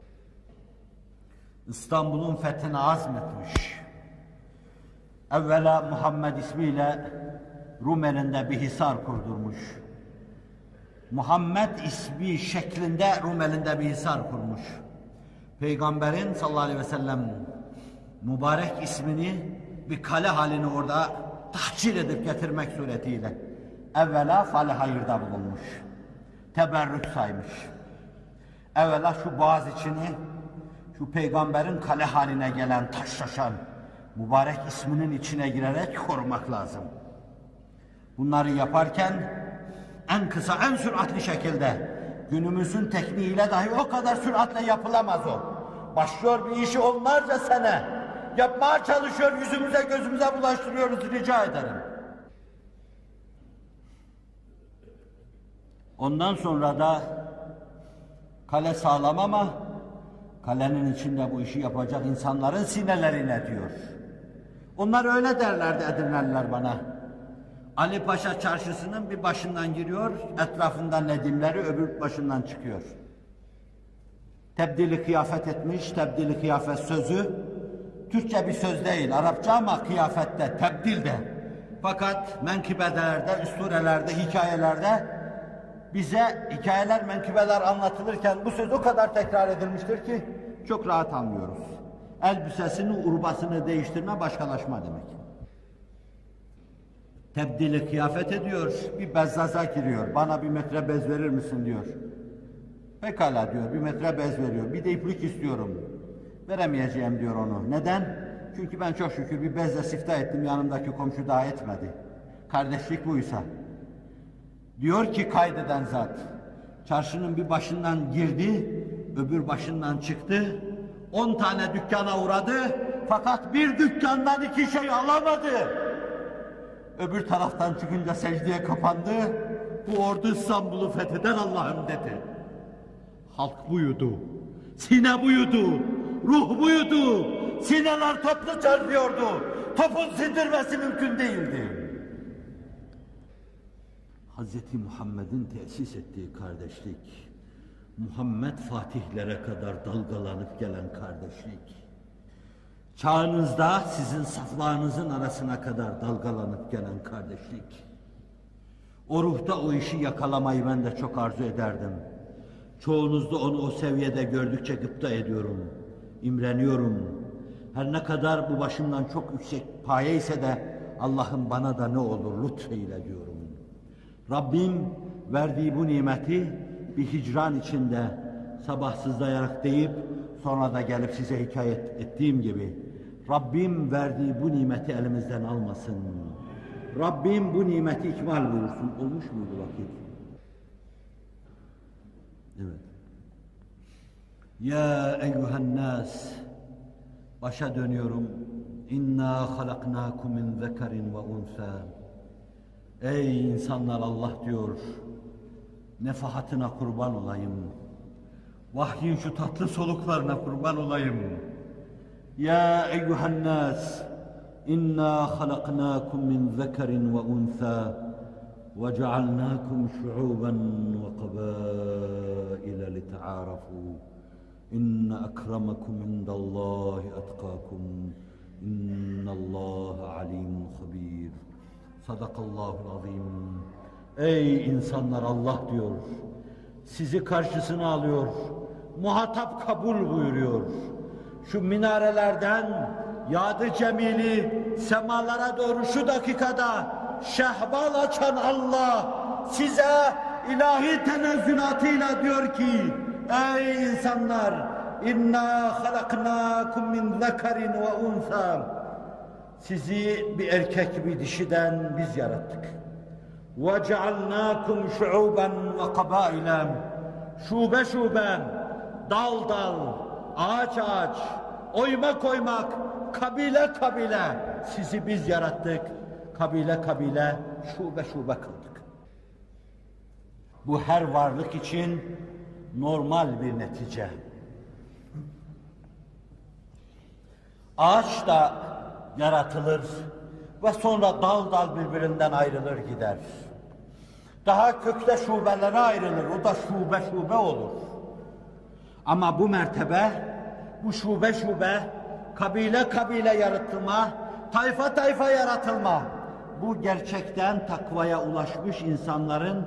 İstanbul'un fethine azmetmiş. Evvela Muhammed ismiyle Rumeli'nde bir hisar kurdurmuş. Muhammed ismi şeklinde Rumeli'nde bir hisar kurmuş. Peygamberin sallallahu aleyhi ve sellem mübarek ismini bir kale halini orada tahcir edip getirmek suretiyle evvela salih hayırda bulunmuş. Teberrük saymış. Evvela şu boğaz içini, şu peygamberin kale haline gelen taşlaşan mübarek isminin içine girerek korumak lazım. Bunları yaparken en kısa, en süratli şekilde, günümüzün tekniğiyle dahi o kadar süratle yapılamaz o. Başlıyor bir işi onlarca sene, yapmaya çalışıyor, yüzümüze gözümüze bulaştırıyoruz, rica ederim. Ondan sonra da kale sağlam ama kalenin içinde bu işi yapacak insanların sinelerine diyor. Onlar öyle derlerdi Edirneliler bana. Ali Paşa çarşısının bir başından giriyor, etrafında nedimleri öbür başından çıkıyor. Tebdili kıyafet etmiş, tebdili kıyafet sözü, Türkçe bir söz değil, Arapça ama kıyafette, tebdilde. Fakat menkıbelerde, üstürelerde, hikayelerde bize hikayeler, menkıbeler anlatılırken bu söz o kadar tekrar edilmiştir ki çok rahat anlıyoruz. Elbisesini, urbasını değiştirme, başkalaşma demek. Tebdili kıyafet ediyor, bir bezzaza giriyor, bana 1 metre bez verir misin diyor. Pekala diyor, 1 metre bez veriyor, bir de iplik istiyorum. Veremeyeceğim diyor onu. Neden? Çünkü ben çok şükür bir bezle siftah ettim, yanımdaki komşu daha etmedi. Kardeşlik buysa. Diyor ki kaydeden zat, çarşının bir başından girdi, öbür başından çıktı, 10 tane dükkana uğradı, fakat bir dükkandan 2 şey alamadı. Öbür taraftan çıkınca secdeye kapandı, bu ordu İstanbul'u fetheden Allah'ım dedi. Halk buydu, sine buydu, ruh buydu, sineler toplu çarpıyordu, topun sindirmesi mümkün değildi. Hz. Muhammed'in tesis ettiği kardeşlik, Muhammed Fatihlere kadar dalgalanıp gelen kardeşlik, çağınızda sizin saflarınızın arasına kadar dalgalanıp gelen kardeşlik, o ruhta o işi yakalamayı ben de çok arzu ederdim. Çoğunuzda onu o seviyede gördükçe gıpta ediyorum, imreniyorum. Her ne kadar bu başımdan çok yüksek paye ise de Allah'ım bana da ne olur lütfeyle diyorum. Rabbim verdiği bu nimeti bir hicran içinde sabahsızlayarak deyip sonra da gelip size hikaye ettiğim gibi Rabbim verdiği bu nimeti elimizden almasın. Rabbim bu nimeti ikmal buyursun. Olmuş muydu vakit? Evet. Ya eyyühen nas, başa dönüyorum. İnna halaknakum min zekerin ve unsa. Ey insanlar, Allah diyor, nefahatına kurban olayım. Vahyin şu tatlı soluklarına kurban olayım. Ya eyyühen nas, inna halaknakum min zekerin ve unsa ve cealnakum şu'uben ve kabaile lita'arafu. İnne akramakum indallahi etkakum. İnnallâhe alimun habîr. Sadakallahul azim. Ey insanlar, Allah diyor, sizi karşısına alıyor, muhatap kabul buyuruyor. Şu minarelerden yadı cemili semalara doğru şu dakikada şehbal açan Allah size ilahi tenezzülatıyla diyor ki, ey insanlar, inna halaknakum min zekerin ve unsa. Sizi bir erkek bir dişiden biz yarattık. وَجَعَلْنَاكُمْ شُعُوبًا وَقَبَائِلًا. Şube şube, dal dal, ağaç ağaç, oymak oymak, kabile kabile sizi biz yarattık. Kabile kabile, şube şube kıldık. Bu her varlık için normal bir netice. Ağaç da yaratılır ve sonra dal dal birbirinden ayrılır gider. Daha kökte şubelere ayrılır, o da şube şube olur. Ama bu mertebe, bu şube şube, kabile kabile yaratılma, tayfa tayfa yaratılma, bu gerçekten takvaya ulaşmış insanların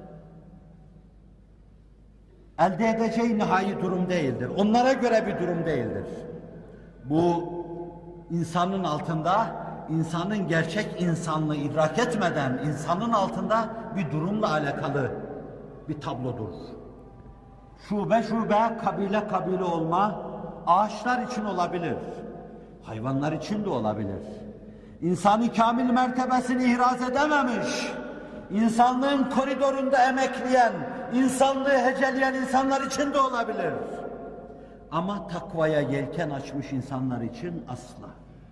elde edeceği nihai durum değildir. Onlara göre bir durum değildir. Bu insanın altında, insanın gerçek insanlığı idrak etmeden insanın altında bir durumla alakalı bir tablodur. Şube şube, kabile kabile olma ağaçlar için olabilir. Hayvanlar için de olabilir. İnsani kamil mertebesini ihraz edememiş, insanlığın koridorunda emekleyen, insanlığı heceleyen insanlar için de olabilir. Ama takvaya yelken açmış insanlar için asla.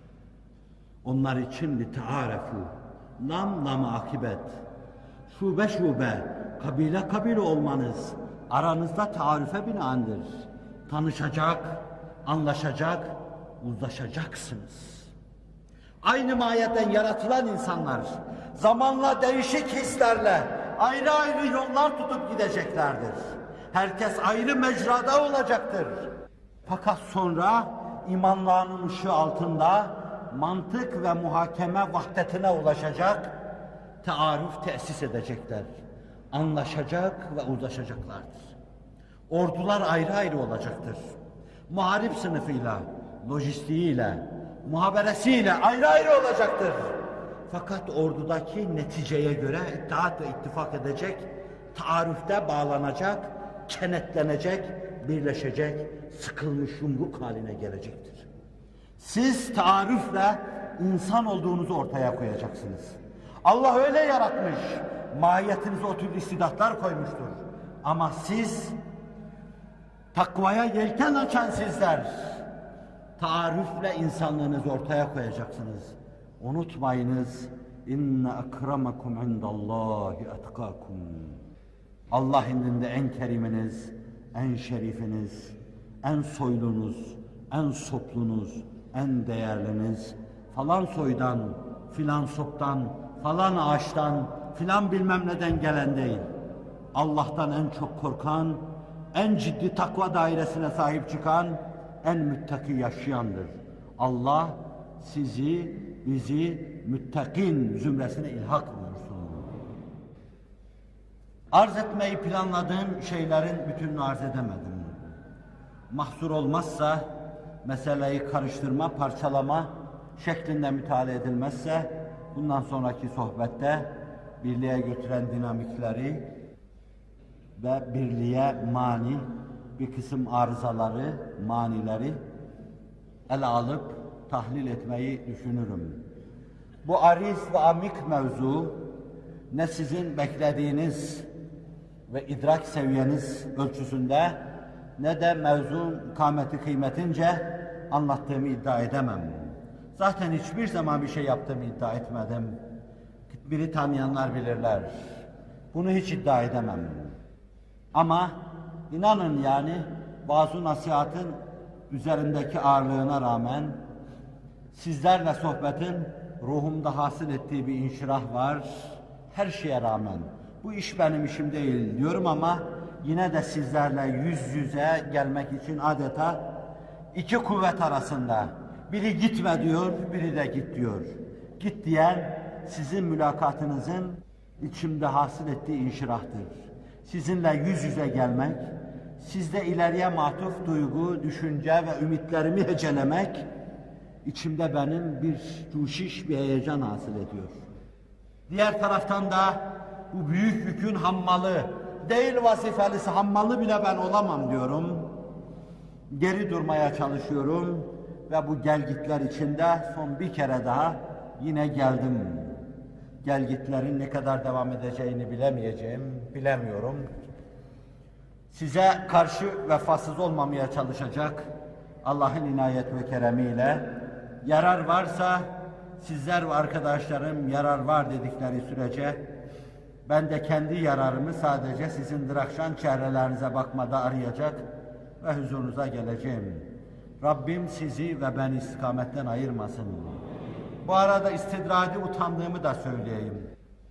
Onlar için لِتَعَارَفُوا nam akibet, şube şube, kabile kabile olmanız aranızda taarife binaendir. Tanışacak, anlaşacak, uzlaşacaksınız. Aynı mahiyetten yaratılan insanlar zamanla değişik hislerle ayrı ayrı yollar tutup gideceklerdir. Herkes ayrı mecrada olacaktır. Fakat sonra imanlarının ışığı altında mantık ve muhakeme vahdetine ulaşacak, taarruf tesis edecekler. Anlaşacak ve uzlaşacaklardır. Ordular ayrı ayrı olacaktır. Muharip sınıfıyla, lojistiğiyle, muhaberesiyle ayrı ayrı olacaktır. Fakat ordudaki neticeye göre ittihat ve ittifak edecek, taarrufte bağlanacak, kenetlenecek, birleşecek, sıkılmış yumruk haline gelecektir. Siz taarrufle insan olduğunuzu ortaya koyacaksınız. Allah öyle yaratmış, mahiyetinize o tür istidatlar koymuştur. Ama siz, takvaya yelken açan sizler, taarrufle insanlığınızı ortaya koyacaksınız. Unutmayınız, inne akramakum indallahi etkakum. Allah indinde en keriminiz, en şerifiniz, en soylunuz, en soplunuz, en değerliniz, falan soydan, filan soptan, falan ağaçtan, filan bilmem neden gelen değil. Allah'tan en çok korkan, en ciddi takva dairesine sahip çıkan, en müttaki yaşayandır. Allah sizi, bizi müttakin zümresine ilhak buyursun. Arz etmeyi planladığım şeylerin bütününü arz edemedim. Mahsur olmazsa, meseleyi karıştırma, parçalama şeklinde müteala edilmezse, bundan sonraki sohbette birliğe götüren dinamikleri ve birliğe mani bir kısım arızaları, manileri ele alıp tahlil etmeyi düşünürüm. Bu ariz ve amik mevzu ne sizin beklediğiniz ve idrak seviyeniz ölçüsünde ne de mevzun kâmeti kıymetince anlattığımı iddia edemem. Zaten hiçbir zaman bir şey yaptığımı iddia etmedim. Biri tanıyanlar bilirler. Bunu hiç iddia edemem. Ama inanın yani bazı nasihatın üzerindeki ağırlığına rağmen sizlerle sohbetin ruhumda hasıl ettiği bir inşirah var. Her şeye rağmen bu iş benim işim değil diyorum ama yine de sizlerle yüz yüze gelmek için adeta iki kuvvet arasında biri gitme diyor, biri de git diyor. Git diyen sizin mülakatınızın içimde hasıl ettiği inşirahtır. Sizinle yüz yüze gelmek, sizde ileriye matuf duygu, düşünce ve ümitlerimi hecelemek, içimde benim bir cuşiş, bir heyecan hasıl ediyor. Diğer taraftan da bu büyük yükün hammalı, değil vazifelisi hammalı bile ben olamam diyorum. Geri durmaya çalışıyorum ve bu gelgitler içinde son bir kere daha yine geldim. Gelgitlerin ne kadar devam edeceğini bilemiyorum. Size karşı vefasız olmamaya çalışacak Allah'ın inayet ve keremiyle yarar varsa sizler ve arkadaşlarım yarar var dedikleri sürece ben de kendi yararımı sadece sizin drakşan çehrelerinize bakmada arayacak ve huzurunuza geleceğim. Rabbim sizi ve beni istikametten ayırmasın. Bu arada istidradi utandığımı da söyleyeyim.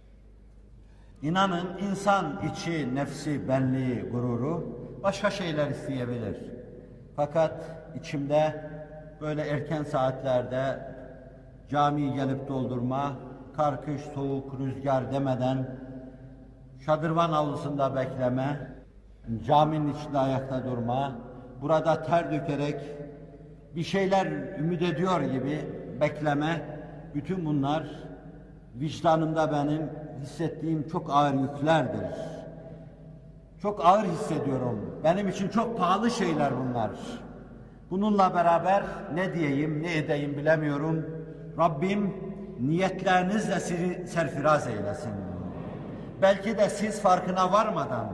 İnanın insan içi, nefsi, benliği, gururu başka şeyler isteyebilir. Fakat içimde böyle erken saatlerde camiyi gelip doldurma, kar, kış, soğuk, rüzgar demeden şadırvan avlusunda bekleme, caminin içinde ayakta durma, burada ter dökerek bir şeyler ümit ediyor gibi bekleme, bütün bunlar vicdanımda benim hissettiğim çok ağır yüklerdir. Çok ağır hissediyorum. Benim için çok pahalı şeyler bunlar. Bununla beraber ne diyeyim, ne edeyim bilemiyorum. Rabbim niyetlerinizle sizi serfiraz eylesin. Belki de siz farkına varmadan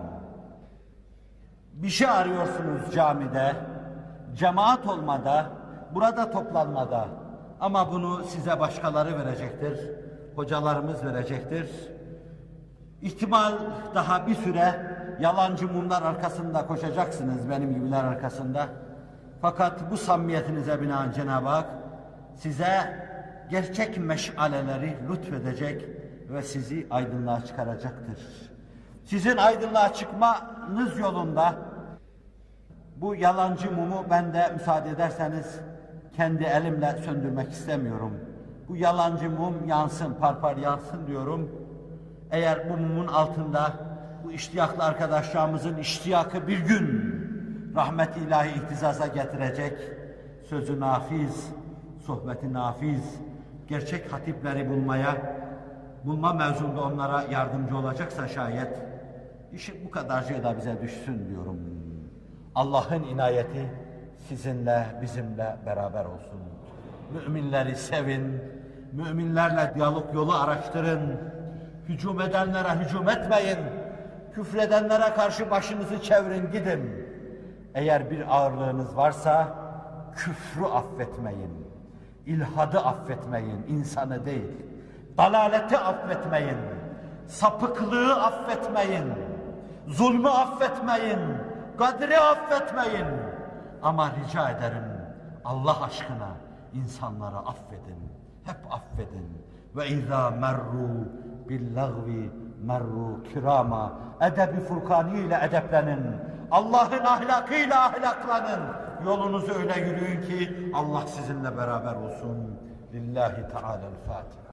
bir şey arıyorsunuz camide, cemaat olmada, burada toplanmada. Ama bunu size başkaları verecektir, hocalarımız verecektir. İhtimal daha bir süre yalancı mumlar arkasında koşacaksınız, benim gibiler arkasında. Fakat bu samimiyetinize binaen Cenab-ı Hak size gerçek meşaleleri lütfedecek ve sizi aydınlığa çıkaracaktır. Sizin aydınlığa çıkmanız yolunda bu yalancı mumu ben de müsaade ederseniz kendi elimle söndürmek istemiyorum. Bu yalancı mum yansın, parpar yansın diyorum. Eğer bu mumun altında bu iştiyaklı arkadaşlarımızın iştiyakı bir gün rahmet-i ilahi ihtizaza getirecek, sözü nafiz, sohbeti nafiz, gerçek hatipleri bulma mevzunda onlara yardımcı olacaksa şayet, işi bu kadarcığı da bize düşsün diyorum. Allah'ın inayeti sizinle, bizimle beraber olsun. Müminleri sevin, müminlerle diyalog yolu araştırın, hücum edenlere hücum etmeyin, küfredenlere karşı başınızı çevirin gidin. Eğer bir ağırlığınız varsa küfrü affetmeyin, ilhadı affetmeyin, insanı değil, dalaleti affetmeyin, sapıklığı affetmeyin, zulmü affetmeyin, kadri affetmeyin. Ama rica ederim Allah aşkına insanları affedin, hep affedin. Ve izâ merru billagvi merru kirama. Edebi Furkani ile edeplenin. Allah'ın ahlakıyla ahlaklanın. Yolunuzu öyle yürüyün ki Allah sizinle beraber olsun. Lillahi Teala'l-Fatiha.